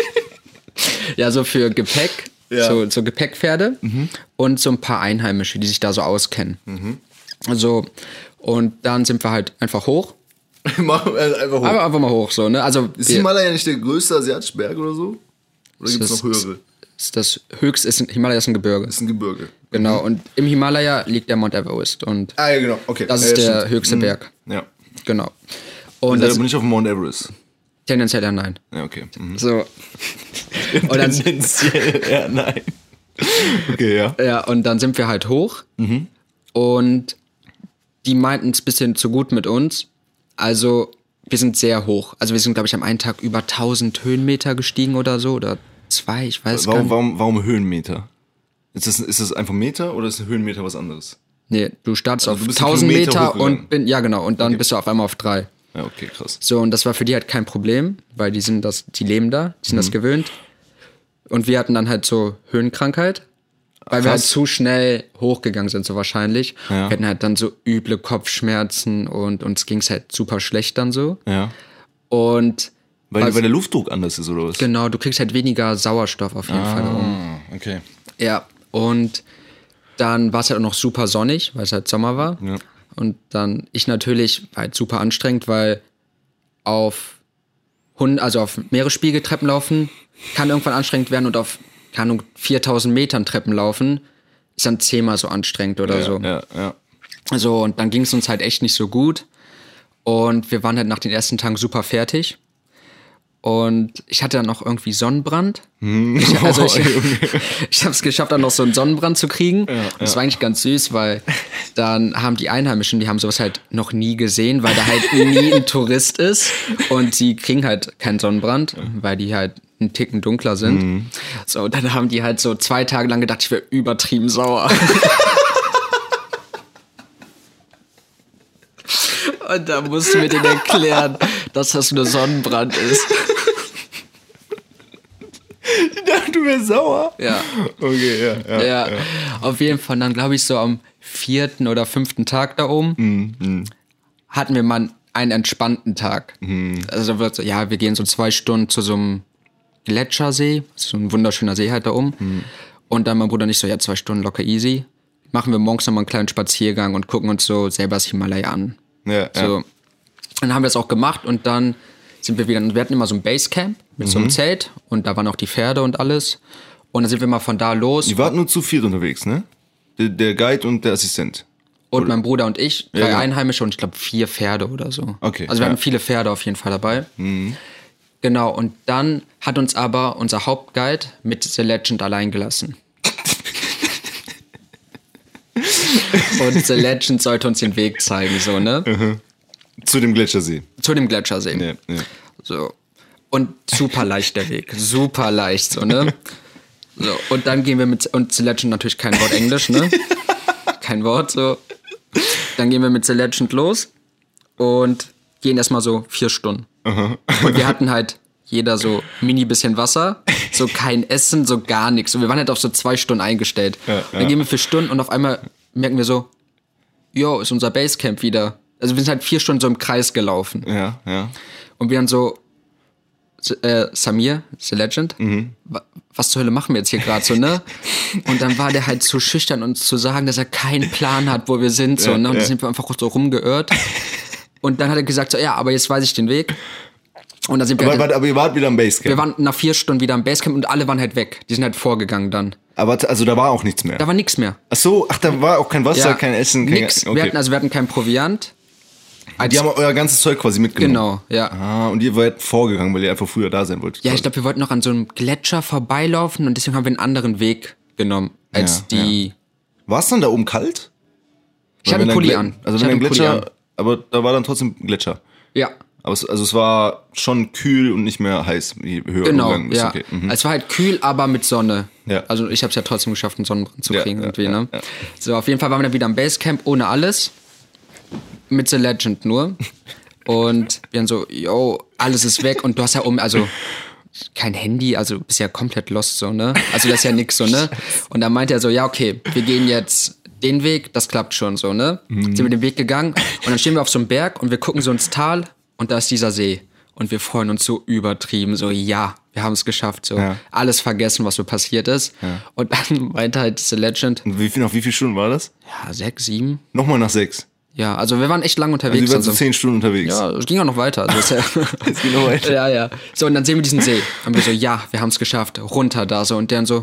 ja, so für Gepäck. Ja. So Gepäckpferde. Und so ein paar Einheimische, die sich da so auskennen. So, und dann sind wir halt einfach hoch. Machen wir einfach hoch. Aber einfach mal hoch, so, ne? Also, Ist Himalaya nicht der größte asiatische Berg oder so? Oder gibt es noch höhere? das höchste ist Himalaya ist ein Gebirge. Ist ein Gebirge. Genau, und im Himalaya liegt der Mount Everest. Und Ah, ja, genau. Okay. das ist ja, der stimmt. höchste Berg. Ja. Genau. Und Und das aber nicht auf dem Mount Everest. tendenziell ja nein. Ja, okay. So. Und dann, Tendenziell, ja, nein. Okay, ja. ja, und dann sind wir halt hoch. Und die meinten es ein bisschen zu gut mit uns. Also, wir sind sehr hoch. Also, wir sind, glaube ich, am einen Tag über 1000 Höhenmeter gestiegen oder so. Oder 2, ich weiß gar nicht. Warum Höhenmeter? Ist das einfach Meter oder ist ein Höhenmeter was anderes? Nee, du startest Also du auf bist 1000 Kilometer Meter hochgegangen. ja genau, und dann bist du auf einmal auf 3. Ja, okay, krass. So, und das war für die halt kein Problem, weil die leben da, die sind das gewöhnt. Und wir hatten dann halt so Höhenkrankheit, weil wir halt zu schnell hochgegangen sind, so wahrscheinlich. Ja. Wir hatten halt dann so üble Kopfschmerzen und uns ging's halt super schlecht dann so. Ja. Und Weil der Luftdruck anders ist, oder was? genau, du kriegst halt weniger Sauerstoff auf jeden Fall da oben. Ah, okay. Ja, und dann war es halt auch noch super sonnig, weil es halt Sommer war. Ja. Und dann ich natürlich halt super anstrengend, weil auf Meeresspiegeltreppen laufen kann irgendwann anstrengend werden und auf, keine Ahnung, 4000 Metern Treppen laufen ist dann 10-mal so anstrengend oder so. Ja. So, und dann ging es uns halt echt nicht so gut. Und wir waren halt nach den ersten Tagen super fertig. Und ich hatte dann noch irgendwie Sonnenbrand. Ich habe es geschafft, dann noch so einen Sonnenbrand zu kriegen. Das war eigentlich ganz süß, weil dann haben die Einheimischen, die haben sowas halt noch nie gesehen, weil da halt nie ein Tourist ist. Und die kriegen halt keinen Sonnenbrand, weil die halt einen Ticken dunkler sind. So, und dann haben die halt so 2 Tage lang gedacht, ich wäre übertrieben sauer. Und da mussten wir denen erklären, dass das nur Sonnenbrand ist. Ich dachte, du wärst sauer. Ja. Okay, Ja, auf jeden Fall dann, glaube ich, so am 4. oder 5. Tag da oben hatten wir mal einen entspannten Tag. Also wird so, ja, wir gehen so 2 Stunden zu so einem Gletschersee, so ein wunderschöner See halt da oben. Und dann mein Bruder nicht so, ja, 2 Stunden locker easy. Machen wir morgens nochmal einen kleinen Spaziergang und gucken uns so selber das Himalaya an. Ja. So. Dann haben wir es auch gemacht und dann sind wir hatten immer so ein Basecamp mit so einem Zelt und da waren auch die Pferde und alles. Und dann sind wir mal von da los. Die waren nur zu 4 unterwegs, ne? Der Guide und der Assistent. Und mein Bruder und ich, 3 genau. Einheimische und ich glaube 4 Pferde oder so. Okay, Also wir ja. hatten viele Pferde auf jeden Fall dabei. Genau, und dann hat uns aber unser Hauptguide mit The Legend allein gelassen. Und The Legend sollte uns den Weg zeigen, so, ne? Zu dem Gletschersee. Zu dem Gletschersee. Ja. So. Und super leicht der Weg. Super leicht, so, ne? So. Und dann gehen wir und The Legend natürlich kein Wort Englisch, ne? Kein Wort, so. Dann gehen wir mit The Legend los und gehen erstmal so 4 Stunden. Und wir hatten halt jeder so mini bisschen Wasser, so kein Essen, so gar nichts. Und wir waren halt auf so 2 Stunden eingestellt. Dann gehen wir 4 Stunden und auf einmal merken wir so, jo, ist unser Basecamp wieder. Also wir sind halt 4 Stunden so im Kreis gelaufen. Ja. Und wir dann so, Samir, The Legend, was zur Hölle machen wir jetzt hier gerade so, ne? Und dann war der halt so schüchtern, uns zu sagen, dass er keinen Plan hat, wo wir sind, so, ne? Und dann sind wir einfach so rumgeirrt. Und dann hat er gesagt, so, ja, aber jetzt weiß ich den Weg. Und dann sind wir aber ihr wart wieder am Basecamp. Wir waren nach 4 Stunden wieder am Basecamp und alle waren halt weg. Die sind halt vorgegangen dann. Aber also da war auch nichts mehr? Da war nichts mehr. Ach so, da war auch kein Wasser, kein Essen, nix. Okay. Wir hatten kein Proviant. Die haben euer ganzes Zeug quasi mitgenommen. Genau, ja. Ah, und ihr wart vorgegangen, weil ihr einfach früher da sein wolltet. Ja, ich glaube, wir wollten noch an so einem Gletscher vorbeilaufen und deswegen haben wir einen anderen Weg genommen als die... Ja. War es dann da oben kalt? Ich hatte einen Pulli an. Also wenn ein Gletscher, aber da war dann trotzdem Gletscher. Ja. Aber es war schon kühl und nicht mehr heiß, je höher du gegangen bist. Ja. Okay. Es war halt kühl, aber mit Sonne. Ja. Also ich habe es ja trotzdem geschafft, einen Sonnenbrand zu kriegen irgendwie, ne? Ja. So, auf jeden Fall waren wir dann wieder am Basecamp ohne alles. Mit The Legend nur. Und wir dann so, yo, alles ist weg und du hast ja also kein Handy, also du bist ja komplett lost so, ne? Also das ist ja nix so, ne? Und dann meinte er so, ja, okay, wir gehen jetzt den Weg, das klappt schon so, ne? Sind wir den Weg gegangen und dann stehen wir auf so einem Berg und wir gucken so ins Tal und da ist dieser See. Und wir freuen uns so übertrieben, so, ja, wir haben es geschafft, so. Ja. Alles vergessen, was so passiert ist. Ja. Und dann meinte halt The Legend. Und nach wie vielen Stunden war das? Ja, 6, 7. Nochmal nach 6? Ja, also wir waren echt lang unterwegs. Also wir waren so 10 Stunden unterwegs. Ja, es ging auch noch weiter. Also es ging noch weiter. Ja. So, und dann sehen wir diesen See. Und wir so, ja, wir haben es geschafft. Runter da so. Und der dann so,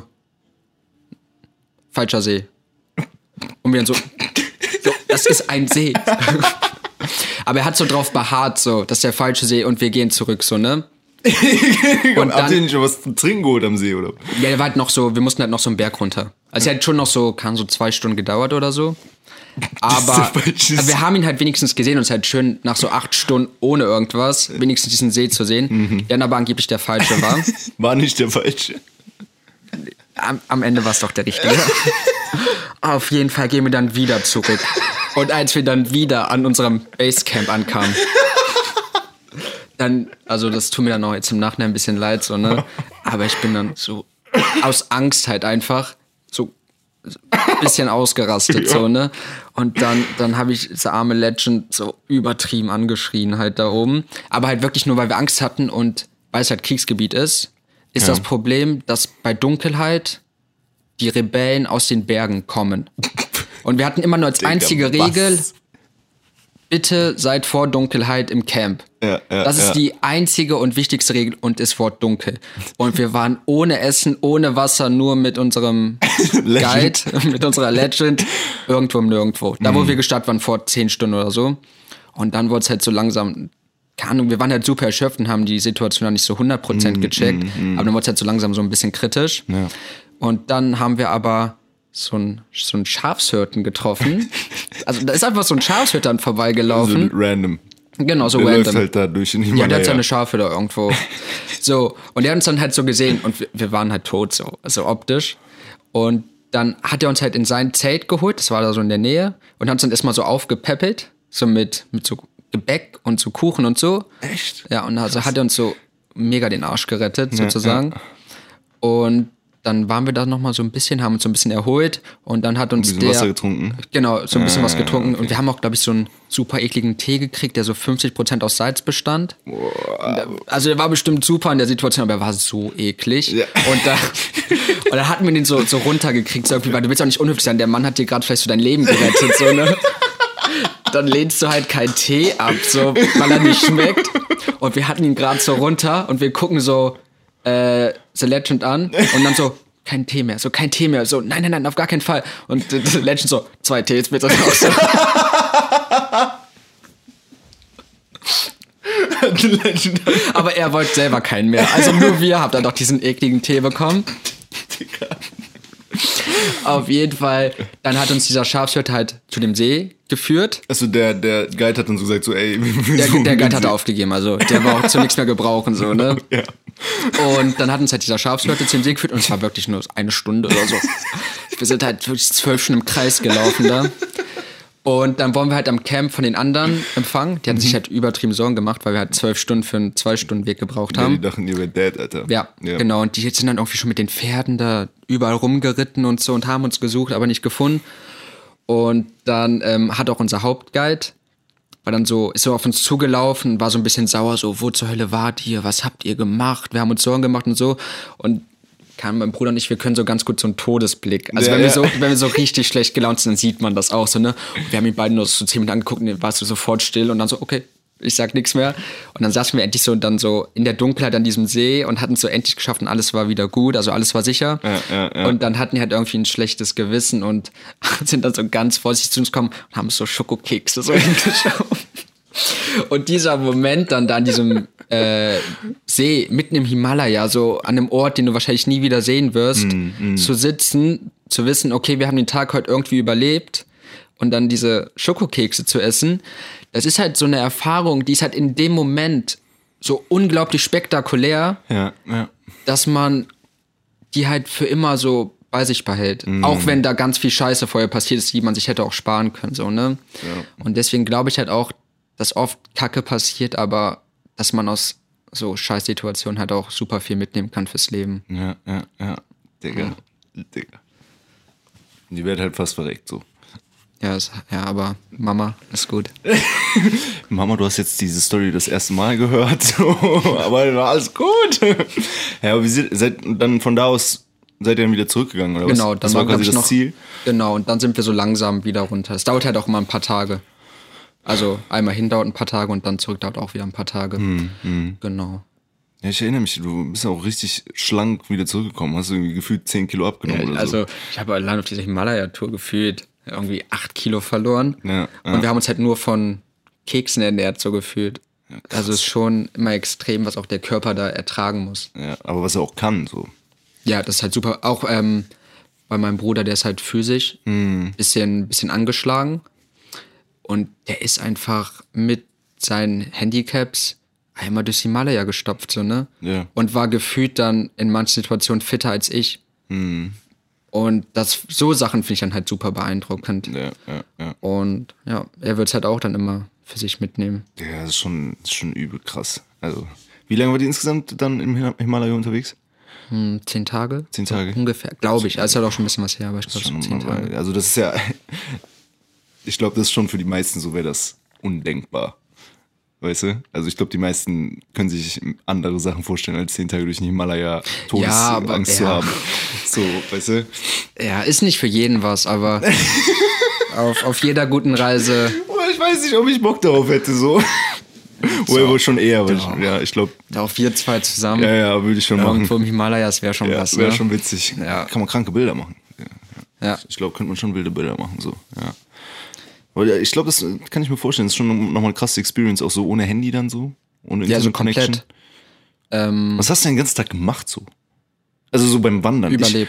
falscher See. Und wir dann so, das ist ein See. Aber er hat so drauf beharrt, so, das ist der falsche See und wir gehen zurück, so, ne? Und habt ihr nicht schon was zu trinken geholt am See, oder? Ja, der war halt noch so, wir mussten halt noch so einen Berg runter. Also er hat schon noch so, kann so 2 Stunden gedauert oder so. Aber wir haben ihn halt wenigstens gesehen und es ist halt schön, nach so 8 Stunden ohne irgendwas, wenigstens diesen See zu sehen. Der aber angeblich der falsche war. War nicht der falsche. Am Ende war es doch der richtige. Auf jeden Fall gehen wir dann wieder zurück. Und als wir dann wieder an unserem Basecamp ankamen, dann, also das tut mir dann auch jetzt im Nachhinein ein bisschen leid, so, ne? Aber ich bin dann so aus Angst halt einfach so ein bisschen ausgerastet, so, ne? Und dann habe ich das arme Legend so übertrieben angeschrien halt da oben. Aber halt wirklich nur, weil wir Angst hatten und weil es halt Kriegsgebiet ist das Problem, dass bei Dunkelheit die Rebellen aus den Bergen kommen. Und wir hatten immer nur als einzige Regel, bitte seid vor Dunkelheit im Camp. Das ist die einzige und wichtigste Regel und es wird dunkel. Und wir waren ohne Essen, ohne Wasser, nur mit unserem Guide, mit unserer Legend, irgendwo im Nirgendwo. Da, wo wir gestartet waren, vor 10 Stunden oder so. Und dann wurde es halt so langsam, keine Ahnung, wir waren halt super erschöpft und haben die Situation dann nicht so 100% gecheckt. Aber dann wurde es halt so langsam so ein bisschen kritisch. Ja. Und dann haben wir aber so einen Schafshirten getroffen. Also da ist einfach so ein Schafshirter vorbeigelaufen. Also random. Genau, so der random. Läuft halt da durch den Himalaya. Ja, der hat seine Schafe da irgendwo. So, und der hat uns dann halt so gesehen und wir waren halt tot, so optisch. Und dann hat er uns halt in sein Zelt geholt, das war da so in der Nähe, und hat uns dann erstmal so aufgepäppelt, so mit so Gebäck und so Kuchen und so. Echt? Ja, und also hat er uns so mega den Arsch gerettet, sozusagen. Ja. Und dann waren wir da nochmal so ein bisschen, haben uns so ein bisschen erholt und dann hat uns der... Wasser getrunken. Genau, so ein bisschen was getrunken. Okay. Und wir haben auch, glaube ich, so einen super ekligen Tee gekriegt, der so 50% aus Salz bestand. Wow. Also der war bestimmt super in der Situation, aber er war so eklig. Ja. Und dann hatten wir den so runtergekriegt, so irgendwie, weil du willst auch nicht unhöflich sein, der Mann hat dir gerade vielleicht so dein Leben gerettet, so, ne? Dann lehnst du halt keinen Tee ab, so, weil er nicht schmeckt. Und wir hatten ihn gerade so runter und wir gucken so The Legend an und dann so, kein Tee mehr, so nein, auf gar keinen Fall. Und The Legend so, 2 Tees bitte. Auch so. Aber er wollte selber keinen mehr. Also nur wir habt dann doch diesen ekligen Tee bekommen. Auf jeden Fall, dann hat uns dieser Schafshirte halt zu dem See geführt. Also der Guide hat dann so gesagt, so ey, der Guide hatte aufgegeben, also der war auch zu nichts mehr gebrauchen, so, ne? Ja. Und dann hat uns halt dieser Schafshirte zu dem See geführt und es war wirklich nur 1 Stunde oder so. Wir sind halt wirklich 12 Stunden im Kreis gelaufen da. Und dann wurden wir halt am Camp von den anderen empfangen. Die hatten sich halt übertrieben Sorgen gemacht, weil wir halt 12 Stunden für einen 2-Stunden-Weg gebraucht haben. Die dachten, ihr wärt dead, Alter. Ja, genau. Und die sind dann irgendwie schon mit den Pferden da überall rumgeritten und so und haben uns gesucht, aber nicht gefunden. Und dann hat auch unser Hauptguide, ist so auf uns zugelaufen, war so ein bisschen sauer, so, wo zur Hölle wart ihr, was habt ihr gemacht? Wir haben uns Sorgen gemacht und so. Und mein Bruder und ich, wir können so ganz gut so einen Todesblick. Also wenn wir so richtig schlecht gelaunt sind, dann sieht man das auch so, ne? Und wir haben ihn beide nur so 10 Minuten angeguckt und dann warst du sofort still und dann so, okay, ich sag nichts mehr. Und dann saßen wir endlich so dann so in der Dunkelheit an diesem See und hatten es so endlich geschafft und alles war wieder gut, also alles war sicher. Ja. Und dann hatten wir halt irgendwie ein schlechtes Gewissen und sind dann so ganz vorsichtig zu uns gekommen und haben so Schokokekse so hingeschaut. Und dieser Moment dann da an diesem See, mitten im Himalaya, so an einem Ort, den du wahrscheinlich nie wieder sehen wirst, zu sitzen, zu wissen, okay, wir haben den Tag heute irgendwie überlebt und dann diese Schokokekse zu essen, das ist halt so eine Erfahrung, die ist halt in dem Moment so unglaublich spektakulär, dass man die halt für immer so bei sich behält. Auch wenn da ganz viel Scheiße vorher passiert ist, die man sich hätte auch sparen können, so, ne? Ja. Und deswegen glaube ich halt auch, dass oft Kacke passiert, aber dass man aus so Scheißsituationen halt auch super viel mitnehmen kann fürs Leben. Ja. Digga. Die wird halt fast verreckt, so. Ja, aber Mama ist gut. Mama, du hast jetzt diese Story das erste Mal gehört, so, aber war alles gut. Ja, aber dann von da aus seid ihr dann wieder zurückgegangen, oder was? Genau, dann das war quasi das Ziel. Genau, und dann sind wir so langsam wieder runter. Es dauert halt auch immer ein paar Tage. Also einmal hin dauert ein paar Tage und dann zurück dauert auch wieder ein paar Tage. Genau. Ja, ich erinnere mich, du bist auch richtig schlank wieder zurückgekommen. Hast du irgendwie gefühlt 10 Kilo abgenommen oder so. Also ich habe allein auf dieser Himalaya-Tour gefühlt irgendwie 8 Kilo verloren. Ja. Und wir haben uns halt nur von Keksen ernährt, so gefühlt. Ja, also es ist schon immer extrem, was auch der Körper da ertragen muss. Ja, aber was er auch kann, so. Ja, das ist halt super. Auch bei meinem Bruder, der ist halt physisch bisschen angeschlagen. Und der ist einfach mit seinen Handicaps einmal durchs Himalaya gestopft, so, ne? Ja. Und war gefühlt dann in manchen Situationen fitter als ich. Und so Sachen finde ich dann halt super beeindruckend. Ja. Und ja, er wird es halt auch dann immer für sich mitnehmen. Ja, das ist schon übel krass. Also, wie lange war die insgesamt dann im Himalaya unterwegs? 10 Tage. 10 Tage? Ungefähr, glaube ich. Also ist halt auch schon ein bisschen was her, aber ich glaube schon 10 Tage. Also das ist ja, ich glaube, das ist schon für die meisten so, wäre das undenkbar. Weißt du? Also ich glaube, die meisten können sich andere Sachen vorstellen, als 10 Tage durch den Himalaya Todesangst zu haben. So, weißt du? Ja, ist nicht für jeden was, aber auf jeder guten Reise. Ich weiß nicht, ob ich Bock darauf hätte, so. Oder wohl schon eher, weil ich glaube. Auch wir zwei zusammen. Ja, würde ich schon machen. Irgendwo im Himalaya, das wäre schon was. Wäre ne? schon witzig. Ja. Kann man kranke Bilder machen. Ja. Ich glaube, könnte man schon wilde Bilder machen, so, ja. Aber ich glaube, das kann ich mir vorstellen, das ist schon nochmal eine krasse Experience, auch so ohne Handy dann so. Ohne Internet-Connection. Was hast du den ganzen Tag gemacht so? Also so beim Wandern. Überlebt.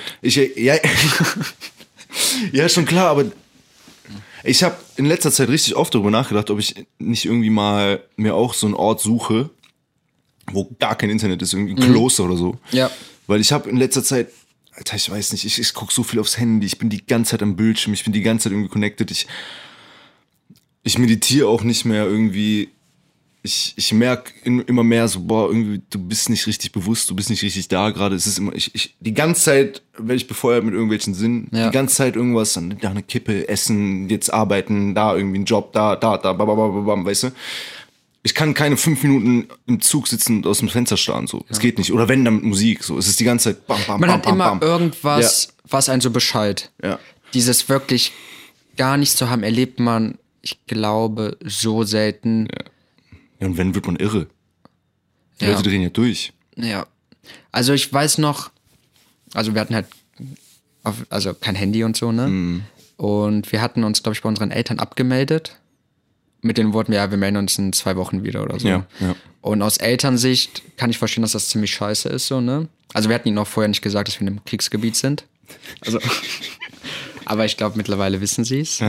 Ja, schon klar, aber ich habe in letzter Zeit richtig oft darüber nachgedacht, ob ich nicht irgendwie mal mir auch so einen Ort suche, wo gar kein Internet ist, irgendwie ein Kloster oder so. Ja. Weil ich habe in letzter Zeit, Alter, ich weiß nicht, ich gucke so viel aufs Handy, ich bin die ganze Zeit am Bildschirm, ich bin die ganze Zeit irgendwie connected, ich meditiere auch nicht mehr irgendwie. Ich merke immer mehr so, irgendwie, du bist nicht richtig bewusst, du bist nicht richtig da gerade. Es ist immer, die ganze Zeit werde ich befeuert mit irgendwelchen Sinnen. Ja. Die ganze Zeit irgendwas, dann da eine Kippe, essen, jetzt arbeiten, da irgendwie ein Job, da, babababam, weißt du? Ich kann keine 5 Minuten im Zug sitzen und aus dem Fenster starren, so. Es geht nicht. Oder wenn, dann mit Musik, so. Es ist die ganze Zeit bam, bam, Man bam, hat immer bam, bam. irgendwas, was einen so beschallt. Ja. Dieses wirklich gar nichts zu haben, erlebt man, ich glaube, so selten. Ja, und wenn, wird man irre. Die Leute drehen ja durch. Ja. Also ich weiß noch, also wir hatten halt kein Handy und so, ne? Und wir hatten uns, glaube ich, bei unseren Eltern abgemeldet. Mit den Worten, wir melden uns in 2 Wochen wieder oder so. Ja. Und aus Elternsicht kann ich verstehen, dass das ziemlich scheiße ist, so, ne? Also wir hatten ihnen auch vorher nicht gesagt, dass wir in einem Kriegsgebiet sind. Also, aber ich glaube, mittlerweile wissen sie es.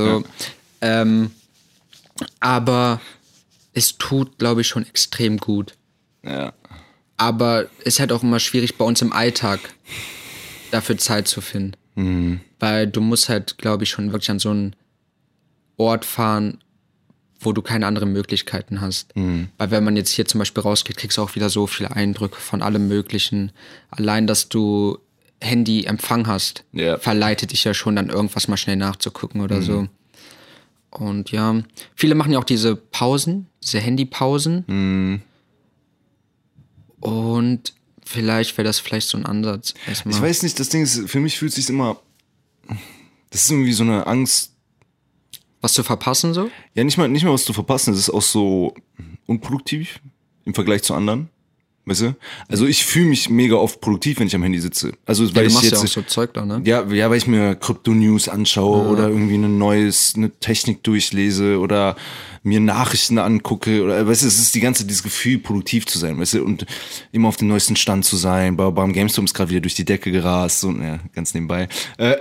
Aber es tut, glaube ich, schon extrem gut. Ja. Aber es ist halt auch immer schwierig bei uns im Alltag, dafür Zeit zu finden. Weil du musst halt, glaube ich, schon wirklich an so einen Ort fahren, wo du keine anderen Möglichkeiten hast. Weil wenn man jetzt hier zum Beispiel rausgeht, kriegst du auch wieder so viele Eindrücke von allem Möglichen. Allein, dass du Handy-Empfang hast, verleitet dich ja schon, dann irgendwas mal schnell nachzugucken oder so. Und ja, viele machen ja auch diese Pausen, diese Handypausen. Und vielleicht wäre das vielleicht so ein Ansatz. Erstmal. Ich weiß nicht, das Ding ist, für mich fühlt es sich immer, das ist irgendwie so eine Angst. Was zu verpassen so? Ja, nicht mal was zu verpassen, es ist auch so unproduktiv im Vergleich zu anderen. Weißt du? Also ich fühle mich mega oft produktiv, wenn ich am Handy sitze. Also weil du ich machst jetzt ja auch so Zeug da, ne? Ja, weil ich mir Krypto-News anschaue oder irgendwie eine Technik durchlese oder mir Nachrichten angucke oder weißt du, es ist dieses Gefühl, produktiv zu sein, weißt du, und immer auf dem neuesten Stand zu sein. Beim GameStop ist gerade wieder durch die Decke gerast und ja, ganz nebenbei.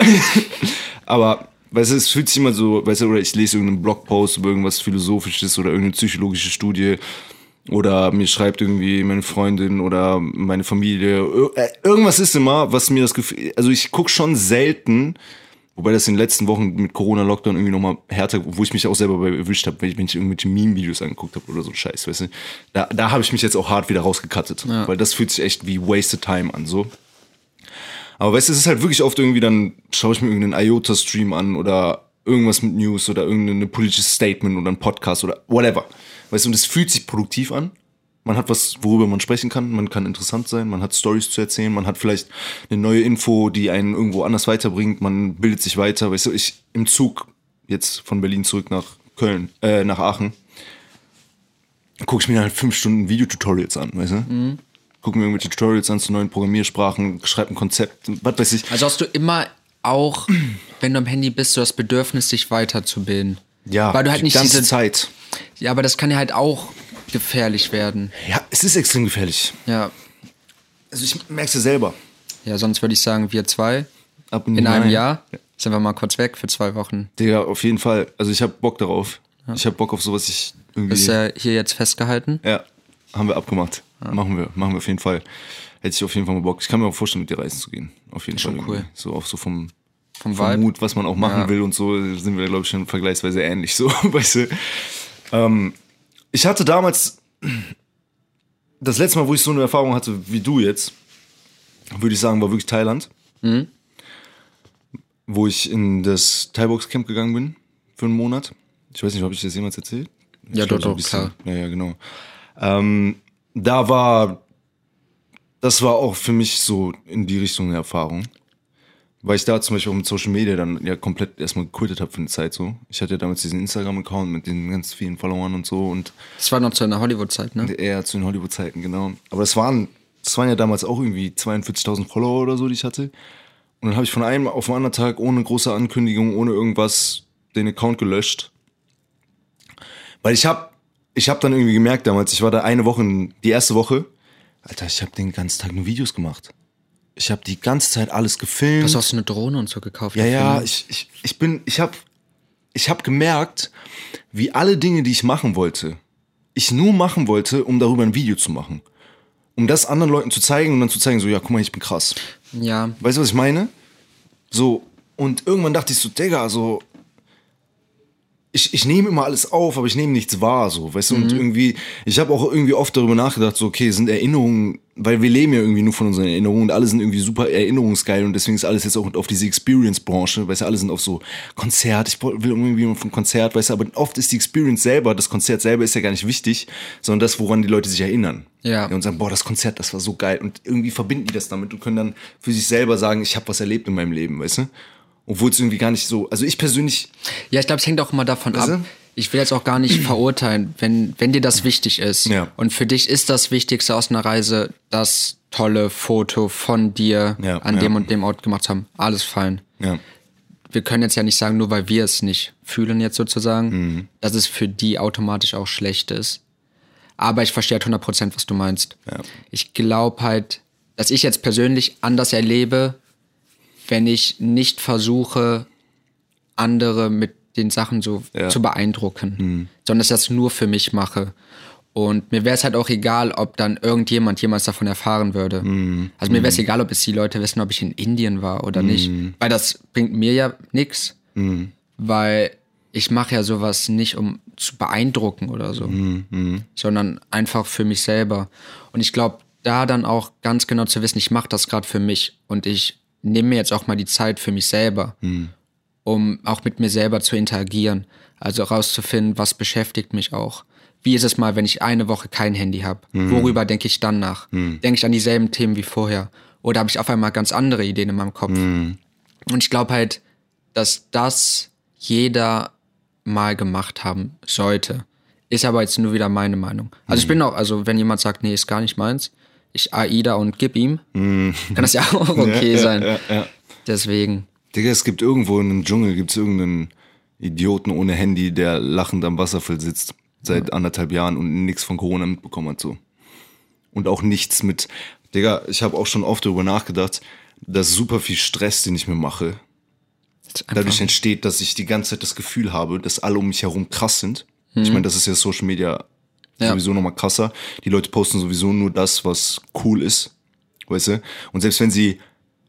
Aber weißt du, es fühlt sich immer so, weißt du, oder ich lese irgendeinen Blogpost über irgendwas Philosophisches oder irgendeine psychologische Studie. Oder mir schreibt irgendwie meine Freundin oder meine Familie. Irgendwas ist immer, was mir das Gefühl... Also ich gucke schon selten, wobei das in den letzten Wochen mit Corona-Lockdown irgendwie nochmal härter, wo ich mich auch selber bei erwischt habe, wenn ich irgendwelche Meme-Videos angeguckt habe oder so ein Scheiß, weißt du. Da habe ich mich jetzt auch hart wieder rausgecuttet. Ja. Weil das fühlt sich echt wie wasted time an, so. Aber weißt du, es ist halt wirklich oft irgendwie, dann schaue ich mir irgendeinen IOTA-Stream an oder irgendwas mit News oder irgendein politisches Statement oder ein Podcast oder whatever. Weißt du, und es fühlt sich produktiv an. Man hat was, worüber man sprechen kann. Man kann interessant sein. Man hat Storys zu erzählen. Man hat vielleicht eine neue Info, die einen irgendwo anders weiterbringt. Man bildet sich weiter. Weißt du, ich im Zug jetzt von Berlin zurück nach Köln, nach Aachen, gucke ich mir halt 5 Stunden Videotutorials an, weißt du? Gucke mir irgendwelche Tutorials an zu neuen Programmiersprachen, schreibe ein Konzept, was weiß ich. Also hast du immer auch, wenn du am Handy bist, so das Bedürfnis, dich weiterzubilden. Ja, weil du halt die nicht ganze Zeit. Ja, aber das kann ja halt auch gefährlich werden. Ja, es ist extrem gefährlich. Ja. Also ich merke es ja selber. Ja, sonst würde ich sagen, wir zwei in einem Jahr sind wir mal kurz weg für 2 Wochen. Digga, auf jeden Fall. Also ich habe Bock darauf. Ja. Ich habe Bock auf sowas, ich irgendwie... Ist ja hier jetzt festgehalten? Ja, haben wir abgemacht. Ja. Machen wir auf jeden Fall. Hätte ich auf jeden Fall mal Bock. Ich kann mir auch vorstellen, mit dir reisen zu gehen. Auf jeden Fall. Schon cool. So auch so vom Vibe? Mut, was man auch machen will und so, sind wir, glaube ich, schon vergleichsweise ähnlich. So, weißt du. Ich hatte damals, das letzte Mal, wo ich so eine Erfahrung hatte wie du jetzt, würde ich sagen, war wirklich Thailand. Wo ich in das Thai-Box-Camp gegangen bin für einen Monat. Ich weiß nicht, habe ich das jemals erzählt? Ja, doch, klar. Ja, genau. Das war auch für mich so in die Richtung eine Erfahrung. Weil ich da zum Beispiel auch mit Social Media dann ja komplett erstmal gequittet habe für eine Zeit so. Ich hatte ja damals diesen Instagram-Account mit den ganz vielen Followern und so. Und das war noch zu einer Hollywood-Zeit, ne? Ja, zu den Hollywood-Zeiten, genau. Aber das waren ja damals auch irgendwie 42.000 Follower oder so, die ich hatte. Und dann habe ich von einem auf den anderen Tag ohne große Ankündigung, ohne irgendwas den Account gelöscht. Weil ich hab dann irgendwie gemerkt damals, ich war da die erste Woche, Alter, ich habe den ganzen Tag nur Videos gemacht. Ich habe die ganze Zeit alles gefilmt. Hast du auch so eine Drohne und so gekauft? Ja, ich hab gemerkt, wie alle Dinge, die ich machen wollte, ich nur machen wollte, um darüber ein Video zu machen. Um das anderen Leuten zu zeigen und dann zu zeigen, so, ja, guck mal, ich bin krass. Ja. Weißt du, was ich meine? So, und irgendwann dachte ich so, Digga, so, ich nehme immer alles auf, aber ich nehme nichts wahr, so, weißt du, und irgendwie, ich habe auch irgendwie oft darüber nachgedacht, so, okay, sind Erinnerungen, weil wir leben ja irgendwie nur von unseren Erinnerungen und alle sind irgendwie super erinnerungsgeil und deswegen ist alles jetzt auch auf diese Experience-Branche, weißt du, alle sind auf so Konzert, ich will irgendwie von Konzert, weißt du, aber oft ist die Experience selber, das Konzert selber ist ja gar nicht wichtig, sondern das, woran die Leute sich erinnern. Ja. Und sagen, boah, das Konzert, das war so geil und irgendwie verbinden die das damit und können dann für sich selber sagen, ich habe was erlebt in meinem Leben, weißt du? Obwohl es irgendwie gar nicht so, also ich persönlich... Ja, ich glaube, es hängt auch immer davon ab. Ich will jetzt auch gar nicht verurteilen, wenn dir das wichtig ist. Ja. Und für dich ist das Wichtigste aus einer Reise, das tolle Foto von dir an dem und dem Ort gemacht haben. Alles fein. Ja. Wir können jetzt ja nicht sagen, nur weil wir es nicht fühlen jetzt sozusagen, dass es für die automatisch auch schlecht ist. Aber ich verstehe halt 100%, was du meinst. Ja. Ich glaube halt, dass ich jetzt persönlich anders erlebe, wenn ich nicht versuche, andere mit den Sachen so zu beeindrucken, sondern dass ich das nur für mich mache. Und mir wäre es halt auch egal, ob dann irgendjemand jemals davon erfahren würde. Also mir wäre es egal, ob es die Leute wissen, ob ich in Indien war oder nicht. Weil das bringt mir ja nichts. Weil ich mache ja sowas nicht, um zu beeindrucken oder so. Sondern einfach für mich selber. Und ich glaube, da dann auch ganz genau zu wissen, ich mache das gerade für mich. Und ich nehme mir jetzt auch mal die Zeit für mich selber. Um auch mit mir selber zu interagieren. Also rauszufinden, was beschäftigt mich auch. Wie ist es mal, wenn ich eine Woche kein Handy habe? Worüber denke ich dann nach? Denke ich an dieselben Themen wie vorher? Oder habe ich auf einmal ganz andere Ideen in meinem Kopf? Und ich glaube halt, dass das jeder mal gemacht haben sollte. Ist aber jetzt nur wieder meine Meinung. Also ich bin auch, also wenn jemand sagt, nee, ist gar nicht meins, ich AIDA und gib ihm, kann das ja auch okay sein. Deswegen. Digga, es gibt irgendwo in einem Dschungel, gibt's irgendeinen Idioten ohne Handy, der lachend am Wasserfall sitzt. Seit 1,5 Jahren und nichts von Corona mitbekommen hat, so. Und auch nichts mit, Digga, ich habe auch schon oft darüber nachgedacht, dass super viel Stress, den ich mir mache, dadurch entsteht, dass ich die ganze Zeit das Gefühl habe, dass alle um mich herum krass sind. Ich meine, das ist ja Social Media sowieso nochmal krasser. Die Leute posten sowieso nur das, was cool ist, weißt du? Und selbst wenn sie,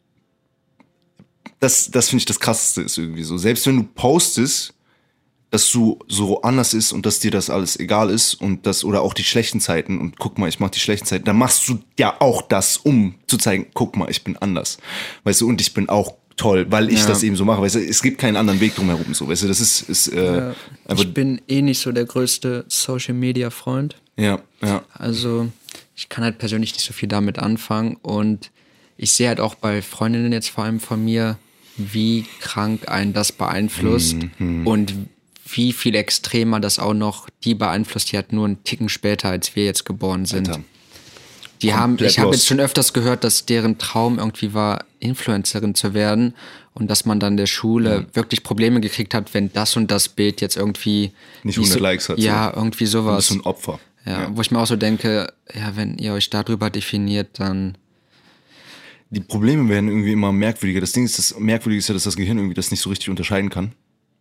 das finde ich das Krasseste ist irgendwie so, selbst wenn du postest, dass du so anders ist und dass dir das alles egal ist und das, oder auch die schlechten Zeiten und guck mal, ich mach die schlechten Zeiten, dann machst du ja auch das, um zu zeigen, guck mal, ich bin anders, weißt du, und ich bin auch toll, weil ich das eben so mache, weißt du, es gibt keinen anderen Weg drumherum, so, weißt du, das ist einfach. Ich bin eh nicht so der größte Social-Media-Freund. Ja. Also ich kann halt persönlich nicht so viel damit anfangen und ich sehe halt auch bei Freundinnen jetzt vor allem von mir, wie krank einen das beeinflusst und wie viel extremer das auch noch die beeinflusst, die halt nur einen Ticken später, als wir jetzt geboren sind. Alter. Ich habe jetzt schon öfters gehört, dass deren Traum irgendwie war, Influencerin zu werden und dass man dann der Schule wirklich Probleme gekriegt hat, wenn das und das Bild jetzt irgendwie nicht 100 Likes hat. Ja, so. Irgendwie sowas. Das ist so ein Opfer. Ja, wo ich mir auch so denke, ja, wenn ihr euch darüber definiert, dann... Die Probleme werden irgendwie immer merkwürdiger. Das Ding ist, das Merkwürdige ist ja, dass das Gehirn irgendwie das nicht so richtig unterscheiden kann.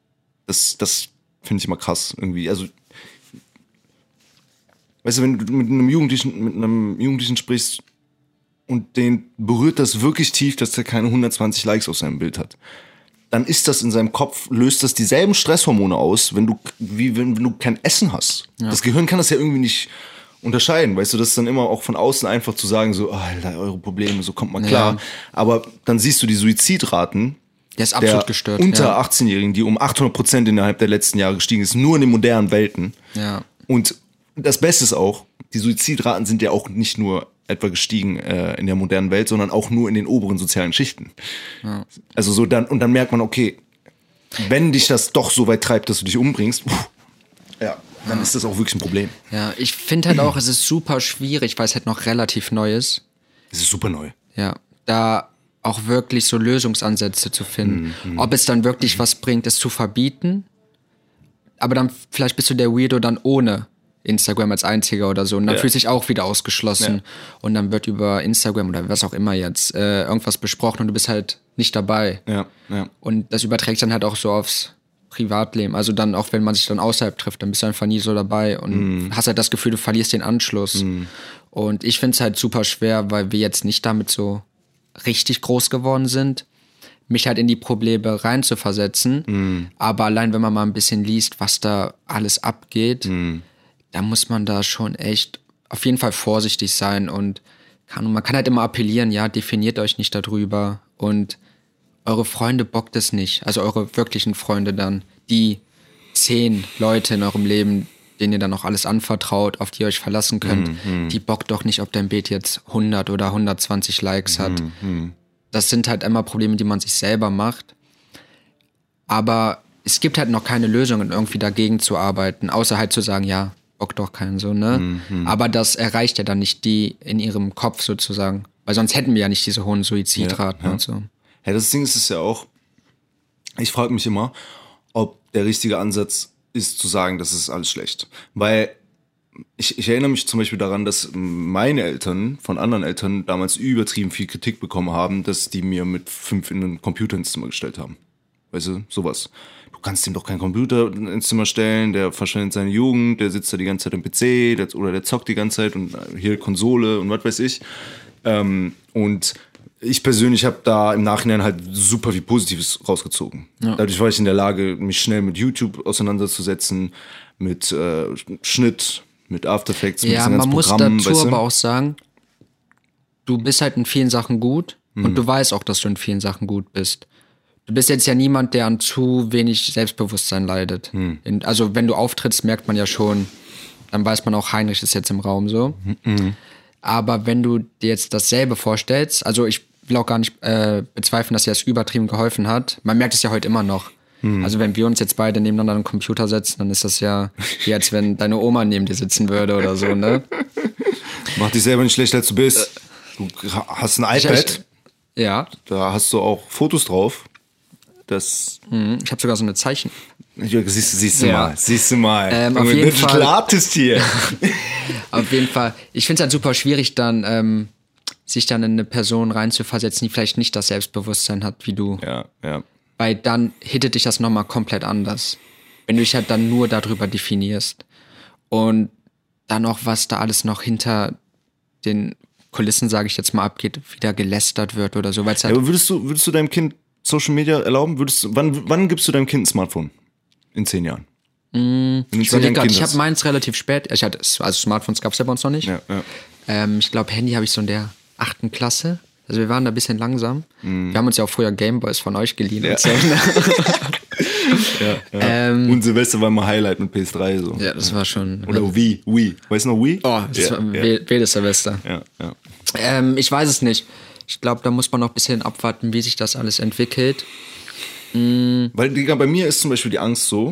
Das finde ich immer krass irgendwie. Also, weißt du, wenn du mit einem Jugendlichen sprichst und den berührt das wirklich tief, dass der keine 120 Likes auf seinem Bild hat, dann ist das in seinem Kopf, löst das dieselben Stresshormone aus, wenn du kein Essen hast. Ja. Das Gehirn kann das ja irgendwie nicht unterscheiden, weißt du, das ist dann immer auch von außen einfach zu sagen, so, Alter, eure Probleme, so kommt man klar. Ja. Aber dann siehst du die Suizidraten, der ist absolut gestört. Unter 18-Jährigen, die um 800% innerhalb der letzten Jahre gestiegen ist, nur in den modernen Welten. Ja. Und das Beste ist auch, die Suizidraten sind ja auch nicht nur etwa gestiegen in der modernen Welt, sondern auch nur in den oberen sozialen Schichten. Ja. Also so dann merkt man, okay, wenn dich das doch so weit treibt, dass du dich umbringst, dann ist das auch wirklich ein Problem. Ja, ich finde halt auch, es ist super schwierig, weil es halt noch relativ neu ist. Es ist super neu. Ja, da auch wirklich so Lösungsansätze zu finden. Ob es dann wirklich was bringt, es zu verbieten, aber dann vielleicht bist du der Weirdo dann ohne Instagram als einziger oder so und dann fühlst du dich auch wieder ausgeschlossen und dann wird über Instagram oder was auch immer jetzt irgendwas besprochen und du bist halt nicht dabei. Ja. Und das überträgt dann halt auch so aufs Privatleben. Also dann auch, wenn man sich dann außerhalb trifft, dann bist du einfach nie so dabei und hast halt das Gefühl, du verlierst den Anschluss. Und ich finde es halt super schwer, weil wir jetzt nicht damit so richtig groß geworden sind, mich halt in die Probleme reinzuversetzen. Aber allein, wenn man mal ein bisschen liest, was da alles abgeht, da muss man da schon echt auf jeden Fall vorsichtig sein und man kann halt immer appellieren, ja, definiert euch nicht darüber und eure Freunde bockt es nicht, also eure wirklichen Freunde dann, die 10 Leute in eurem Leben, denen ihr dann auch alles anvertraut, auf die ihr euch verlassen könnt, die bockt doch nicht, ob dein Bild jetzt 100 oder 120 Likes hat. Das sind halt immer Probleme, die man sich selber macht. Aber es gibt halt noch keine Lösungen, irgendwie dagegen zu arbeiten, außer halt zu sagen, ja, bockt doch keinen so, ne? Aber das erreicht ja dann nicht die in ihrem Kopf sozusagen, weil sonst hätten wir ja nicht diese hohen Suizidraten und so. Ja, das Ding ist es ja auch, ich frage mich immer, ob der richtige Ansatz ist zu sagen, das ist alles schlecht. Weil ich erinnere mich zum Beispiel daran, dass meine Eltern von anderen Eltern damals übertrieben viel Kritik bekommen haben, dass die mir mit 5 in einen Computer ins Zimmer gestellt haben. Weißt du, sowas. Du kannst ihm doch keinen Computer ins Zimmer stellen, der verschwendet seine Jugend, der sitzt da die ganze Zeit am PC oder der zockt die ganze Zeit und hier Konsole und was weiß ich. Und ich persönlich habe da im Nachhinein halt super viel Positives rausgezogen. Ja. Dadurch war ich in der Lage, mich schnell mit YouTube auseinanderzusetzen, mit Schnitt, mit After Effects, mit diesen ganzen Programmen. Man muss dazu aber auch sagen, du bist halt in vielen Sachen gut und du weißt auch, dass du in vielen Sachen gut bist. Du bist jetzt ja niemand, der an zu wenig Selbstbewusstsein leidet. Also wenn du auftrittst, merkt man ja schon, dann weiß man auch, Heinrich ist jetzt im Raum so. Aber wenn du dir jetzt dasselbe vorstellst, also ich will auch gar nicht bezweifeln, dass dir das übertrieben geholfen hat. Man merkt es ja heute immer noch. Also wenn wir uns jetzt beide nebeneinander an den Computer setzen, dann ist das ja wie als wenn deine Oma neben dir sitzen würde oder so, ne? Mach dich selber nicht schlechter, als du bist. Du hast ein iPad. Ja. Da hast du auch Fotos drauf. Das ich habe sogar so eine Zeichen. Siehst du mal. Auf jeden Fall. Artist hier. Auf jeden Fall. Ich finde es halt super schwierig, dann sich dann in eine Person reinzuversetzen, die vielleicht nicht das Selbstbewusstsein hat wie du. Ja. Weil dann hittet dich das nochmal komplett anders. Wenn du dich halt dann nur darüber definierst. Und dann auch, was da alles noch hinter den Kulissen, sage ich jetzt mal, abgeht, wieder gelästert wird oder so. Weil's halt aber würdest du deinem Kind Social Media erlauben? Wann gibst du deinem Kind ein Smartphone? In 10 Jahren? Ich habe meins relativ spät. Also Smartphones gab es ja bei uns noch nicht. Ja. Ich glaube, Handy habe ich so in der 8. Klasse. Also wir waren da ein bisschen langsam. Wir haben uns ja auch früher Gameboys von euch geliehen. Ja. Und so. Und Silvester war immer Highlight mit PS3 so. Ja, das war schon. Oder Wii. Weißt du noch Wii? Oh, das war wildes Silvester. Ja. Ich weiß es nicht. Ich glaube, da muss man noch ein bisschen abwarten, wie sich das alles entwickelt. Weil, Digga, bei mir ist zum Beispiel die Angst so,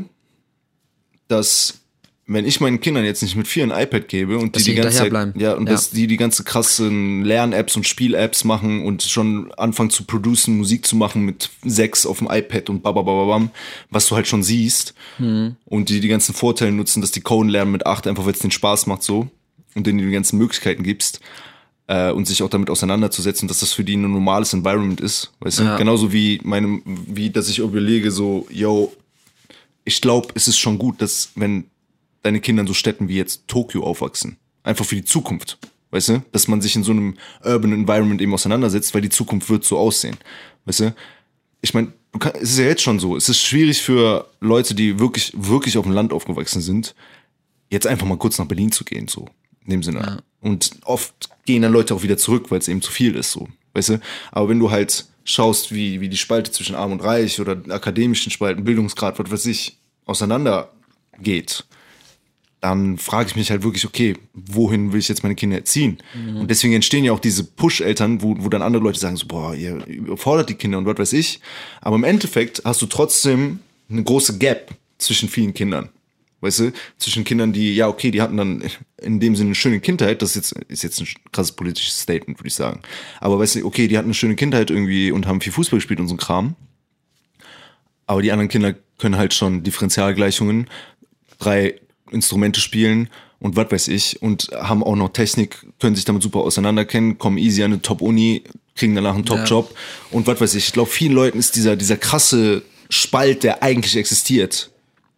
dass wenn ich meinen Kindern jetzt nicht mit 4 ein iPad gebe und die ganze Zeit, dass die ganze krassen Lern-Apps und Spiel-Apps machen und schon anfangen zu producen, Musik zu machen mit 6 auf dem iPad und babababam, was du halt schon siehst und die ganzen Vorteile nutzen, dass die Coden lernen mit 8, einfach weil es denen Spaß macht so und denen die ganzen Möglichkeiten gibst und sich auch damit auseinanderzusetzen, dass das für die ein normales Environment ist, weißt du? Genauso wie dass ich überlege so, ich glaube, es ist schon gut, dass wenn deine Kinder in so Städten wie jetzt Tokio aufwachsen. Einfach für die Zukunft. Weißt du? Dass man sich in so einem Urban Environment eben auseinandersetzt, weil die Zukunft wird so aussehen. Weißt du? Ich meine, es ist ja jetzt schon so. Es ist schwierig für Leute, die wirklich, wirklich auf dem Land aufgewachsen sind, jetzt einfach mal kurz nach Berlin zu gehen, so. In dem Sinne. Ja. Und oft gehen dann Leute auch wieder zurück, weil es eben zu viel ist, so. Weißt du? Aber wenn du halt schaust, wie die Spalte zwischen Arm und Reich oder akademischen Spalten, Bildungsgrad, was weiß ich, auseinander geht, dann frage ich mich halt wirklich, okay, wohin will ich jetzt meine Kinder erziehen? Und deswegen entstehen ja auch diese Push-Eltern, wo dann andere Leute sagen so, boah, ihr überfordert die Kinder und was weiß ich. Aber im Endeffekt hast du trotzdem eine große Gap zwischen vielen Kindern. Weißt du? Zwischen Kindern, die hatten dann in dem Sinne eine schöne Kindheit. Das ist jetzt ein krasses politisches Statement, würde ich sagen. Aber weißt du, okay, die hatten eine schöne Kindheit irgendwie und haben viel Fußball gespielt und so ein Kram. Aber die anderen Kinder können halt schon Differentialgleichungen, 3 Instrumente spielen und was weiß ich und haben auch noch Technik, können sich damit super auseinanderkennen, kommen easy an eine Top-Uni, kriegen danach einen Top-Job und was weiß ich. Ich glaube, vielen Leuten ist dieser krasse Spalt, der eigentlich existiert,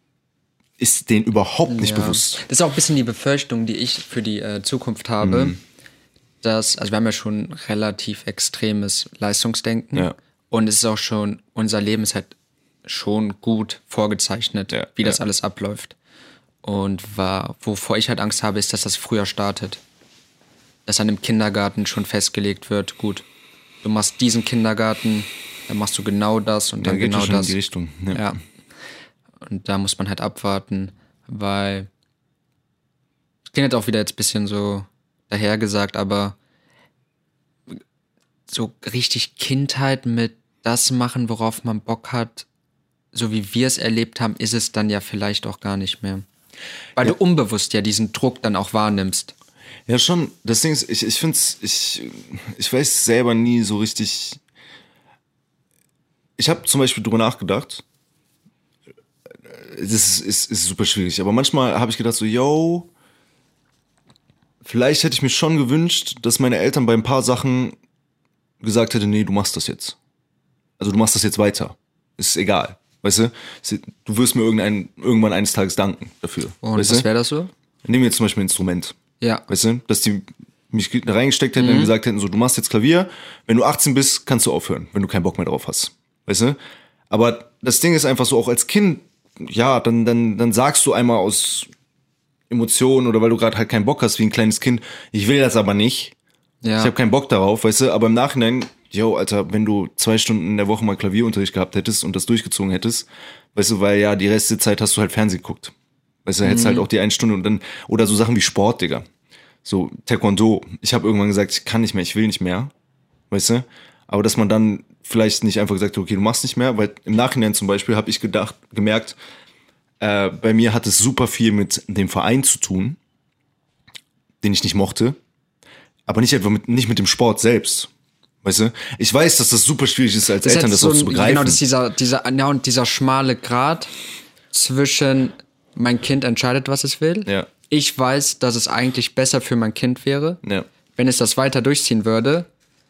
ist denen überhaupt nicht bewusst. Das ist auch ein bisschen die Befürchtung, die ich für die Zukunft habe, dass, also wir haben ja schon relativ extremes Leistungsdenken und es ist auch schon, unser Leben ist halt schon gut vorgezeichnet, wie das alles abläuft. Und wovor ich halt Angst habe, ist, dass das früher startet. Dass dann im Kindergarten schon festgelegt wird, gut, du machst diesen Kindergarten, dann machst du genau das und dann genau das. In die Richtung. Ja. Und da muss man halt abwarten, weil das klingt auch wieder jetzt ein bisschen so dahergesagt, aber so richtig Kindheit mit das machen, worauf man Bock hat, so wie wir es erlebt haben, ist es dann ja vielleicht auch gar nicht mehr. Weil du unbewusst ja diesen Druck dann auch wahrnimmst. Ja, schon. Das Ding ist, ich finde es, ich weiß selber nie so richtig. Ich habe zum Beispiel drüber nachgedacht. Das ist super schwierig. Aber manchmal habe ich gedacht so, vielleicht hätte ich mir schon gewünscht, dass meine Eltern bei ein paar Sachen gesagt hätten, nee, du machst das jetzt. Also du machst das jetzt weiter. Ist egal. Weißt du? Du wirst mir irgendwann eines Tages danken dafür. Und was wäre das so? Nehmen wir jetzt zum Beispiel ein Instrument. Ja. Weißt du? Dass die mich da reingesteckt hätten und gesagt hätten, so, du machst jetzt Klavier, wenn du 18 bist, kannst du aufhören, wenn du keinen Bock mehr drauf hast. Weißt du? Aber das Ding ist einfach so, auch als Kind, ja, dann sagst du einmal aus Emotionen oder weil du gerade halt keinen Bock hast wie ein kleines Kind, ich will das aber nicht. Ja. Ich habe keinen Bock darauf, weißt du? Aber im Nachhinein, Alter, wenn du 2 Stunden in der Woche mal Klavierunterricht gehabt hättest und das durchgezogen hättest, weißt du, weil ja die Rest der Zeit hast du halt Fernsehen geguckt. Weißt du, hättest halt auch die 1 Stunde und dann, oder so Sachen wie Sport, Digga. So, Taekwondo. Ich habe irgendwann gesagt, ich kann nicht mehr, ich will nicht mehr. Weißt du? Aber dass man dann vielleicht nicht einfach gesagt hat, okay, du machst nicht mehr, weil im Nachhinein zum Beispiel habe ich gemerkt, bei mir hat es super viel mit dem Verein zu tun, den ich nicht mochte, aber nicht etwa nicht mit dem Sport selbst. Weißt du? Ich weiß, dass das super schwierig ist, als Eltern das auch zu begreifen. Genau, das ist dieser schmale Grat zwischen mein Kind entscheidet, was es will. Ja. Ich weiß, dass es eigentlich besser für mein Kind wäre, wenn es das weiter durchziehen würde.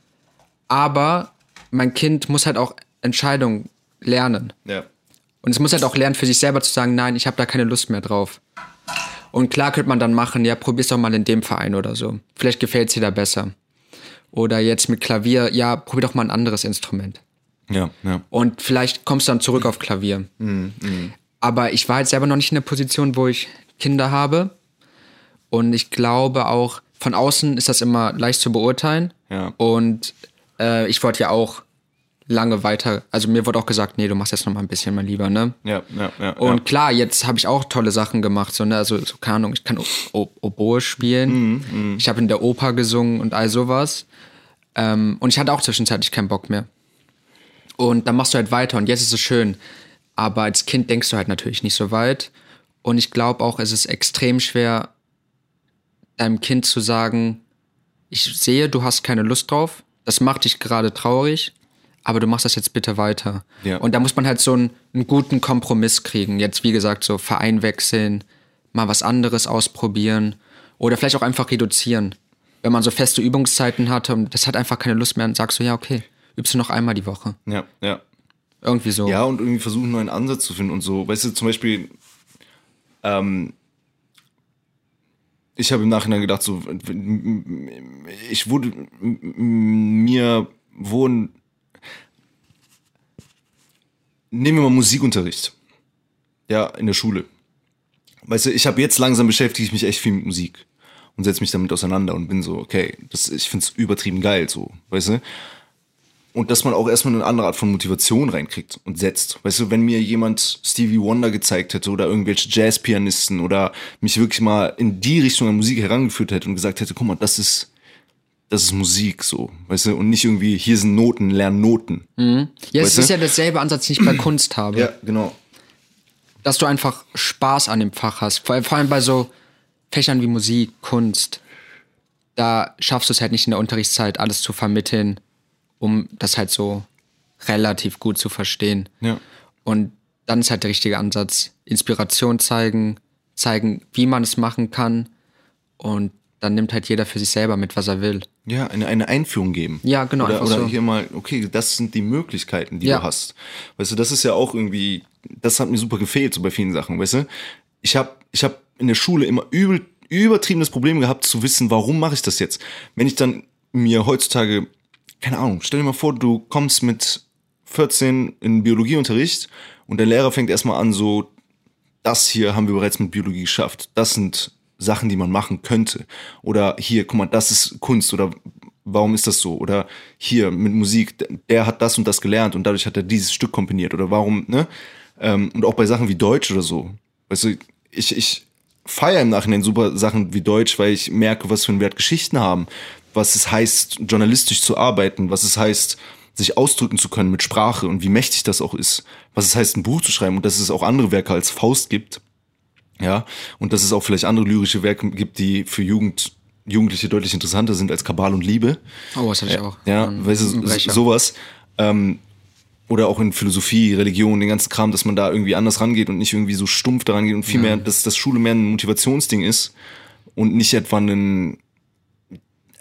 Aber mein Kind muss halt auch Entscheidungen lernen. Ja. Und es muss halt auch lernen, für sich selber zu sagen, nein, ich habe da keine Lust mehr drauf. Und klar könnte man dann machen, ja, probier's doch mal in dem Verein oder so. Vielleicht gefällt's dir da besser. Oder jetzt mit Klavier, ja, probier doch mal ein anderes Instrument. Ja. Und vielleicht kommst du dann zurück auf Klavier. Aber ich war jetzt selber noch nicht in der Position, wo ich Kinder habe. Und ich glaube auch, von außen ist das immer leicht zu beurteilen. Ja. Und ich wollte ja auch lange weiter, also mir wurde auch gesagt, nee, du machst jetzt noch mal ein bisschen, mein Lieber, ne? Ja. Und klar, jetzt habe ich auch tolle Sachen gemacht, so, ne? Also, so, keine Ahnung, ich kann Oboe spielen, ich habe in der Oper gesungen und all sowas. Und ich hatte auch zwischenzeitlich keinen Bock mehr. Und dann machst du halt weiter und jetzt ist es schön. Aber als Kind denkst du halt natürlich nicht so weit. Und ich glaube auch, es ist extrem schwer, deinem Kind zu sagen, ich sehe, du hast keine Lust drauf, das macht dich gerade traurig, aber du machst das jetzt bitte weiter. Ja. Und da muss man halt so einen guten Kompromiss kriegen. Jetzt, wie gesagt, so Verein wechseln, mal was anderes ausprobieren oder vielleicht auch einfach reduzieren. Wenn man so feste Übungszeiten hatte und das hat einfach keine Lust mehr, dann sagst du, ja, okay, übst du noch einmal die Woche. Ja. Irgendwie so. Ja, und irgendwie versuchen, einen neuen Ansatz zu finden und so. Weißt du, zum Beispiel, ich habe im Nachhinein gedacht, so, nehmen wir mal Musikunterricht. Ja, in der Schule. Weißt du, ich habe jetzt langsam beschäftige ich mich echt viel mit Musik und setze mich damit auseinander und bin so, okay, ich find's übertrieben geil, so, weißt du? Und dass man auch erstmal eine andere Art von Motivation reinkriegt und setzt. Weißt du, wenn mir jemand Stevie Wonder gezeigt hätte oder irgendwelche Jazzpianisten oder mich wirklich mal in die Richtung an Musik herangeführt hätte und gesagt hätte, guck mal, das ist Musik, so, weißt du, und nicht irgendwie, hier sind Noten, lern Noten. Ja, es ist ja derselbe Ansatz, den ich bei Kunst habe. Ja, genau. Dass du einfach Spaß an dem Fach hast. Vor allem bei so Fächern wie Musik, Kunst. Da schaffst du es halt nicht in der Unterrichtszeit, alles zu vermitteln, um das halt so relativ gut zu verstehen. Ja. Und dann ist halt der richtige Ansatz. Inspiration zeigen, wie man es machen kann. Und dann nimmt halt jeder für sich selber mit, was er will. Ja, eine Einführung geben. Ja, genau. Oder hier mal, okay, das sind die Möglichkeiten, die du hast. Weißt du, das ist ja auch irgendwie, das hat mir super gefehlt, so bei vielen Sachen, weißt du. Ich hab in der Schule immer übertriebenes Problem gehabt, zu wissen, warum mache ich das jetzt? Wenn ich dann mir heutzutage, keine Ahnung, stell dir mal vor, du kommst mit 14 in Biologieunterricht und der Lehrer fängt erstmal an, so, das hier haben wir bereits mit Biologie geschafft. Das sind Sachen, die man machen könnte. Oder hier, guck mal, das ist Kunst oder warum ist das so? Oder hier mit Musik, der hat das und das gelernt und dadurch hat er dieses Stück komponiert. Oder warum, ne? Und auch bei Sachen wie Deutsch oder so. Weißt du, ich feiere im Nachhinein super Sachen wie Deutsch, weil ich merke, was für einen Wert Geschichten haben. Was es heißt, journalistisch zu arbeiten. Was es heißt, sich ausdrücken zu können mit Sprache und wie mächtig das auch ist. Was es heißt, ein Buch zu schreiben und dass es auch andere Werke als Faust gibt. Ja, und dass es auch vielleicht andere lyrische Werke gibt, die für Jugendliche deutlich interessanter sind als Kabal und Liebe. Oh, das hatte ich auch. Ja, weißt du, sowas. Oder auch in Philosophie, Religion, den ganzen Kram, dass man da irgendwie anders rangeht und nicht irgendwie so stumpf daran geht und vielmehr, dass das Schule mehr ein Motivationsding ist und nicht etwa ein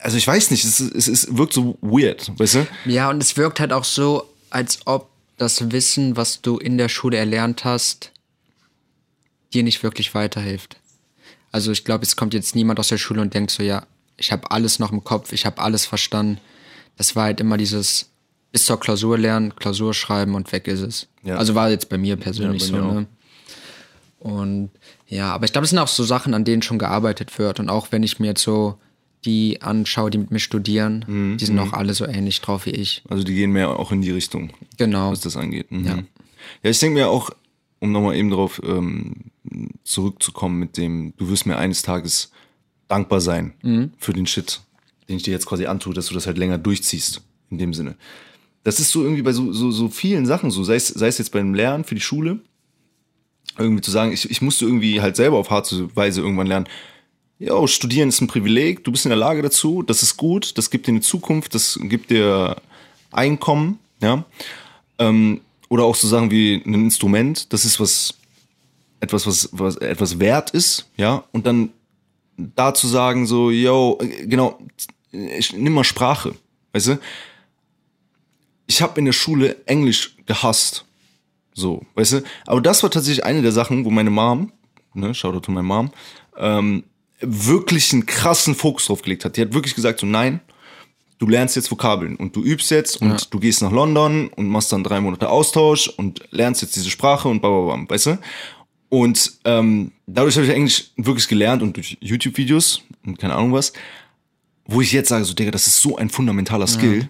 also ich weiß nicht, es wirkt so weird, weißt du? Ja, und es wirkt halt auch so, als ob das Wissen, was du in der Schule erlernt hast, dir nicht wirklich weiterhilft. Also ich glaube, es kommt jetzt niemand aus der Schule und denkt so, ja, ich habe alles noch im Kopf, ich habe alles verstanden. Das war halt immer dieses bis zur Klausur lernen, Klausur schreiben und weg ist es. Ja. Also war jetzt bei mir persönlich so. Ne? Und ja, aber ich glaube, es sind auch so Sachen, an denen schon gearbeitet wird. Und auch wenn ich mir jetzt so die anschaue, die mit mir studieren, die sind auch alle so ähnlich drauf wie ich. Also die gehen mehr auch in die Richtung, genau, was das angeht. Ja, ich denke mir auch, um nochmal eben drauf zurückzukommen mit dem, du wirst mir eines Tages dankbar sein für den Shit, den ich dir jetzt quasi antue, dass du das halt länger durchziehst, in dem Sinne. Das ist so irgendwie bei so vielen Sachen so, sei es jetzt beim Lernen für die Schule, irgendwie zu sagen, ich musste irgendwie halt selber auf harte Weise irgendwann lernen, ja, studieren ist ein Privileg, du bist in der Lage dazu, das ist gut, das gibt dir eine Zukunft, das gibt dir Einkommen, ja. Oder auch so Sachen wie ein Instrument, das ist etwas wert ist, ja. Und dann da zu sagen so, yo, genau, nimm mal Sprache, weißt du. Ich habe in der Schule Englisch gehasst. So, weißt du? Aber das war tatsächlich eine der Sachen, wo meine Mom, ne, Shoutout to my Mom, wirklich einen krassen Fokus drauf gelegt hat. Die hat wirklich gesagt so, nein, du lernst jetzt Vokabeln und du übst jetzt und du gehst nach London und machst dann 3 Monate Austausch und lernst jetzt diese Sprache und blablabla, weißt du? Und dadurch habe ich Englisch wirklich gelernt und durch YouTube-Videos und keine Ahnung was, wo ich jetzt sage so, Digga, das ist so ein fundamentaler Skill.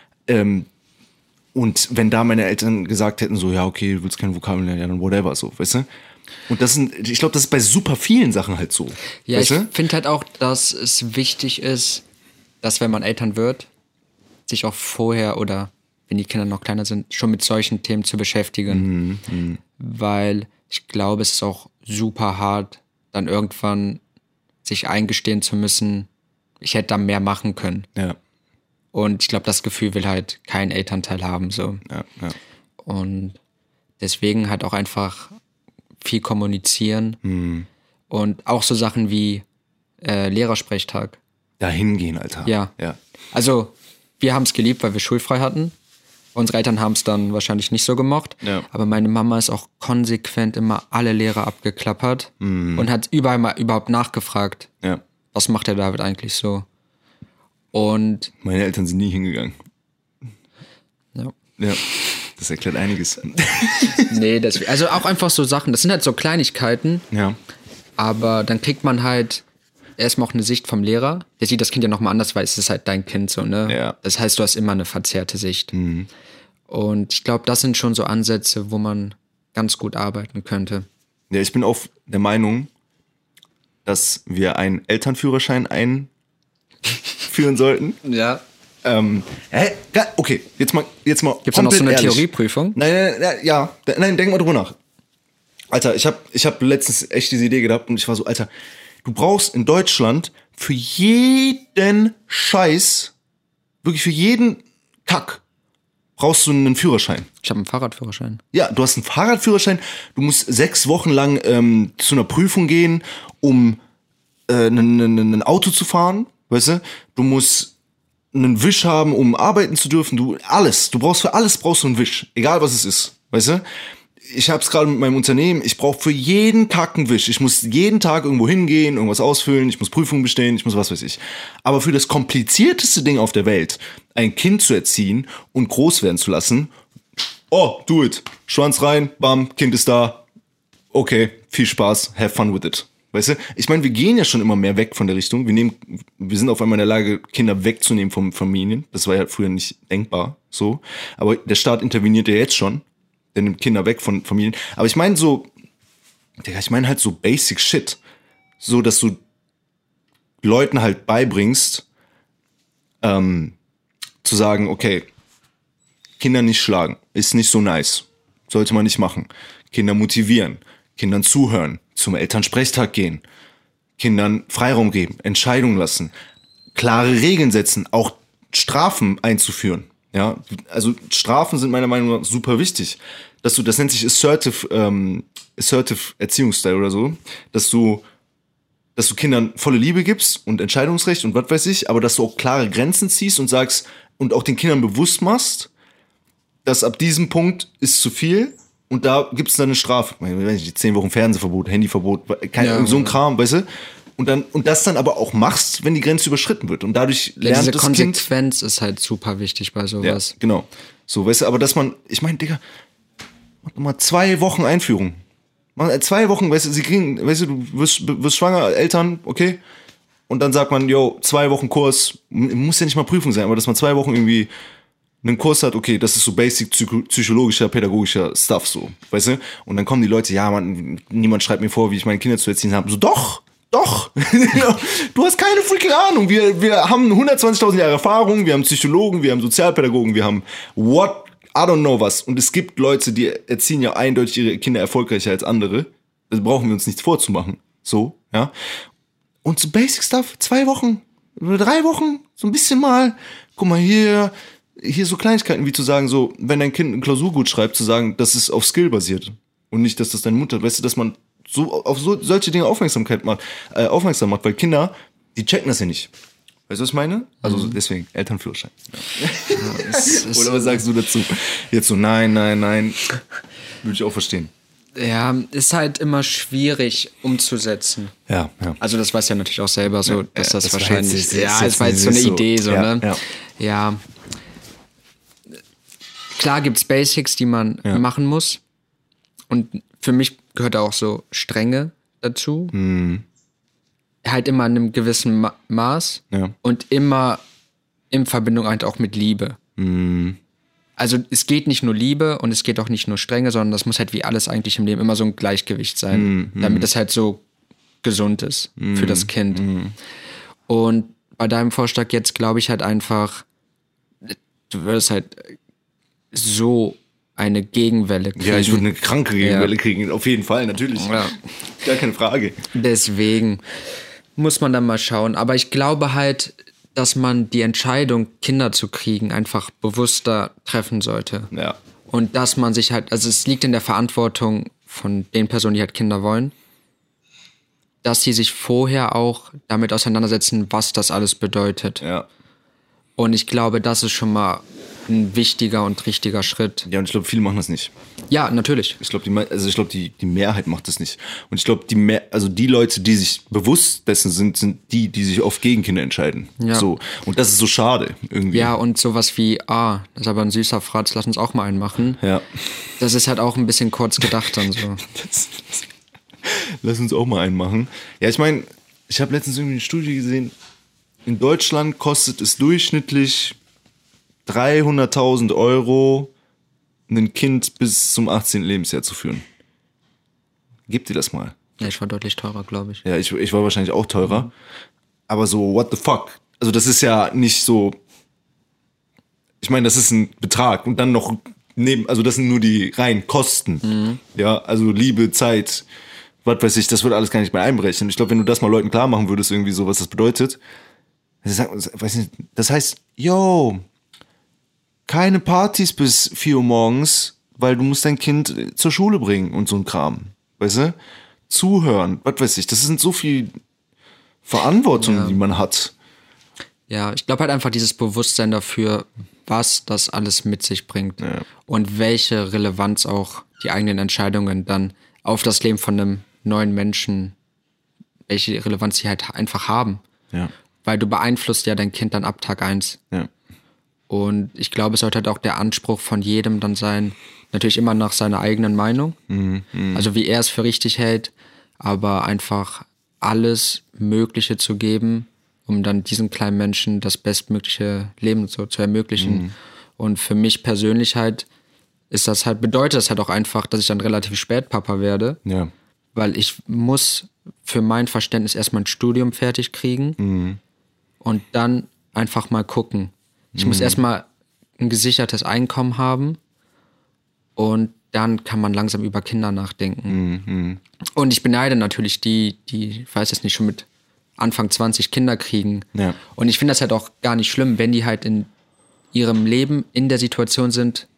Und wenn da meine Eltern gesagt hätten, so, ja, okay, du willst keine Vokabeln lernen, ja, dann whatever, so, weißt du? Und ich glaube, das ist bei super vielen Sachen halt so. Ja, weißt ich finde halt auch, dass es wichtig ist, dass wenn man Eltern wird, sich auch vorher oder wenn die Kinder noch kleiner sind, schon mit solchen Themen zu beschäftigen. Weil ich glaube, es ist auch super hart, dann irgendwann sich eingestehen zu müssen, ich hätte da mehr machen können. Ja. Und ich glaube, das Gefühl will halt kein Elternteil haben. So. Ja. Und deswegen halt auch einfach viel kommunizieren. Und auch so Sachen wie Lehrersprechtag. Dahin gehen, Alter. Ja. Also, wir haben es geliebt, weil wir schulfrei hatten. Unsere Eltern haben es dann wahrscheinlich nicht so gemocht. Ja. Aber meine Mama ist auch konsequent immer alle Lehrer abgeklappert und hat überall mal überhaupt nachgefragt, was macht der David eigentlich so? Und meine Eltern sind nie hingegangen. Ja, das erklärt einiges. Nee, also auch einfach so Sachen, das sind halt so Kleinigkeiten. Ja. Aber dann kriegt man halt erstmal auch eine Sicht vom Lehrer. Der sieht das Kind ja nochmal anders, weil es ist halt dein Kind so, ne? Ja. Das heißt, du hast immer eine verzerrte Sicht. Und ich glaube, das sind schon so Ansätze, wo man ganz gut arbeiten könnte. Ja, ich bin auch der Meinung, dass wir einen Elternführerschein einführen sollten. Ja. Okay, jetzt mal. Gibt's da noch so eine ehrlich. Theorieprüfung? Nein, denk mal drüber nach. Alter, ich hab letztens echt diese Idee gehabt und ich war so, Alter, du brauchst in Deutschland für jeden Scheiß, wirklich für jeden Kack, brauchst du einen Führerschein. Ich habe einen Fahrradführerschein. Ja, du hast einen Fahrradführerschein, du musst 6 Wochen lang zu einer Prüfung gehen, um ein Auto zu fahren, weißt du? Du musst einen Wisch haben, um arbeiten zu dürfen, du brauchst für alles einen Wisch, egal was es ist, weißt du? Ich hab's gerade mit meinem Unternehmen, ich brauche für jeden Kack einen Wisch. Ich muss jeden Tag irgendwo hingehen, irgendwas ausfüllen, ich muss Prüfungen bestehen, ich muss was weiß ich. Aber für das komplizierteste Ding auf der Welt, ein Kind zu erziehen und groß werden zu lassen, do it. Schwanz rein, bam, Kind ist da. Okay, viel Spaß, have fun with it. Weißt du? Ich meine, wir gehen ja schon immer mehr weg von der Richtung. Wir sind auf einmal in der Lage, Kinder wegzunehmen von Familien. Das war ja früher nicht denkbar, so. Aber der Staat interveniert ja jetzt schon. Der nimmt Kinder weg von Familien. Aber ich meine halt so basic shit. So, dass du Leuten halt beibringst, zu sagen, okay, Kinder nicht schlagen, ist nicht so nice. Sollte man nicht machen. Kinder motivieren, Kindern zuhören, zum Elternsprechtag gehen, Kindern Freiraum geben, Entscheidungen lassen, klare Regeln setzen, auch Strafen einzuführen. Ja, also Strafen sind meiner Meinung nach super wichtig. Das nennt sich assertive Erziehungsstyle oder so, dass du dass du Kindern volle Liebe gibst und Entscheidungsrecht und was weiß ich, aber dass du auch klare Grenzen ziehst und sagst und auch den Kindern bewusst machst, dass ab diesem Punkt ist zu viel und da gibt es dann eine Strafe. Ich weiß nicht, 10 Wochen Fernsehverbot, Handyverbot, so ein Kram, weißt du? Und das dann aber auch machst, wenn die Grenze überschritten wird. Und dadurch lernt diese das Konsequenz Kind, ist halt super wichtig bei sowas. Ja, genau. So, weißt du, aber dass man, ich meine, Digga, mach doch mal 2 Wochen Einführung. 2 Wochen, weißt du, du wirst schwanger, Eltern, okay? Und dann sagt man, 2 Wochen Kurs, muss ja nicht mal Prüfung sein, aber dass man 2 Wochen irgendwie einen Kurs hat, okay, das ist so basic psychologischer, pädagogischer Stuff, so, weißt du? Und dann kommen die Leute, ja, man, niemand schreibt mir vor, wie ich meine Kinder zu erziehen habe. So, doch! Du hast keine freaking Ahnung. Wir haben 120.000 Jahre Erfahrung, wir haben Psychologen, wir haben Sozialpädagogen, wir haben I don't know was. Und es gibt Leute, die erziehen ja eindeutig ihre Kinder erfolgreicher als andere. Das brauchen wir uns nichts vorzumachen. So, ja. Und so Basic Stuff, 2 Wochen oder 3 Wochen, so ein bisschen mal. Guck mal, hier so Kleinigkeiten wie zu sagen, so, wenn dein Kind eine Klausur gut schreibt, zu sagen, das ist auf Skill basiert. Und nicht, dass das deine Mutter, weißt du, dass man auf solche Dinge aufmerksam macht, weil Kinder, die checken das ja nicht. Weißt du, was ich meine? Also deswegen, Elternführerschein. Ja, oder was sagst du dazu? Jetzt so, nein. Würde ich auch verstehen. Ja, ist halt immer schwierig umzusetzen. Ja. Also das weiß ja natürlich auch selber so, dass das wahrscheinlich... Es war jetzt so eine Idee, so, ne? Ja. Klar gibt's Basics, die man machen muss. Und für mich gehört auch so Strenge dazu. Halt immer in einem gewissen Maß. Ja. Und immer in Verbindung halt auch mit Liebe. Also es geht nicht nur Liebe und es geht auch nicht nur Strenge, sondern das muss halt wie alles eigentlich im Leben immer so ein Gleichgewicht sein. Damit es halt so gesund ist für das Kind. Und bei deinem Vorschlag jetzt glaube ich halt einfach, du würdest halt so eine Gegenwelle kriegen. Ja, ich würde eine kranke Gegenwelle kriegen, auf jeden Fall, natürlich. Ja. Gar keine Frage. Deswegen muss man dann mal schauen. Aber ich glaube halt, dass man die Entscheidung, Kinder zu kriegen, einfach bewusster treffen sollte. Ja. Und dass man sich halt, also es liegt in der Verantwortung von den Personen, die halt Kinder wollen, dass sie sich vorher auch damit auseinandersetzen, was das alles bedeutet. Ja. Und ich glaube, das ist schon mal ein wichtiger und richtiger Schritt. Ja, und ich glaube, viele machen das nicht. Ja, natürlich. Ich glaube, die Mehrheit macht das nicht. Und ich glaube, die Leute, die sich bewusst dessen sind die sich oft gegen Kinder entscheiden. Ja. So. Und das ist so schade irgendwie. Ja, und sowas wie, das ist aber ein süßer Fratz, lass uns auch mal einen machen. Ja. Das ist halt auch ein bisschen kurz gedacht dann so. Lass uns auch mal einen machen. Ja, ich meine, ich habe letztens irgendwie eine Studie gesehen, in Deutschland kostet es durchschnittlich 300.000 Euro, ein Kind bis zum 18. Lebensjahr zu führen. Gib dir das mal. Ja, ich war deutlich teurer, glaube ich. Ja, ich war wahrscheinlich auch teurer. Aber so, what the fuck? Also das ist ja nicht so... Ich meine, das ist ein Betrag und dann noch also das sind nur die reinen Kosten. Ja, also Liebe, Zeit, was weiß ich, das wird alles gar nicht mehr einberechnen. Ich glaube, wenn du das mal Leuten klar machen würdest, irgendwie so, was das bedeutet, das heißt, keine Partys bis 4 Uhr morgens, weil du musst dein Kind zur Schule bringen und so ein Kram. Weißt du? Zuhören, was weiß ich. Das sind so viel Verantwortung, die man hat. Ja, ich glaube halt einfach dieses Bewusstsein dafür, was das alles mit sich bringt. Ja. Und welche Relevanz auch die eigenen Entscheidungen dann auf das Leben von einem neuen Menschen, welche Relevanz sie halt einfach haben. Ja. Weil du beeinflusst ja dein Kind dann ab Tag 1. Ja. Und ich glaube, es sollte halt auch der Anspruch von jedem dann sein, natürlich immer nach seiner eigenen Meinung, also wie er es für richtig hält, aber einfach alles Mögliche zu geben, um dann diesen kleinen Menschen das bestmögliche Leben so zu ermöglichen. Und für mich persönlich halt bedeutet das halt auch einfach, dass ich dann relativ spät Papa werde, weil ich muss für mein Verständnis erstmal ein Studium fertig kriegen und dann einfach mal gucken. Ich muss erstmal ein gesichertes Einkommen haben und dann kann man langsam über Kinder nachdenken. Und ich beneide natürlich die, ich weiß jetzt nicht, schon mit Anfang 20 Kinder kriegen. Ja. Und ich finde das halt auch gar nicht schlimm, wenn die halt in ihrem Leben in der Situation sind,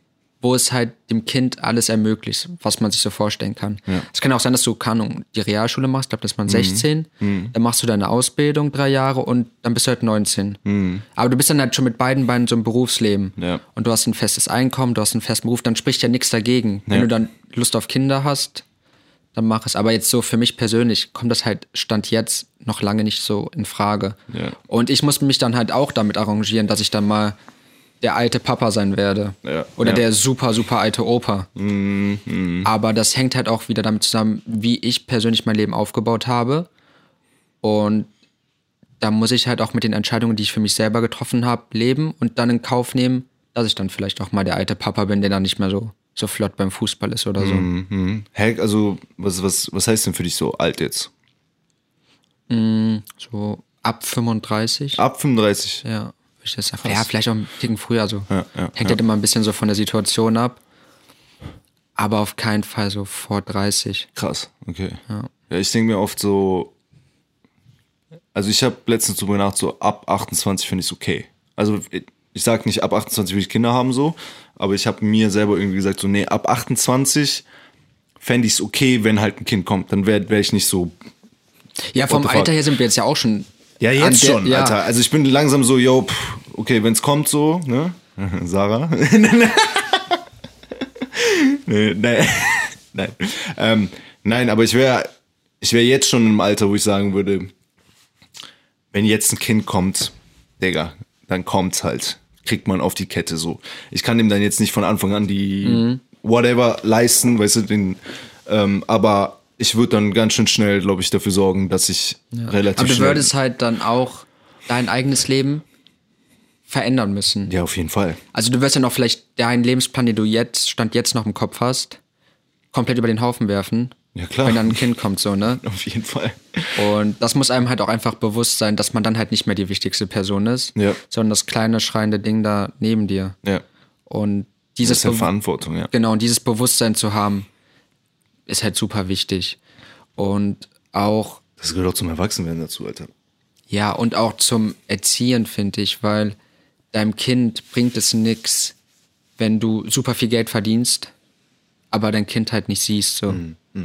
wo es halt dem Kind alles ermöglicht, was man sich so vorstellen kann. Es kann auch sein, dass du die Realschule machst, ich glaube, das ist man 16, dann machst du deine Ausbildung 3 Jahre und dann bist du halt 19. Aber du bist dann halt schon mit beiden Beinen so im Berufsleben und du hast ein festes Einkommen, du hast einen festen Beruf, dann spricht ja nichts dagegen. Wenn du dann Lust auf Kinder hast, dann mach es. Aber jetzt so für mich persönlich kommt das halt Stand jetzt noch lange nicht so in Frage. Und ich muss mich dann halt auch damit arrangieren, dass ich dann mal der alte Papa sein werde. Oder der super, super alte Opa. Aber das hängt halt auch wieder damit zusammen, wie ich persönlich mein Leben aufgebaut habe. Und da muss ich halt auch mit den Entscheidungen, die ich für mich selber getroffen habe, leben und dann in Kauf nehmen, dass ich dann vielleicht auch mal der alte Papa bin, der dann nicht mehr so flott beim Fußball ist oder so. Hä, also was heißt denn für dich so alt jetzt? So ab 35. Ab 35? Ja. Ich das sage. Ja, vielleicht auch einen Ticken früher so. Hängt halt immer ein bisschen so von der Situation ab. Aber auf keinen Fall so vor 30. Krass, okay. Ja, ich denke mir oft so, also ich habe letztens drüber nachgedacht, so ab 28 finde ich es okay. Also ich sage nicht, ab 28 will ich Kinder haben so, aber ich habe mir selber irgendwie gesagt, so nee, ab 28 fände ich es okay, wenn halt ein Kind kommt. Dann wär ich nicht so... Ja, vom Alter her sind wir jetzt ja auch schon... Ja, jetzt schon, Alter. Also ich bin langsam so, okay, wenn es kommt so, ne? Sarah? Nein, aber ich wäre jetzt schon im Alter, wo ich sagen würde, wenn jetzt ein Kind kommt, Digga, dann kommt's halt. Kriegt man auf die Kette so. Ich kann dem dann jetzt nicht von Anfang an die whatever leisten, weißt du, aber ich würde dann ganz schön schnell, glaube ich, dafür sorgen, dass ich relativ Aber du schnell... würdest halt dann auch dein eigenes Leben verändern müssen. Ja, auf jeden Fall. Also du wirst ja noch vielleicht deinen Lebensplan, den du Stand jetzt noch im Kopf hast, komplett über den Haufen werfen. Ja, klar. Wenn dann ein Kind kommt, so, ne? Auf jeden Fall. Und das muss einem halt auch einfach bewusst sein, dass man dann halt nicht mehr die wichtigste Person ist, sondern das kleine, schreiende Ding da neben dir. Ja. Und dieses... Das ist ja Verantwortung, ja. Genau, und dieses Bewusstsein zu haben, ist halt super wichtig. Und auch... Das gehört auch zum Erwachsenwerden dazu, Alter. Ja, und auch zum Erziehen, finde ich, weil deinem Kind bringt es nix, wenn du super viel Geld verdienst, aber dein Kind halt nicht siehst, so.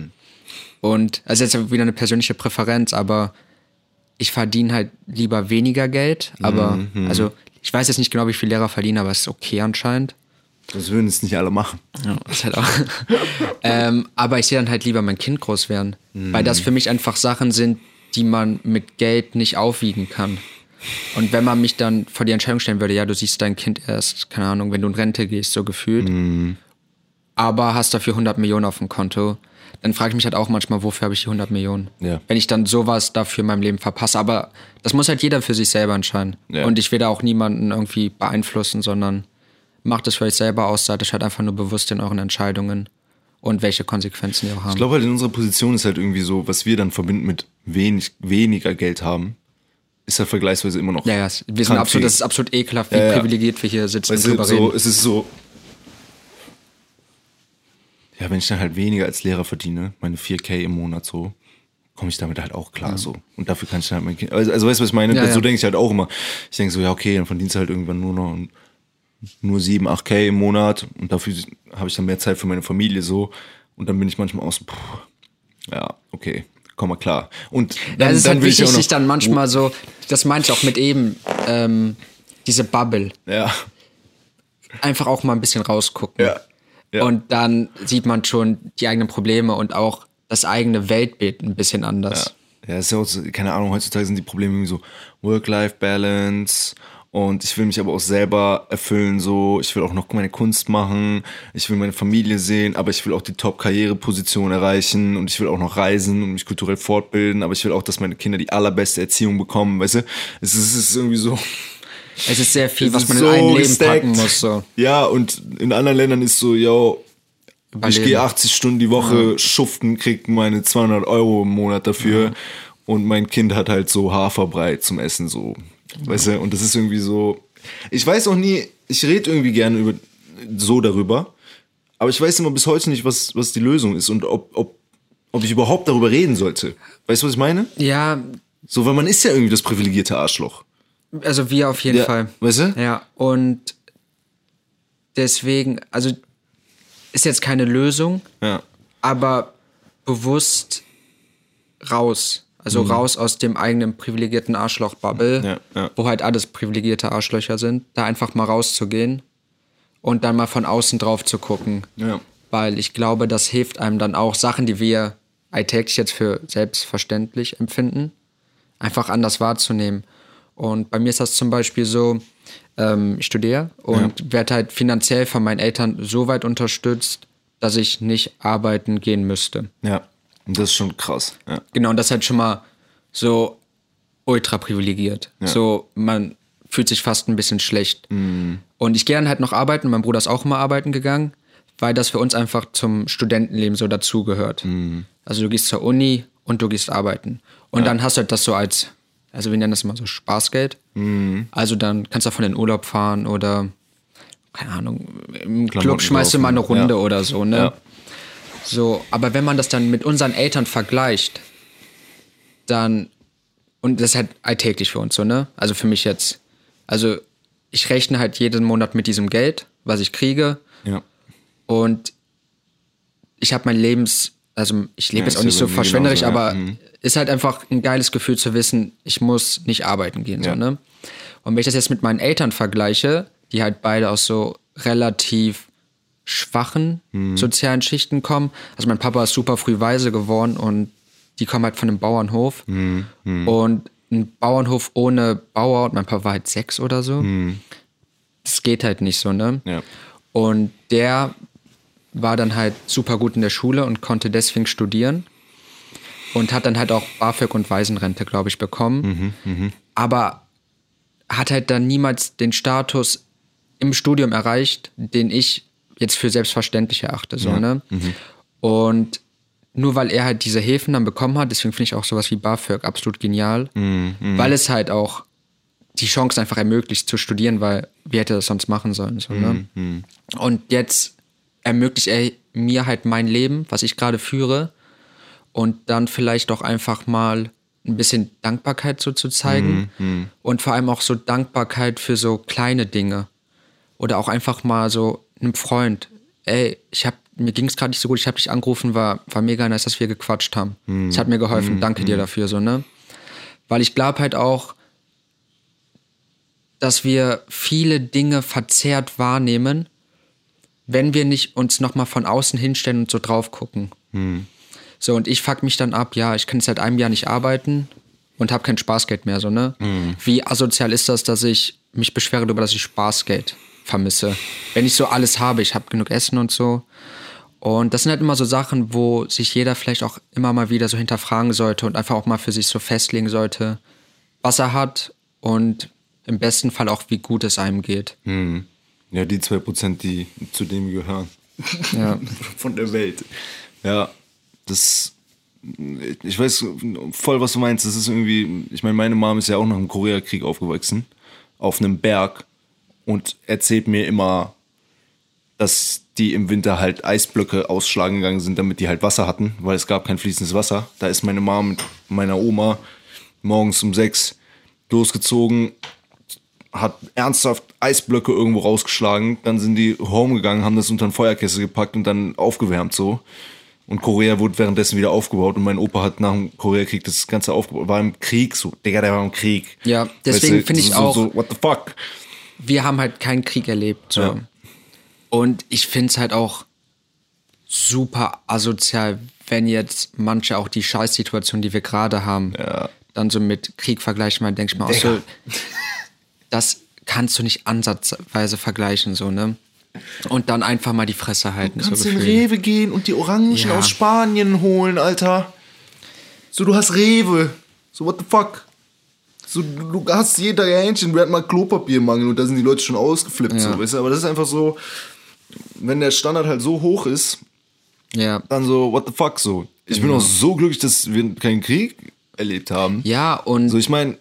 Und, also jetzt wieder eine persönliche Präferenz, aber ich verdiene halt lieber weniger Geld, aber, also, ich weiß jetzt nicht genau, wie viel Lehrer verdienen, aber es ist okay anscheinend. Das würden es nicht alle machen. Ja, ist halt auch. Aber ich sehe dann halt lieber mein Kind groß werden. Weil das für mich einfach Sachen sind, die man mit Geld nicht aufwiegen kann. Und wenn man mich dann vor die Entscheidung stellen würde, ja, du siehst dein Kind erst, keine Ahnung, wenn du in Rente gehst, so gefühlt, aber hast dafür 100 Millionen auf dem Konto, dann frage ich mich halt auch manchmal, wofür habe ich die 100 Millionen? Ja. Wenn ich dann sowas dafür in meinem Leben verpasse. Aber das muss halt jeder für sich selber entscheiden. Ja. Und ich will da auch niemanden irgendwie beeinflussen, sondern macht es für euch selber aus, seid euch halt einfach nur bewusst in euren Entscheidungen und welche Konsequenzen ihr auch haben. Ich glaube halt, in unserer Position ist halt irgendwie so, was wir dann verbinden mit weniger Geld haben, ist halt vergleichsweise immer noch. Ja, wir sind absolut, das ist absolut ekelhaft, wie privilegiert wir hier sitzen und drüber reden. Es ist so, ja, wenn ich dann halt weniger als Lehrer verdiene, meine 4K im Monat so, komme ich damit halt auch klar so. Und dafür kann ich dann halt mein Kind, also weißt du, was ich meine? So denke ich halt auch immer. Ich denke so, ja okay, dann verdienst du halt irgendwann nur 7, 8K im Monat und dafür habe ich dann mehr Zeit für meine Familie so und dann bin ich manchmal auch so, ja, okay, komm mal klar. Und dann, es ist halt wichtig, sich dann manchmal so, das meinte ich auch mit eben, diese Bubble. Ja. Einfach auch mal ein bisschen rausgucken. Ja. Ja. Und dann sieht man schon die eigenen Probleme und auch das eigene Weltbild ein bisschen anders. Ja, ist ja auch so, keine Ahnung, heutzutage sind die Probleme irgendwie so Work-Life-Balance und ich will mich aber auch selber erfüllen, so, ich will auch noch meine Kunst machen, ich will meine Familie sehen, aber ich will auch die Top-Karriereposition erreichen und ich will auch noch reisen und mich kulturell fortbilden, aber ich will auch, dass meine Kinder die allerbeste Erziehung bekommen, weißt du? Es ist irgendwie so... Es ist sehr viel, was man in ein Leben packen muss. So. Ja, und in anderen Ländern ist so, ich gehe 80 Stunden die Woche schuften, krieg meine 200 € im Monat dafür und mein Kind hat halt so Haferbrei zum Essen, so. Weißt du, und das ist irgendwie so, ich weiß auch nie, ich rede irgendwie gerne darüber, aber ich weiß immer bis heute nicht, was die Lösung ist und ob ich überhaupt darüber reden sollte. Weißt du, was ich meine? Ja. So, weil man ist ja irgendwie das privilegierte Arschloch. Also wir auf jeden Fall. Weißt du? Ja, und deswegen, also ist jetzt keine Lösung, aber bewusst raus. Also raus aus dem eigenen privilegierten Arschloch-Bubble, wo halt alles privilegierte Arschlöcher sind, da einfach mal rauszugehen und dann mal von außen drauf zu gucken. Ja. Weil ich glaube, das hilft einem dann auch, Sachen, die wir alltäglich jetzt für selbstverständlich empfinden, einfach anders wahrzunehmen. Und bei mir ist das zum Beispiel so, ich studiere und werde halt finanziell von meinen Eltern so weit unterstützt, dass ich nicht arbeiten gehen müsste. Ja. Und das ist schon krass. Ja. Genau, und das ist halt schon mal so ultra privilegiert. Ja. So, man fühlt sich fast ein bisschen schlecht. Mhm. Und ich gehe dann halt noch arbeiten, mein Bruder ist auch immer arbeiten gegangen, weil das für uns einfach zum Studentenleben so dazugehört. Mhm. Also du gehst zur Uni und du gehst arbeiten. Und dann hast du halt das so als, also wir nennen das immer so Spaßgeld. Mhm. Also dann kannst du davon in den Urlaub fahren oder, keine Ahnung, im Club schmeißt du mal eine Runde oder so, ne? Ja. So, aber wenn man das dann mit unseren Eltern vergleicht, dann, und das ist halt alltäglich für uns so, ne? Also für mich jetzt, also ich rechne halt jeden Monat mit diesem Geld, was ich kriege. Ja. Und ich habe also ich lebe jetzt auch nicht so verschwenderisch, aber ist halt einfach ein geiles Gefühl zu wissen, ich muss nicht arbeiten gehen, so, ne? Und wenn ich das jetzt mit meinen Eltern vergleiche, die halt beide aus so relativ schwachen sozialen Schichten kommen. Also mein Papa ist super früh weise geworden und die kommen halt von einem Bauernhof. Und ein Bauernhof ohne Bauer, und mein Papa war halt 6 oder so. Das geht halt nicht so, ne? Ja. Und der war dann halt super gut in der Schule und konnte deswegen studieren und hat dann halt auch BAföG und Waisenrente, glaube ich, bekommen. Aber hat halt dann niemals den Status im Studium erreicht, den ich jetzt für selbstverständlich erachte, so, ne? Und nur weil er halt diese Hilfen dann bekommen hat, deswegen finde ich auch sowas wie BAföG absolut genial, weil es halt auch die Chance einfach ermöglicht zu studieren, weil wie hätte er das sonst machen sollen, so, ne? Und jetzt ermöglicht er mir halt mein Leben, was ich gerade führe, und dann vielleicht auch einfach mal ein bisschen Dankbarkeit so zu zeigen und vor allem auch so Dankbarkeit für so kleine Dinge oder auch einfach mal so einem Freund, ey, mir ging es gerade nicht so gut, ich habe dich angerufen, war mega nice, dass wir gequatscht haben. Es hat mir geholfen, danke dir dafür, so, ne? Weil ich glaube halt auch, dass wir viele Dinge verzerrt wahrnehmen, wenn wir nicht uns nochmal von außen hinstellen und so drauf gucken. So, und ich fuck mich dann ab, ja, ich kann seit einem Jahr nicht arbeiten und habe kein Spaßgeld mehr, so, ne? Wie asozial ist das, dass ich mich beschwere darüber, dass ich Spaßgeld vermisse. Wenn ich so alles habe, ich habe genug Essen und so. Und das sind halt immer so Sachen, wo sich jeder vielleicht auch immer mal wieder so hinterfragen sollte und einfach auch mal für sich so festlegen sollte, was er hat und im besten Fall auch, wie gut es einem geht. Ja, die 2%, die zu dem gehören. Ja. Von der Welt. Ja, ich weiß voll, was du meinst. Das ist irgendwie, ich meine, meine Mom ist ja auch nach dem Koreakrieg aufgewachsen, auf einem Berg, und erzählt mir immer, dass die im Winter halt Eisblöcke ausschlagen gegangen sind, damit die halt Wasser hatten, weil es gab kein fließendes Wasser. Da ist meine Mom mit meiner Oma morgens um 6 losgezogen, hat ernsthaft Eisblöcke irgendwo rausgeschlagen, dann sind die home gegangen, haben das unter den Feuerkessel gepackt und dann aufgewärmt so. Und Korea wurde währenddessen wieder aufgebaut und mein Opa hat nach dem Koreakrieg das Ganze aufgebaut, war im Krieg so, Digga, der war im Krieg. Ja, deswegen finde ich auch, so, what the fuck? Wir haben halt keinen Krieg erlebt, so. Ja. Und ich finde es halt auch super asozial, wenn jetzt manche auch die Scheißsituation, die wir gerade haben, dann so mit Krieg vergleichen, dann denke ich mir auch so, das kannst du nicht ansatzweise vergleichen, so, ne? Und dann einfach mal die Fresse halten. Du kannst in Rewe gehen und die Orangen aus Spanien holen, Alter. So, du hast Rewe. So, what the fuck? So, du hast jeder Hähnchen, wir hatten mal Klopapiermangel und da sind die Leute schon ausgeflippt, so, weißt du? Aber das ist einfach so, wenn der Standard halt so hoch ist, dann so, what the fuck, so. Ich bin auch so glücklich, dass wir keinen Krieg erlebt haben. Ja, und so, ich meine,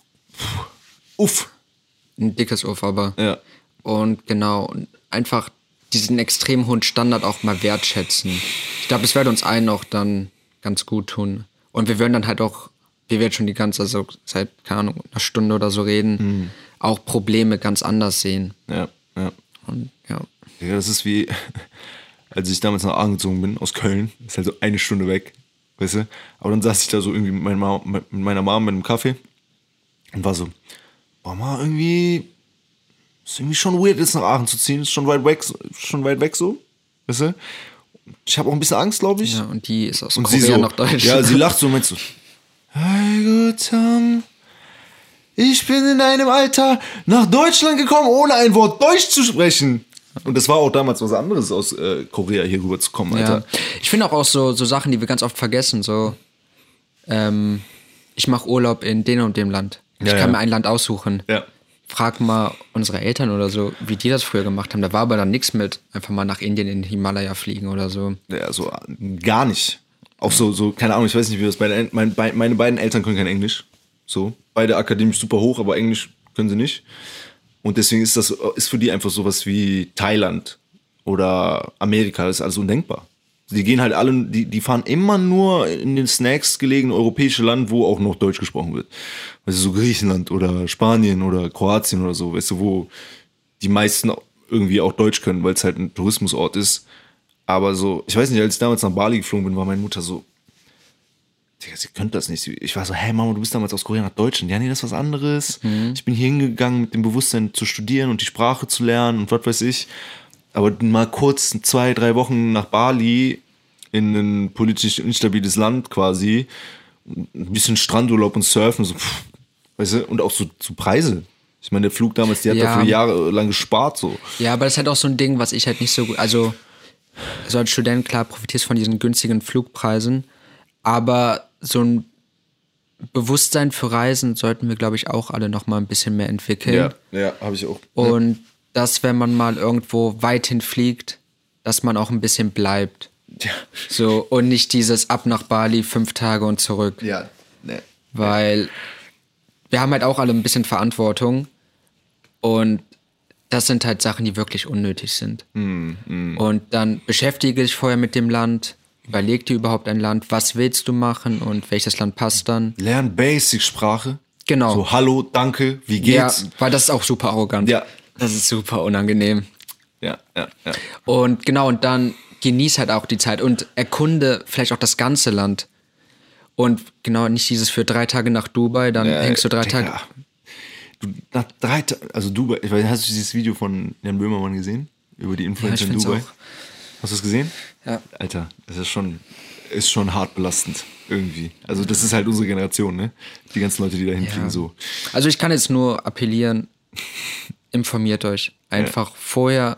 ein dickes Uff, aber. Ja. Und genau, einfach diesen extrem hohen Standard auch mal wertschätzen. Ich glaube, es wird uns allen auch dann ganz gut tun. Und wir werden dann halt auch, wir werden schon die ganze, also seit, keine Ahnung, einer Stunde oder so reden, auch Probleme ganz anders sehen. Ja. Und ja. Ja, das ist wie, als ich damals nach Aachen gezogen bin, aus Köln. Ist halt so 1 Stunde weg, weißt du. Aber dann saß ich da so irgendwie mit meiner Mom mit einem Kaffee und war so, boah, mal irgendwie, ist irgendwie schon weird, jetzt nach Aachen zu ziehen. Ist schon weit weg so, weißt du. Ich habe auch ein bisschen Angst, glaube ich. Ja, und die ist aus Korea nach Deutschland. Ja, sie lacht so und meint so, hey, Gott, ich bin in einem Alter nach Deutschland gekommen, ohne ein Wort Deutsch zu sprechen. Und das war auch damals was anderes, aus Korea hier rüber zu kommen, Alter. Ja. Ich finde auch so Sachen, die wir ganz oft vergessen. So, ich mache Urlaub in dem und dem Land. Ich kann mir ein Land aussuchen. Ja. Frag mal unsere Eltern oder so, wie die das früher gemacht haben. Da war aber dann nichts mit, einfach mal nach Indien in den Himalaya fliegen oder so. Ja, so gar nicht. Auch so keine Ahnung, ich weiß nicht, wie das meine beiden Eltern können kein Englisch. So, beide akademisch super hoch, aber Englisch können sie nicht. Und deswegen ist für die einfach sowas wie Thailand oder Amerika, das ist alles undenkbar. Die gehen halt alle, die fahren immer nur in den Snacks gelegenen europäische Land, wo auch noch Deutsch gesprochen wird. Weißt du, so Griechenland oder Spanien oder Kroatien oder so, weißt du, wo die meisten irgendwie auch Deutsch können, weil es halt ein Tourismusort ist. Aber so, ich weiß nicht, als ich damals nach Bali geflogen bin, war meine Mutter so, Digga, sie könnte das nicht. Ich war so, hey Mama, du bist damals aus Korea nach Deutschland. Ja, nee, das ist was anderes. Ich bin hier hingegangen mit dem Bewusstsein zu studieren und die Sprache zu lernen und was weiß ich. Aber mal kurz 2-3 Wochen nach Bali in ein politisch instabiles Land quasi, ein bisschen Strandurlaub und Surfen, so, weißt du, und auch so Preise. Ich meine, der Flug damals, die hat dafür jahrelang gespart, so. Ja, aber das ist halt auch so ein Ding, was ich halt nicht so gut, also als Student, klar, profitierst von diesen günstigen Flugpreisen, aber so ein Bewusstsein für Reisen sollten wir, glaube ich, auch alle noch mal ein bisschen mehr entwickeln. Ja, habe ich auch. Und dass, wenn man mal irgendwo weithin fliegt, dass man auch ein bisschen bleibt. Ja. So, und nicht dieses ab nach Bali 5 Tage und zurück. Ja, ne. Weil wir haben halt auch alle ein bisschen Verantwortung und das sind halt Sachen, die wirklich unnötig sind. Und dann beschäftige dich vorher mit dem Land, überleg dir überhaupt ein Land, was willst du machen und welches Land passt dann. Lern Basic-Sprache. Genau. So, hallo, danke, wie geht's? Ja, weil das ist auch super arrogant. Ja. Das ist super unangenehm. Ja. Und genau, und dann genieß halt auch die Zeit und erkunde vielleicht auch das ganze Land. Und genau, nicht dieses für 3 Tage nach Dubai, dann hängst du 3 Tage. Du, nach 3 Tagen, also Dubai, hast du dieses Video von Jan Böhmermann gesehen? Über die Influencer in Dubai? Auch. Hast du es gesehen? Ja. Alter, das ist schon hart belastend. Irgendwie. Also das ist halt unsere Generation, ne? Die ganzen Leute, die da hinfliegen, so. Also ich kann jetzt nur appellieren, informiert euch einfach vorher,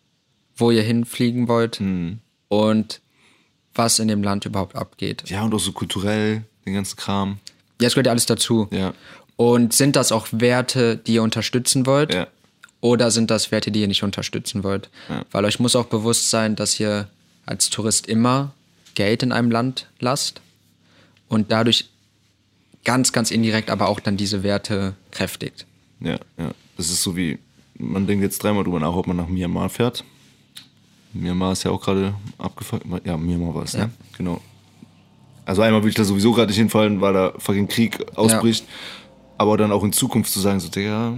wo ihr hinfliegen wollt und was in dem Land überhaupt abgeht. Ja, und auch so kulturell, den ganzen Kram. Ja, es gehört ja alles dazu. Ja. Und sind das auch Werte, die ihr unterstützen wollt? Ja. Oder sind das Werte, die ihr nicht unterstützen wollt? Ja. Weil euch muss auch bewusst sein, dass ihr als Tourist immer Geld in einem Land lasst und dadurch ganz, ganz indirekt aber auch dann diese Werte kräftigt. Ja. Das ist so wie, man denkt jetzt 3-mal drüber nach, ob man nach Myanmar fährt. Myanmar ist ja auch gerade abgefuckt. Ja, Myanmar war es, ne? Genau. Also einmal würde ich da sowieso gerade nicht hinfallen, weil da fucking Krieg ausbricht. Ja. Aber dann auch in Zukunft zu sagen, so, Digga,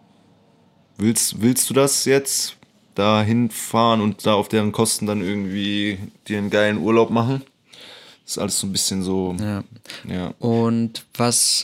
willst du das jetzt? Da hinfahren und da auf deren Kosten dann irgendwie dir einen geilen Urlaub machen? Das ist alles so ein bisschen so. Ja. Und was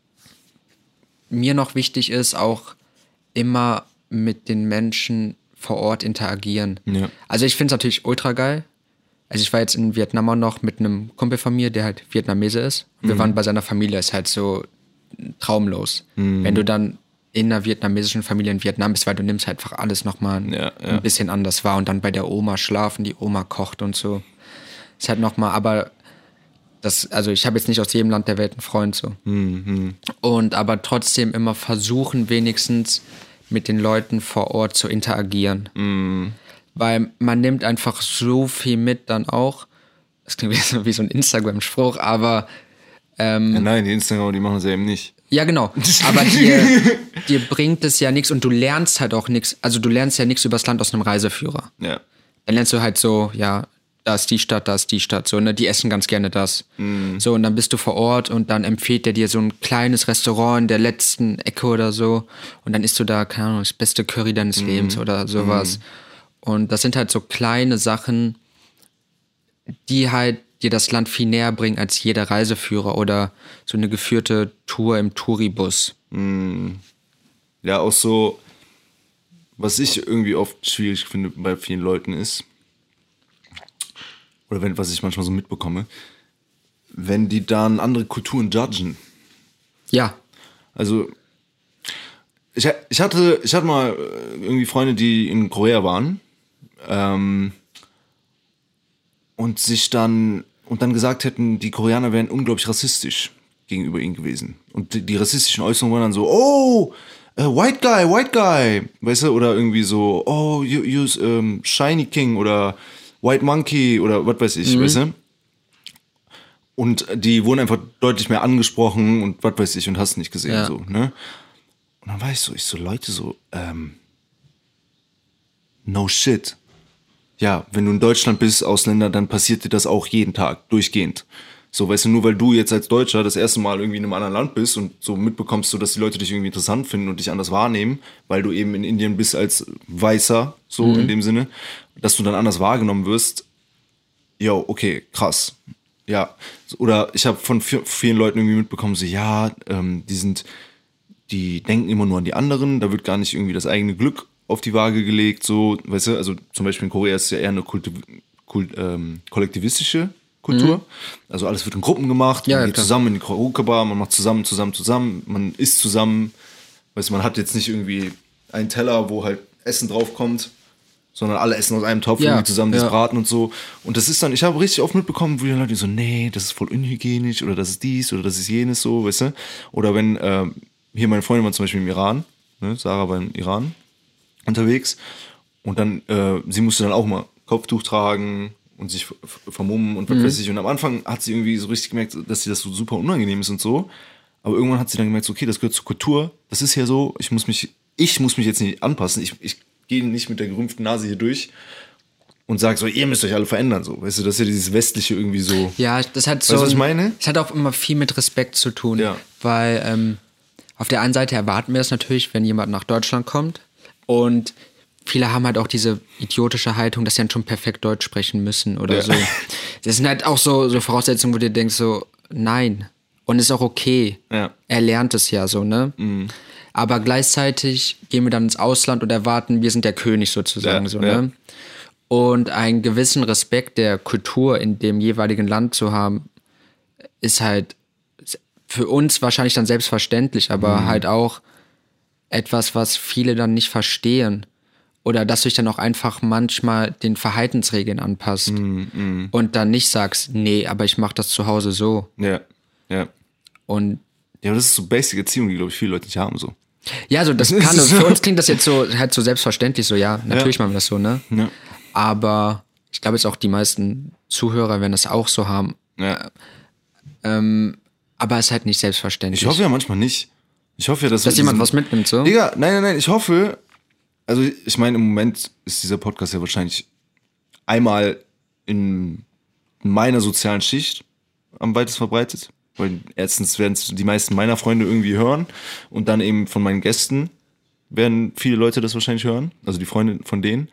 mir noch wichtig ist, auch immer mit den Menschen vor Ort interagieren. Ja. Also ich finde es natürlich ultra geil. Also ich war jetzt in Vietnam auch noch mit einem Kumpel von mir, der halt Vietnamese ist. Und wir waren bei seiner Familie, ist halt so traumlos. Wenn du dann in einer vietnamesischen Familie in Vietnam bist, weil du nimmst halt einfach alles nochmal ein bisschen anders wahr und dann bei der Oma schlafen, die Oma kocht und so. Ist halt nochmal, aber also ich habe jetzt nicht aus jedem Land der Welt einen Freund so. Und aber trotzdem immer versuchen, wenigstens mit den Leuten vor Ort zu interagieren. Weil man nimmt einfach so viel mit dann auch. Das klingt wie so ein Instagram-Spruch, aber nein, die Instagramer, die machen es ja eben nicht. Ja, genau. Aber dir bringt es ja nichts und du lernst halt auch nichts. Also du lernst ja nichts über das Land aus einem Reiseführer. Ja. Dann lernst du halt so, ja, da ist die Stadt, so, ne, die essen ganz gerne das. So, und dann bist du vor Ort und dann empfiehlt der dir so ein kleines Restaurant in der letzten Ecke oder so und dann isst du da, keine Ahnung, das beste Curry deines Lebens oder sowas. Und das sind halt so kleine Sachen, die halt dir das Land viel näher bringen als jeder Reiseführer oder so eine geführte Tour im Touribus. Ja, auch so, was ich irgendwie oft schwierig finde bei vielen Leuten ist, oder was ich manchmal so mitbekomme, wenn die dann andere Kulturen judgen. Ja. Also, ich hatte mal irgendwie Freunde, die in Korea waren, und dann gesagt hätten, die Koreaner wären unglaublich rassistisch gegenüber ihnen gewesen. Und die rassistischen Äußerungen waren dann so, oh, white guy, weißt du, oder irgendwie so, oh, you shiny king oder white monkey oder was weiß ich, weißt du. Und die wurden einfach deutlich mehr angesprochen und was weiß ich und hast nicht gesehen, so, ne. Und dann war ich so, Leute, so, no shit. Ja, wenn du in Deutschland bist, Ausländer, dann passiert dir das auch jeden Tag, durchgehend. So, weißt du, nur weil du jetzt als Deutscher das erste Mal irgendwie in einem anderen Land bist und so mitbekommst, so, dass die Leute dich irgendwie interessant finden und dich anders wahrnehmen, weil du eben in Indien bist als Weißer, so in dem Sinne, dass du dann anders wahrgenommen wirst. Jo, okay, krass. Ja, oder ich habe von vielen Leuten irgendwie mitbekommen, so, ja, die denken immer nur an die anderen, da wird gar nicht irgendwie das eigene Glück auf die Waage gelegt, so, weißt du, also zum Beispiel in Korea ist es ja eher eine kollektivistische Kultur, also alles wird in Gruppen gemacht, man geht zusammen in die Karaoke-Bar, man macht zusammen, man isst zusammen, weißt du, man hat jetzt nicht irgendwie einen Teller, wo halt Essen draufkommt, sondern alle essen aus einem Topf irgendwie zusammen das Braten und so. Und das ist dann, ich habe richtig oft mitbekommen, wo die Leute so, nee, das ist voll unhygienisch oder das ist dies oder das ist jenes so, weißt du. Oder wenn, hier meine Freundin war zum Beispiel im Iran, ne, Sarah war im Iran unterwegs und dann, sie musste dann auch mal Kopftuch tragen und sich vermummen und was weiß ich. Und am Anfang hat sie irgendwie so richtig gemerkt, dass sie das so super unangenehm ist und so. Aber irgendwann hat sie dann gemerkt, okay, das gehört zur Kultur, das ist ja so, ich muss mich jetzt nicht anpassen, ich gehe nicht mit der gerümpften Nase hier durch und sage so, ihr müsst euch alle verändern, so, weißt du, das ist ja dieses Westliche irgendwie so. Ja, das hat so, weißt du, was ich meine? Das hat auch immer viel mit Respekt zu tun, weil auf der einen Seite erwarten wir es natürlich, wenn jemand nach Deutschland kommt und viele haben halt auch diese idiotische Haltung, dass sie dann schon perfekt Deutsch sprechen müssen oder so. Das sind halt auch so Voraussetzungen, wo du denkst so, nein, und ist auch okay, er lernt es ja so, ne? Aber gleichzeitig gehen wir dann ins Ausland und erwarten, wir sind der König sozusagen, ne? Und einen gewissen Respekt der Kultur in dem jeweiligen Land zu haben, ist halt für uns wahrscheinlich dann selbstverständlich, aber halt auch etwas, was viele dann nicht verstehen. Oder dass du dich dann auch einfach manchmal den Verhaltensregeln anpasst und dann nicht sagst, nee, aber ich mache das zu Hause so. Ja. Und ja, aber das ist so basic Erziehung, die, glaube ich, viele Leute nicht haben, so. Ja, so das kann so. Für uns klingt das jetzt so halt so selbstverständlich, so ja, natürlich machen wir das so, ne? Ja. Aber ich glaube jetzt auch die meisten Zuhörer werden das auch so haben. Ja. Aber es ist halt nicht selbstverständlich. Ich hoffe ja manchmal nicht. Ich hoffe ja, dass jemand was mitnimmt, so? Digga, nein, ich hoffe, also ich meine, im Moment ist dieser Podcast ja wahrscheinlich einmal in meiner sozialen Schicht am weitest verbreitet. Weil erstens werden es die meisten meiner Freunde irgendwie hören und dann eben von meinen Gästen werden viele Leute das wahrscheinlich hören, also die Freunde von denen.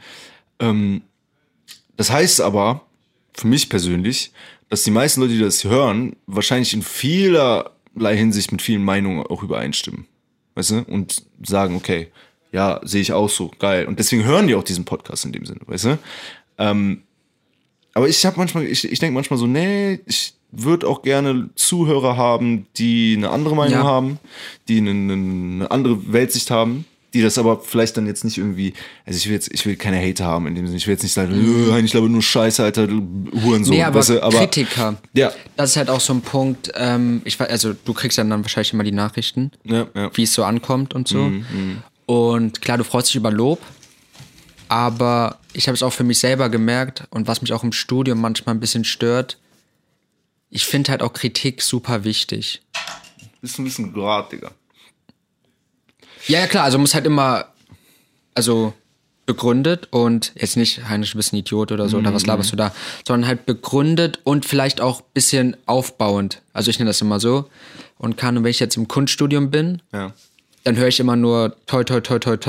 Das heißt aber, für mich persönlich, dass die meisten Leute, die das hören, wahrscheinlich in vielerlei Hinsicht mit vielen Meinungen auch übereinstimmen. Weißt du? Und sagen, okay, ja, sehe ich auch so, geil. Und deswegen hören die auch diesen Podcast in dem Sinne, weißt du? Aber ich denke manchmal so, nee, ich würde auch gerne Zuhörer haben, die eine andere Meinung haben, die eine andere Weltsicht haben, die das aber vielleicht dann jetzt nicht irgendwie, also ich will keine Hater haben in dem Sinne, ich will jetzt nicht sagen, ich glaube nur Scheiße, Alter, du Hurensohn. Nee, aber, weißt du, aber Kritiker, das ist halt auch so ein Punkt, also du kriegst dann wahrscheinlich immer die Nachrichten, wie es so ankommt und so. Und klar, du freust dich über Lob, aber ich habe es auch für mich selber gemerkt und was mich auch im Studium manchmal ein bisschen stört, ich finde halt auch Kritik super wichtig. Ist ein bisschen Grad, Digga. Ja, klar, also muss halt immer, also begründet und jetzt nicht, Heinrich, du bist ein Idiot oder so, oder was laberst du da, sondern halt begründet und vielleicht auch ein bisschen aufbauend. Also ich nenne das immer so. Und wenn ich jetzt im Kunststudium bin, dann höre ich immer nur toll, toll, toll, toll, toll.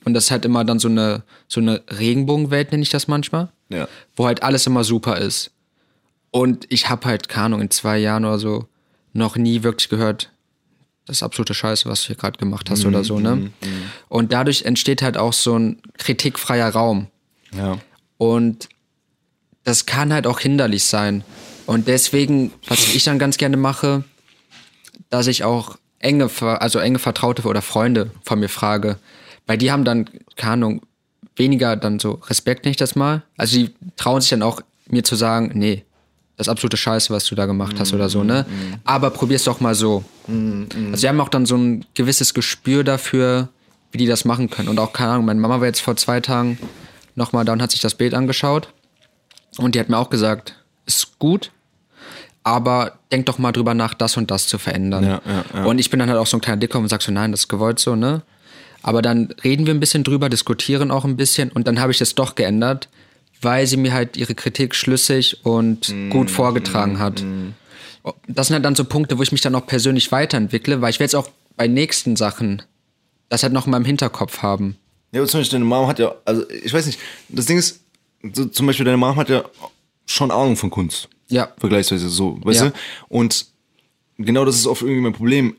Und das ist halt immer dann so eine Regenbogenwelt, nenne ich das manchmal. Ja. Wo halt alles immer super ist. Und ich habe halt, keine Ahnung, in 2 Jahren oder so noch nie wirklich gehört, das ist absolute Scheiße, was du hier gerade gemacht hast oder so, ne? Und dadurch entsteht halt auch so ein kritikfreier Raum. Ja. Und das kann halt auch hinderlich sein. Und deswegen, was ich dann ganz gerne mache, dass ich auch enge Vertraute oder Freunde von mir frage, weil die haben dann, keine Ahnung, weniger dann so Respekt, nicht das mal. Also die trauen sich dann auch, mir zu sagen, nee, das ist absolute Scheiße, was du da gemacht hast oder so, ne? Aber probier's doch mal so. Also die haben auch dann so ein gewisses Gespür dafür, wie die das machen können. Und auch, keine Ahnung, meine Mama war jetzt vor 2 Tagen nochmal da und hat sich das Bild angeschaut. Und die hat mir auch gesagt, ist gut, aber denk doch mal drüber nach, das und das zu verändern. Ja. Und ich bin dann halt auch so ein kleiner Dicker und sag so, nein, das ist gewollt so, ne? Aber dann reden wir ein bisschen drüber, diskutieren auch ein bisschen und dann habe ich das doch geändert, weil sie mir halt ihre Kritik schlüssig und gut vorgetragen hat. Das sind halt dann so Punkte, wo ich mich dann auch persönlich weiterentwickle, weil ich will jetzt auch bei nächsten Sachen das halt noch mal im Hinterkopf haben. Ja, aber zum Beispiel deine Mom hat ja, also ich weiß nicht, das Ding ist, so, zum Beispiel deine Mom hat ja schon Ahnung von Kunst. Ja. Vergleichsweise so, weißt du? Und genau das ist oft irgendwie mein Problem.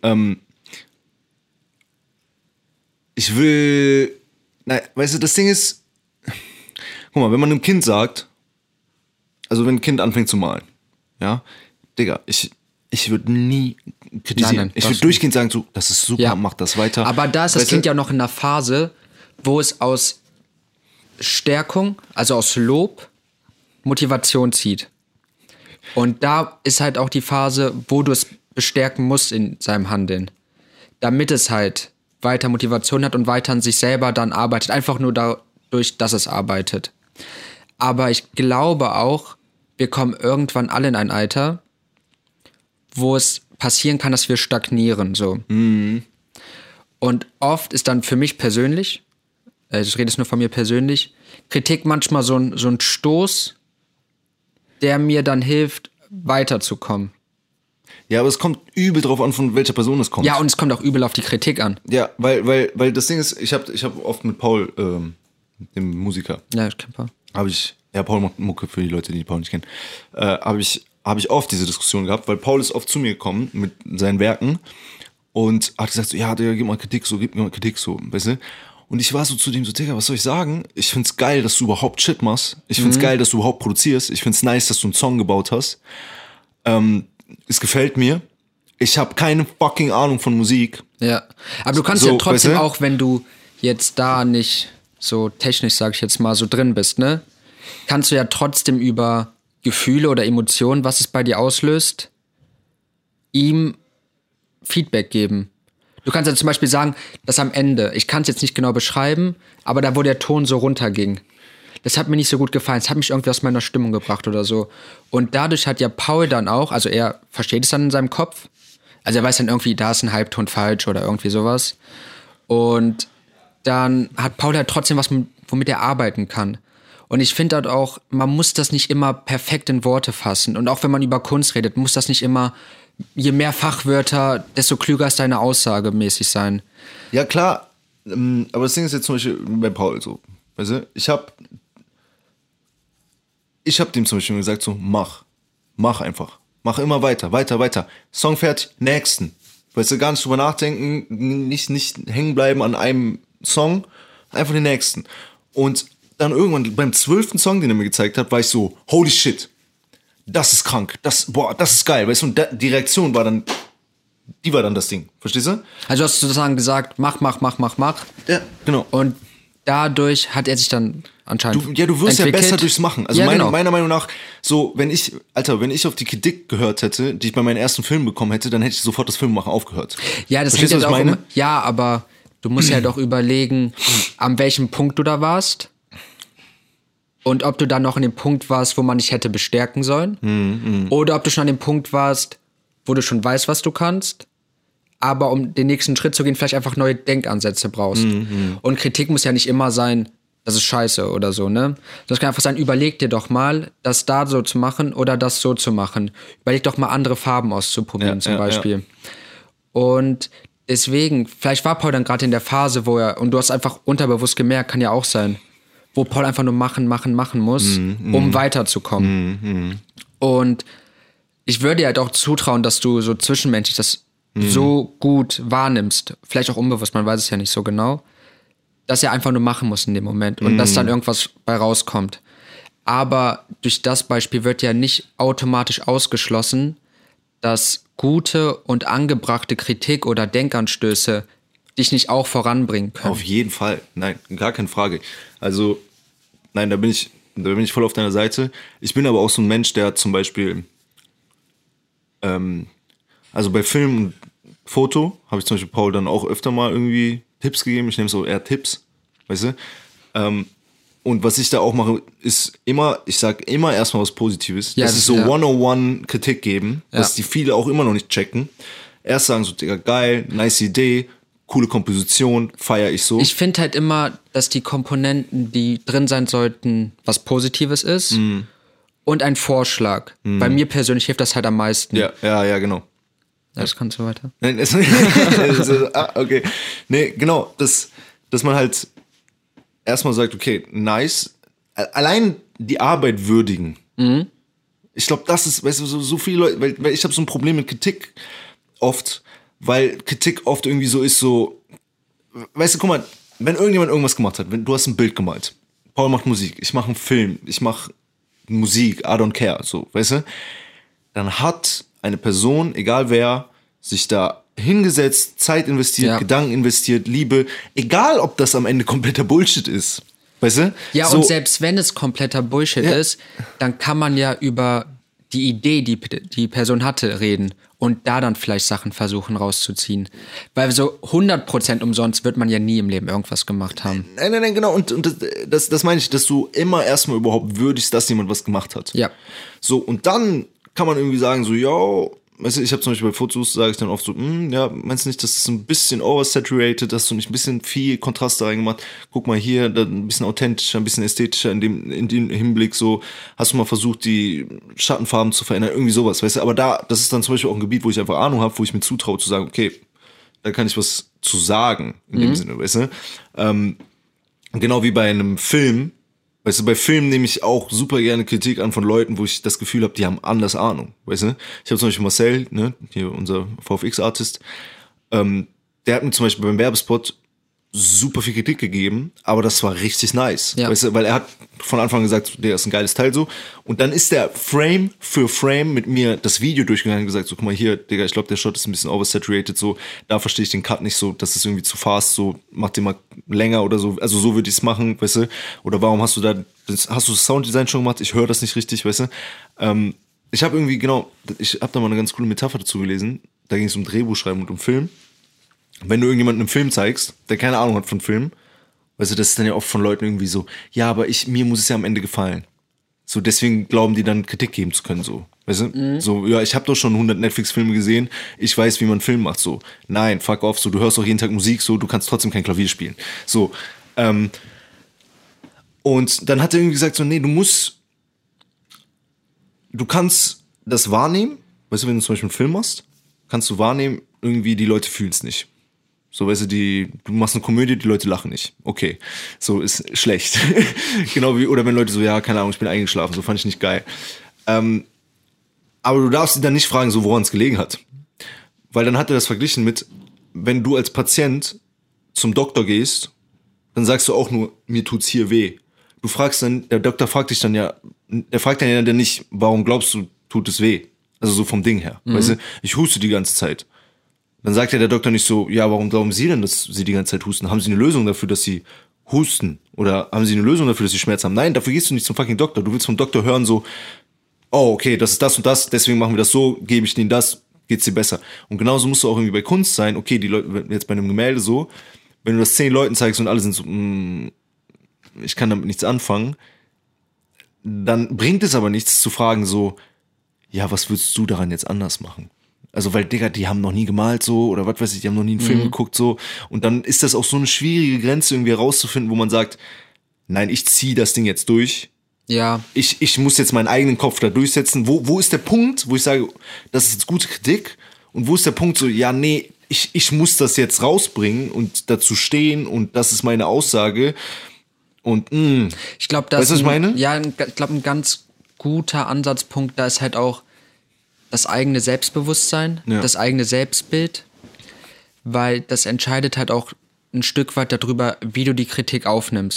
Ich will, weißt du, das Ding ist, guck mal, wenn man einem Kind sagt, also wenn ein Kind anfängt zu malen, ja, Digga, ich würde nie kritisieren. Nein, ich würde durchgehend sagen, so, das ist super, mach das weiter. Aber da ist das Kind ja noch in einer Phase, wo es aus Stärkung, also aus Lob, Motivation zieht. Und da ist halt auch die Phase, wo du es bestärken musst in seinem Handeln. Damit es halt weiter Motivation hat und weiter an sich selber dann arbeitet. Einfach nur dadurch, dass es arbeitet. Aber ich glaube auch, wir kommen irgendwann alle in ein Alter, wo es passieren kann, dass wir stagnieren. So. Und oft ist dann für mich persönlich, ich rede jetzt nur von mir persönlich, Kritik manchmal so ein Stoß, der mir dann hilft, weiterzukommen. Ja, aber es kommt übel drauf an, von welcher Person es kommt. Ja, und es kommt auch übel auf die Kritik an. Ja, weil das Ding ist, ich hab oft mit Paul, dem Musiker. Ja, ich kenne Paul. Paul macht Mucke für die Leute, die Paul nicht kennen. Habe ich oft diese Diskussion gehabt, weil Paul ist oft zu mir gekommen mit seinen Werken und hat gesagt so, ja, Digga, gib mir mal Kritik, so, weißt du? Und ich war so zu dem so, Digga, was soll ich sagen? Ich find's geil, dass du überhaupt Shit machst. Ich find's geil, dass du überhaupt produzierst. Ich find's nice, dass du einen Song gebaut hast. Es gefällt mir. Ich habe keine fucking Ahnung von Musik. Ja, aber du kannst ja trotzdem, weißt du? Auch wenn du jetzt da nicht so technisch, sag ich jetzt mal, so drin bist, ne? Kannst du ja trotzdem über Gefühle oder Emotionen, was es bei dir auslöst, ihm Feedback geben. Du kannst ja zum Beispiel sagen, dass am Ende, ich kann es jetzt nicht genau beschreiben, aber da, wo der Ton so runterging, das hat mir nicht so gut gefallen, es hat mich irgendwie aus meiner Stimmung gebracht oder so. Und dadurch hat ja Paul dann auch, also er versteht es dann in seinem Kopf, also er weiß dann irgendwie, da ist ein Halbton falsch oder irgendwie sowas. Und dann hat Paul halt trotzdem was, womit er arbeiten kann. Und ich finde halt auch, man muss das nicht immer perfekt in Worte fassen. Und auch wenn man über Kunst redet, muss das nicht immer, je mehr Fachwörter, desto klüger ist deine Aussage mäßig sein. Ja, klar. Aber das Ding ist jetzt zum Beispiel bei Paul so. Weißt du, ich hab dem zum Beispiel gesagt so, mach einfach. Mach immer weiter. Song fertig, nächsten. Weißt du, gar nicht drüber nachdenken, nicht hängen bleiben an einem Song, einfach den nächsten. Und dann irgendwann beim 12. Song, den er mir gezeigt hat, war ich so, holy shit, das ist krank, das ist geil, weißt du, und die Reaktion war dann das Ding, verstehst du? Also du hast sozusagen gesagt, mach. Ja, genau. Und dadurch hat er sich dann anscheinend du wirst entwickelt. Ja besser durchs Machen. Also ja, meiner Meinung nach, so, wenn ich auf die Kritik gehört hätte, die ich bei meinen ersten Filmen bekommen hätte, dann hätte ich sofort das Filmmachen aufgehört. Ja, das hängt ja auch ja, aber du musst ja doch überlegen, an welchem Punkt du da warst. Und ob du dann noch an dem Punkt warst, wo man dich hätte bestärken sollen. Oder ob du schon an dem Punkt warst, wo du schon weißt, was du kannst, aber um den nächsten Schritt zu gehen, vielleicht einfach neue Denkansätze brauchst. Und Kritik muss ja nicht immer sein, das ist scheiße oder so, ne? Das kann einfach sein, überleg dir doch mal, das da so zu machen oder das so zu machen. Überleg doch mal, andere Farben auszuprobieren zum Beispiel. Ja. Und deswegen, vielleicht war Paul dann gerade in der Phase, wo und du hast einfach unterbewusst gemerkt, kann ja auch sein, wo Paul einfach nur machen muss, um weiterzukommen. Und ich würde dir halt auch zutrauen, dass du so zwischenmenschlich das so gut wahrnimmst, vielleicht auch unbewusst, man weiß es ja nicht so genau, dass er einfach nur machen muss in dem Moment und dass dann irgendwas bei rauskommt. Aber durch das Beispiel wird ja nicht automatisch ausgeschlossen, dass gute und angebrachte Kritik oder Denkanstöße dich nicht auch voranbringen können. Auf jeden Fall. Nein, gar keine Frage. Also, nein, da bin ich voll auf deiner Seite. Ich bin aber auch so ein Mensch, der zum Beispiel, also bei Film und Foto habe ich zum Beispiel Paul dann auch öfter mal irgendwie Tipps gegeben. Ich nehme so eher Tipps, weißt du? Und was ich da auch mache, ist ich sag immer erstmal was Positives. Ja, das ist so 101 Kritik geben, was die viele auch immer noch nicht checken. Erst sagen so, Digga, geil, nice Idee, coole Komposition, feiere ich so. Ich finde halt immer, dass die Komponenten, die drin sein sollten, was Positives ist und ein Vorschlag. Bei mir persönlich hilft das halt am meisten. Ja, genau. Das kannst du weiter. Nein, okay. Nee, genau, dass man halt erstmal sagt, okay, nice. Allein die Arbeit würdigen. Ich glaube, das ist, weißt du, so viele Leute, weil ich habe so ein Problem mit Kritik oft, weil Kritik oft irgendwie so ist, so, weißt du, guck mal, wenn irgendjemand irgendwas gemacht hat, wenn du hast ein Bild gemalt, Paul macht Musik, ich mache einen Film, ich mache Musik, I don't care, so, weißt du, dann hat eine Person, egal wer, sich da hingesetzt, Zeit investiert, Gedanken investiert, Liebe, egal ob das am Ende kompletter Bullshit ist, weißt du? Ja, so. Und selbst wenn es kompletter Bullshit ist, dann kann man ja über die Idee, die die Person hatte, reden und da dann vielleicht Sachen versuchen rauszuziehen. Weil so 100% umsonst wird man ja nie im Leben irgendwas gemacht haben. Nein, genau. Und das meine ich, dass du immer erstmal überhaupt würdigst, dass jemand was gemacht hat. Ja. So, und dann kann man irgendwie sagen, so, yo, weißt du, ich habe zum Beispiel bei Fotos, sage ich dann oft so, meinst du nicht, das ist ein bisschen oversaturated, hast du nicht ein bisschen viel Kontrast da reingemacht? Guck mal hier, da ein bisschen authentischer, ein bisschen ästhetischer in dem Hinblick, so, hast du mal versucht, die Schattenfarben zu verändern, irgendwie sowas, weißt du, aber das ist dann zum Beispiel auch ein Gebiet, wo ich einfach Ahnung habe, wo ich mir zutraue zu sagen, okay, da kann ich was zu sagen, in dem Sinne, weißt du, genau wie bei einem Film. Weißt du, bei Filmen nehme ich auch super gerne Kritik an von Leuten, wo ich das Gefühl habe, die haben anders Ahnung, weißt du? Ich habe zum Beispiel Marcel, ne, hier unser VFX-Artist, der hat mir zum Beispiel beim Werbespot super viel Kritik gegeben, aber das war richtig nice, weißt du, weil er hat von Anfang an gesagt, der ist ein geiles Teil so, und dann ist der Frame für Frame mit mir das Video durchgegangen und gesagt, so, guck mal hier, Digga, ich glaube, der Shot ist ein bisschen oversaturated, so, da verstehe ich den Cut nicht so, das ist irgendwie zu fast, so, mach den mal länger oder so, also so würde ich es machen, weißt du, oder warum hast du das Sounddesign schon gemacht, ich höre das nicht richtig, weißt du, ich habe da mal eine ganz coole Metapher dazu gelesen, da ging es um Drehbuchschreiben und um Film. Wenn du irgendjemanden einen Film zeigst, der keine Ahnung hat von Film, weißt du, das ist dann ja oft von Leuten irgendwie so, ja, aber mir muss es ja am Ende gefallen. So, deswegen glauben die dann, Kritik geben zu können, so. Weißt du? So, ja, ich habe doch schon 100 Netflix-Filme gesehen, ich weiß, wie man einen Film macht, so. Nein, fuck off, so, du hörst doch jeden Tag Musik, so, du kannst trotzdem kein Klavier spielen. So, und dann hat er irgendwie gesagt, so, nee, du kannst das wahrnehmen, weißt du, wenn du zum Beispiel einen Film machst, kannst du wahrnehmen, irgendwie die Leute fühlen es nicht. So, weißt du, du machst eine Komödie, die Leute lachen nicht. Okay, so ist schlecht. Genau wie, oder wenn Leute so, ja, keine Ahnung, ich bin eingeschlafen, so fand ich nicht geil. Aber du darfst sie dann nicht fragen, so woran es gelegen hat. Weil dann hat er das verglichen mit, wenn du als Patient zum Doktor gehst, dann sagst du auch nur, mir tut's hier weh. Du fragst dann, der Doktor fragt dich dann ja, der fragt dann ja nicht, warum glaubst du, tut es weh? Also so vom Ding her, weißt du, ich huste die ganze Zeit. Dann sagt ja der Doktor nicht so, ja, warum glauben Sie denn, dass Sie die ganze Zeit husten? Haben Sie eine Lösung dafür, dass Sie husten? Oder haben Sie eine Lösung dafür, dass Sie Schmerzen haben? Nein, dafür gehst du nicht zum fucking Doktor. Du willst vom Doktor hören so, oh, okay, das ist das und das, deswegen machen wir das so, gebe ich Ihnen das, geht's dir besser. Und genauso musst du auch irgendwie bei Kunst sein, okay, die Leute, jetzt bei einem Gemälde so, wenn du das 10 Leuten zeigst und alle sind so, ich kann damit nichts anfangen, dann bringt es aber nichts zu fragen so, ja, was würdest du daran jetzt anders machen? Also, weil, Digga, die haben noch nie gemalt so, oder was weiß ich, die haben noch nie einen Film geguckt so. Und dann ist das auch so eine schwierige Grenze irgendwie herauszufinden, wo man sagt, nein, ich ziehe das Ding jetzt durch. Ja. Ich muss jetzt meinen eigenen Kopf da durchsetzen. Wo ist der Punkt, wo ich sage, das ist jetzt gute Kritik? Und wo ist der Punkt so, ja, nee, ich muss das jetzt rausbringen und dazu stehen und das ist meine Aussage. Und ich glaube, das weißt du, was ich meine? Ja, ich glaube, ein ganz guter Ansatzpunkt, da ist halt auch das eigene Selbstbewusstsein, das eigene Selbstbild, weil das entscheidet halt auch ein Stück weit darüber, wie du die Kritik aufnimmst.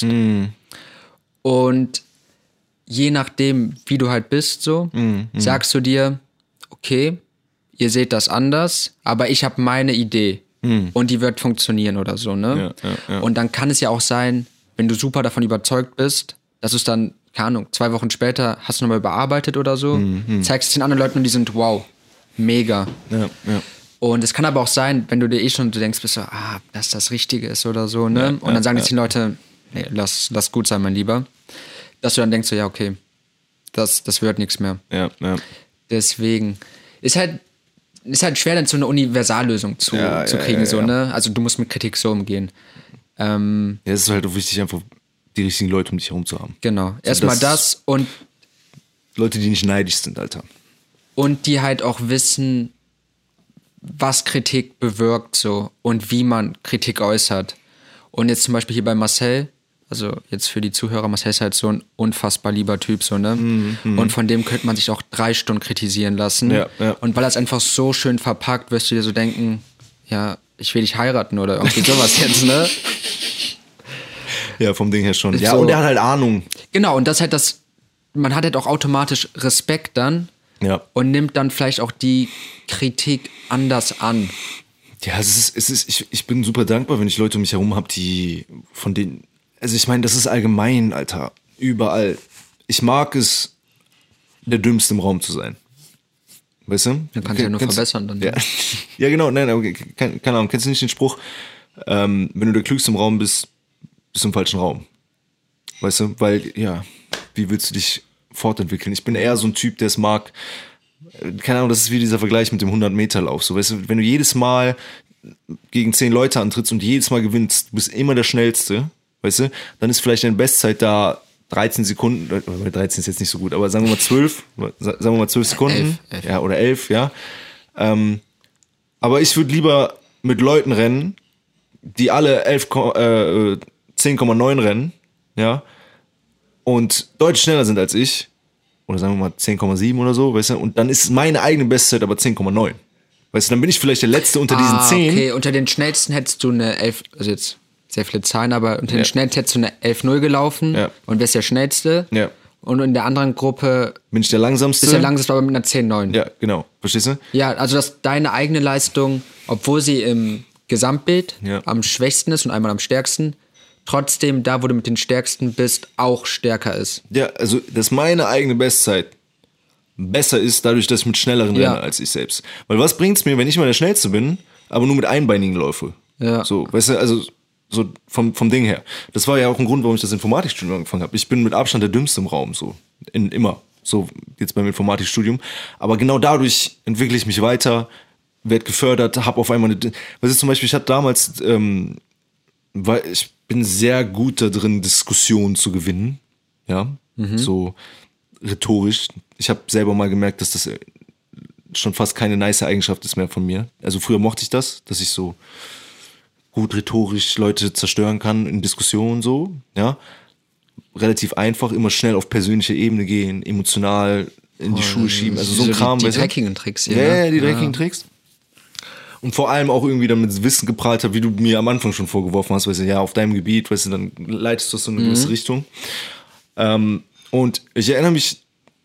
Und je nachdem, wie du halt bist, so, sagst du dir, okay, ihr seht das anders, aber ich habe meine Idee und die wird funktionieren oder so, ne? Ja. Und dann kann es ja auch sein, wenn du super davon überzeugt bist, dass du es dann, keine Ahnung, 2 Wochen später hast du nochmal überarbeitet oder so, zeigst es den anderen Leuten und die sind, wow, mega. Ja. Und es kann aber auch sein, wenn du dir schon du denkst, bist so, dass das Richtige ist oder so, ne? Und dann sagen jetzt die Leute, nee, lass gut sein, mein Lieber. Dass du dann denkst, so, ja, okay, das wird nichts mehr. Ja. Deswegen ist halt schwer, dann so eine Universallösung zu kriegen, so, ne? Also du musst mit Kritik so umgehen. Es ist halt auch wichtig, einfach die richtigen Leute um dich herum zu haben. Genau. So, erstmal das und Leute, die nicht neidisch sind, Alter. Und die halt auch wissen, was Kritik bewirkt so und wie man Kritik äußert. Und jetzt zum Beispiel hier bei Marcel, also jetzt für die Zuhörer, Marcel ist halt so ein unfassbar lieber Typ, so, ne? Und von dem könnte man sich auch 3 Stunden kritisieren lassen. Ja. Und weil er es einfach so schön verpackt, wirst du dir so denken, ja, ich will dich heiraten oder irgendwie sowas jetzt, ne? Ja, vom Ding her schon. Ja, so. Und er hat halt Ahnung. Genau, und das halt man hat halt auch automatisch Respekt dann und nimmt dann vielleicht auch die Kritik anders an. Ja, ich bin super dankbar, wenn ich Leute um mich herum habe, die von denen, also ich meine, das ist allgemein, Alter, überall. Ich mag es, der Dümmste im Raum zu sein. Weißt du? Du kannst ja nur verbessern dann. Ja, ja genau, nein, okay, keine Ahnung, kennst du nicht den Spruch, wenn du der Klügste im Raum bist, bist du im falschen Raum. Weißt du, weil, ja, wie willst du dich fortentwickeln? Ich bin eher so ein Typ, der es mag, keine Ahnung, das ist wie dieser Vergleich mit dem 100-Meter-Lauf. So, weißt du, wenn du jedes Mal gegen 10 Leute antrittst und jedes Mal gewinnst, du bist immer der Schnellste, weißt du, dann ist vielleicht deine Bestzeit da 13 Sekunden, 13 ist jetzt nicht so gut, aber sagen wir mal 12 Sekunden. 11. Ja, oder 11, ja. Aber ich würde lieber mit Leuten rennen, die alle 10,9 rennen, ja, und deutlich schneller sind als ich, oder sagen wir mal 10,7 oder so, weißt du, und dann ist meine eigene Bestzeit aber 10,9. Weißt du, dann bin ich vielleicht der Letzte unter diesen 10. Okay, unter den Schnellsten hättest du eine 11, also jetzt sehr viele Zahlen, aber unter den Schnellsten hättest du eine 11,0 gelaufen und wärst der Schnellste. Ja. Und in der anderen Gruppe bin ich der Langsamste. Bist der Langsamste, aber mit einer 10,9. Ja, genau. Verstehst du? Ja, also dass deine eigene Leistung, obwohl sie im Gesamtbild am schwächsten ist und einmal am stärksten, trotzdem da, wo du mit den Stärksten bist, auch stärker ist. Ja, also dass meine eigene Bestzeit besser ist, dadurch, dass ich mit Schnelleren renne als ich selbst. Weil was bringt's mir, wenn ich mal der Schnellste bin, aber nur mit Einbeinigen laufe? Ja. So, weißt du, also so vom Ding her. Das war ja auch ein Grund, warum ich das Informatikstudium angefangen habe. Ich bin mit Abstand der Dümmste im Raum, so. Immer. So, jetzt beim Informatikstudium. Aber genau dadurch entwickle ich mich weiter, werde gefördert, habe auf einmal eine. Was ist zum Beispiel, ich hatte damals, weil ich bin sehr gut da drin, Diskussionen zu gewinnen. Ja. So rhetorisch. Ich habe selber mal gemerkt, dass das schon fast keine nice Eigenschaft ist mehr von mir. Also früher mochte ich das, dass ich so gut rhetorisch Leute zerstören kann in Diskussionen so, ja. Relativ einfach, immer schnell auf persönliche Ebene gehen, emotional in die Schuhe schieben, also so ein Kram. Die dreckigen Tricks, ja. Die dreckigen Tricks. Und vor allem auch irgendwie damit Wissen geprahlt habe, wie du mir am Anfang schon vorgeworfen hast, weißt du, ja, auf deinem Gebiet, weißt du, dann leitest du das so in eine gewisse Richtung. Und ich erinnere mich,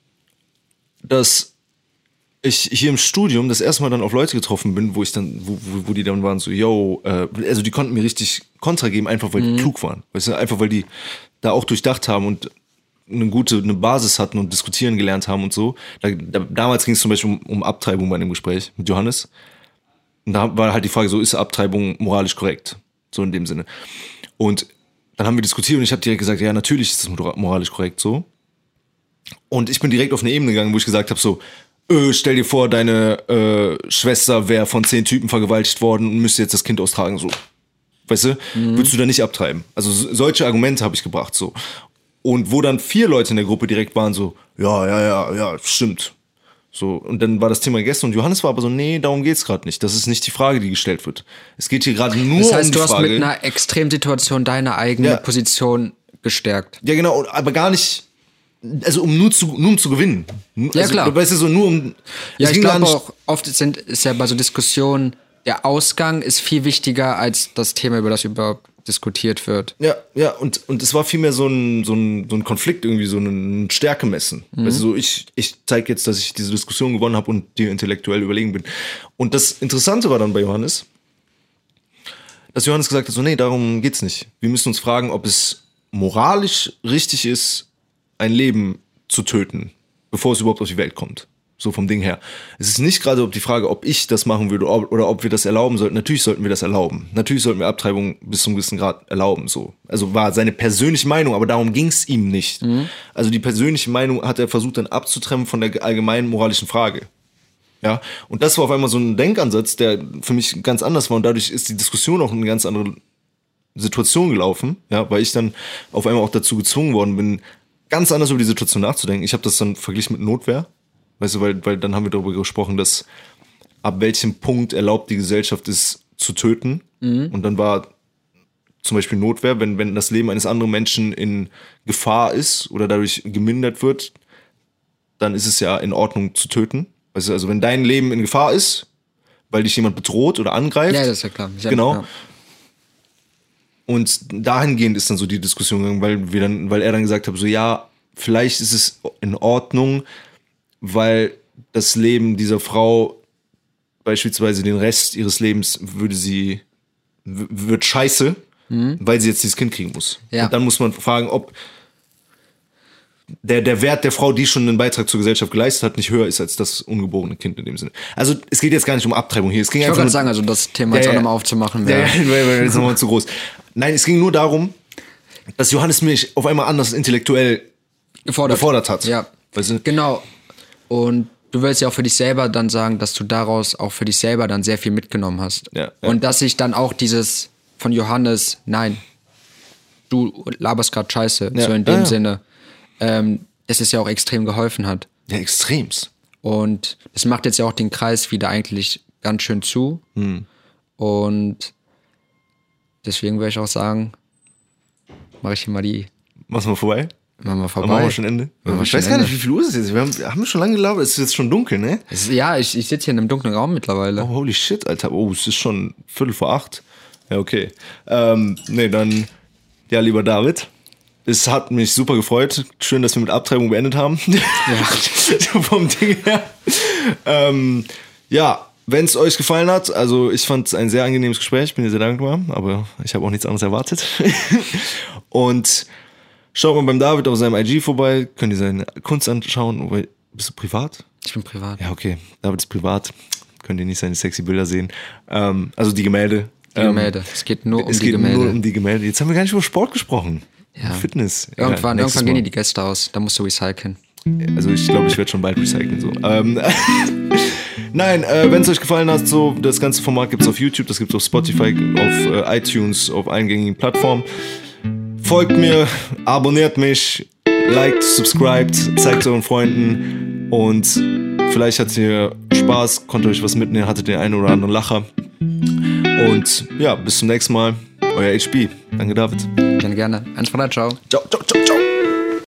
dass ich hier im Studium das erste Mal dann auf Leute getroffen bin, wo die dann waren so, yo, also die konnten mir richtig Kontra geben, einfach weil die klug waren. Weißt du, einfach weil die da auch durchdacht haben und eine Basis hatten und diskutieren gelernt haben und so. Damals ging es zum Beispiel um Abtreibung bei einem Gespräch mit Johannes. Und da war halt die Frage so, ist Abtreibung moralisch korrekt? So in dem Sinne. Und dann haben wir diskutiert und ich habe direkt gesagt, ja, natürlich ist das moralisch korrekt so. Und ich bin direkt auf eine Ebene gegangen, wo ich gesagt habe so, stell dir vor, deine Schwester wäre von 10 Typen vergewaltigt worden und müsste jetzt das Kind austragen, so. Weißt du? Würdest du da nicht abtreiben? Also solche Argumente habe ich gebracht, so. Und wo dann 4 Leute in der Gruppe direkt waren, so, ja, stimmt. So, und dann war das Thema gegessen und Johannes war aber so, nee, darum geht's gerade nicht. Das ist nicht die Frage, die gestellt wird. Es geht hier gerade nur um die Frage. Das heißt, du hast mit einer Extremsituation deine eigene Position gestärkt. Ja, genau, aber gar nicht, also um nur zu gewinnen. Ja, klar. Weißt du, so nur um... Ja, ich glaube auch, oft ist ja bei so Diskussionen, der Ausgang ist viel wichtiger als das Thema, über das überhaupt diskutiert wird. Ja, und es war vielmehr so ein Konflikt, irgendwie so ein Stärkemessen. Weißt du, so ich zeige jetzt, dass ich diese Diskussion gewonnen habe und dir intellektuell überlegen bin. Und das Interessante war dann bei Johannes, dass Johannes gesagt hat, so nee, darum geht's nicht. Wir müssen uns fragen, ob es moralisch richtig ist, ein Leben zu töten, bevor es überhaupt auf die Welt kommt. So vom Ding her. Es ist nicht gerade die Frage, ob ich das machen würde oder ob wir das erlauben sollten. Natürlich sollten wir das erlauben. Natürlich sollten wir Abtreibung bis zu einem gewissen Grad erlauben. So. Also war seine persönliche Meinung, aber darum ging es ihm nicht. Also die persönliche Meinung hat er versucht dann abzutrennen von der allgemeinen moralischen Frage. Ja, und das war auf einmal so ein Denkansatz, der für mich ganz anders war und dadurch ist die Diskussion auch in eine ganz andere Situation gelaufen, ja, weil ich dann auf einmal auch dazu gezwungen worden bin, ganz anders über die Situation nachzudenken. Ich habe das dann verglichen mit Notwehr. Weißt du, weil dann haben wir darüber gesprochen, dass ab welchem Punkt erlaubt die Gesellschaft es zu töten. Und dann war zum Beispiel Notwehr, wenn das Leben eines anderen Menschen in Gefahr ist oder dadurch gemindert wird, dann ist es ja in Ordnung zu töten. Weißt du, also wenn dein Leben in Gefahr ist, weil dich jemand bedroht oder angreift. Ja, das ist ja klar. Genau. Ja. Und dahingehend ist dann so die Diskussion gegangen, weil er dann gesagt hat, so ja, vielleicht ist es in Ordnung, weil das Leben dieser Frau beispielsweise den Rest ihres Lebens wird scheiße, weil sie jetzt dieses Kind kriegen muss. Ja. Und dann muss man fragen, ob der Wert der Frau, die schon einen Beitrag zur Gesellschaft geleistet hat, nicht höher ist als das ungeborene Kind in dem Sinne. Also es geht jetzt gar nicht um Abtreibung hier. Es ging ich wollte gerade sagen, also das Thema jetzt auch nochmal aufzumachen wäre. Ja, ist nochmal zu groß. Nein, es ging nur darum, dass Johannes mich auf einmal anders intellektuell gefordert hat. Ja, weißt du? Genau. Und du willst ja auch für dich selber dann sagen, dass du daraus auch für dich selber dann sehr viel mitgenommen hast. Ja. Und dass sich dann auch dieses von Johannes, nein, du laberst gerade Scheiße, so in dem Sinne, dass es ja auch extrem geholfen hat. Ja, extremst. Und das macht jetzt ja auch den Kreis wieder eigentlich ganz schön zu. Und deswegen würde ich auch sagen, mache ich hier mal die... Mach's mal vorbei. Machen wir vorbei. Machen wir schon Ende? Ich weiß gar nicht, wie viel Uhr ist es jetzt? Wir haben schon lange gelabert. Es ist jetzt schon dunkel, ne? Ja, ich sitze hier in einem dunklen Raum mittlerweile. Oh, holy shit, Alter. Oh, es ist schon 7:45. Ja, okay. Nee, dann, ja, lieber David, es hat mich super gefreut. Schön, dass wir mit Abtreibung beendet haben. Ja. Vom Ding her. Ja, wenn es euch gefallen hat, also ich fand es ein sehr angenehmes Gespräch, bin dir sehr dankbar, aber ich habe auch nichts anderes erwartet. Und schaut mal beim David auf seinem IG vorbei, könnt ihr seine Kunst anschauen. Bist du privat? Ich bin privat. Ja, okay. David ist privat. Könnt ihr nicht seine sexy Bilder sehen. Also die Gemälde. Es geht nur um die Gemälde. Nur um die Gemälde. Jetzt haben wir gar nicht über Sport gesprochen. Ja. Fitness. Irgendwann gehen die Gäste aus. Da musst du recyceln. Also ich glaube, ich werde schon bald recyceln. So. Nein, wenn es euch gefallen hat, so das ganze Format gibt es auf YouTube, das gibt es auf Spotify, auf iTunes, auf allen gängigen Plattformen. Folgt mir, abonniert mich, liked, subscribed, zeigt euren Freunden und vielleicht hattet ihr Spaß, konntet euch was mitnehmen, hattet den einen oder anderen Lacher. Und ja, bis zum nächsten Mal. Euer HB. Danke, David. Gerne. Eins von der, ciao. Ciao.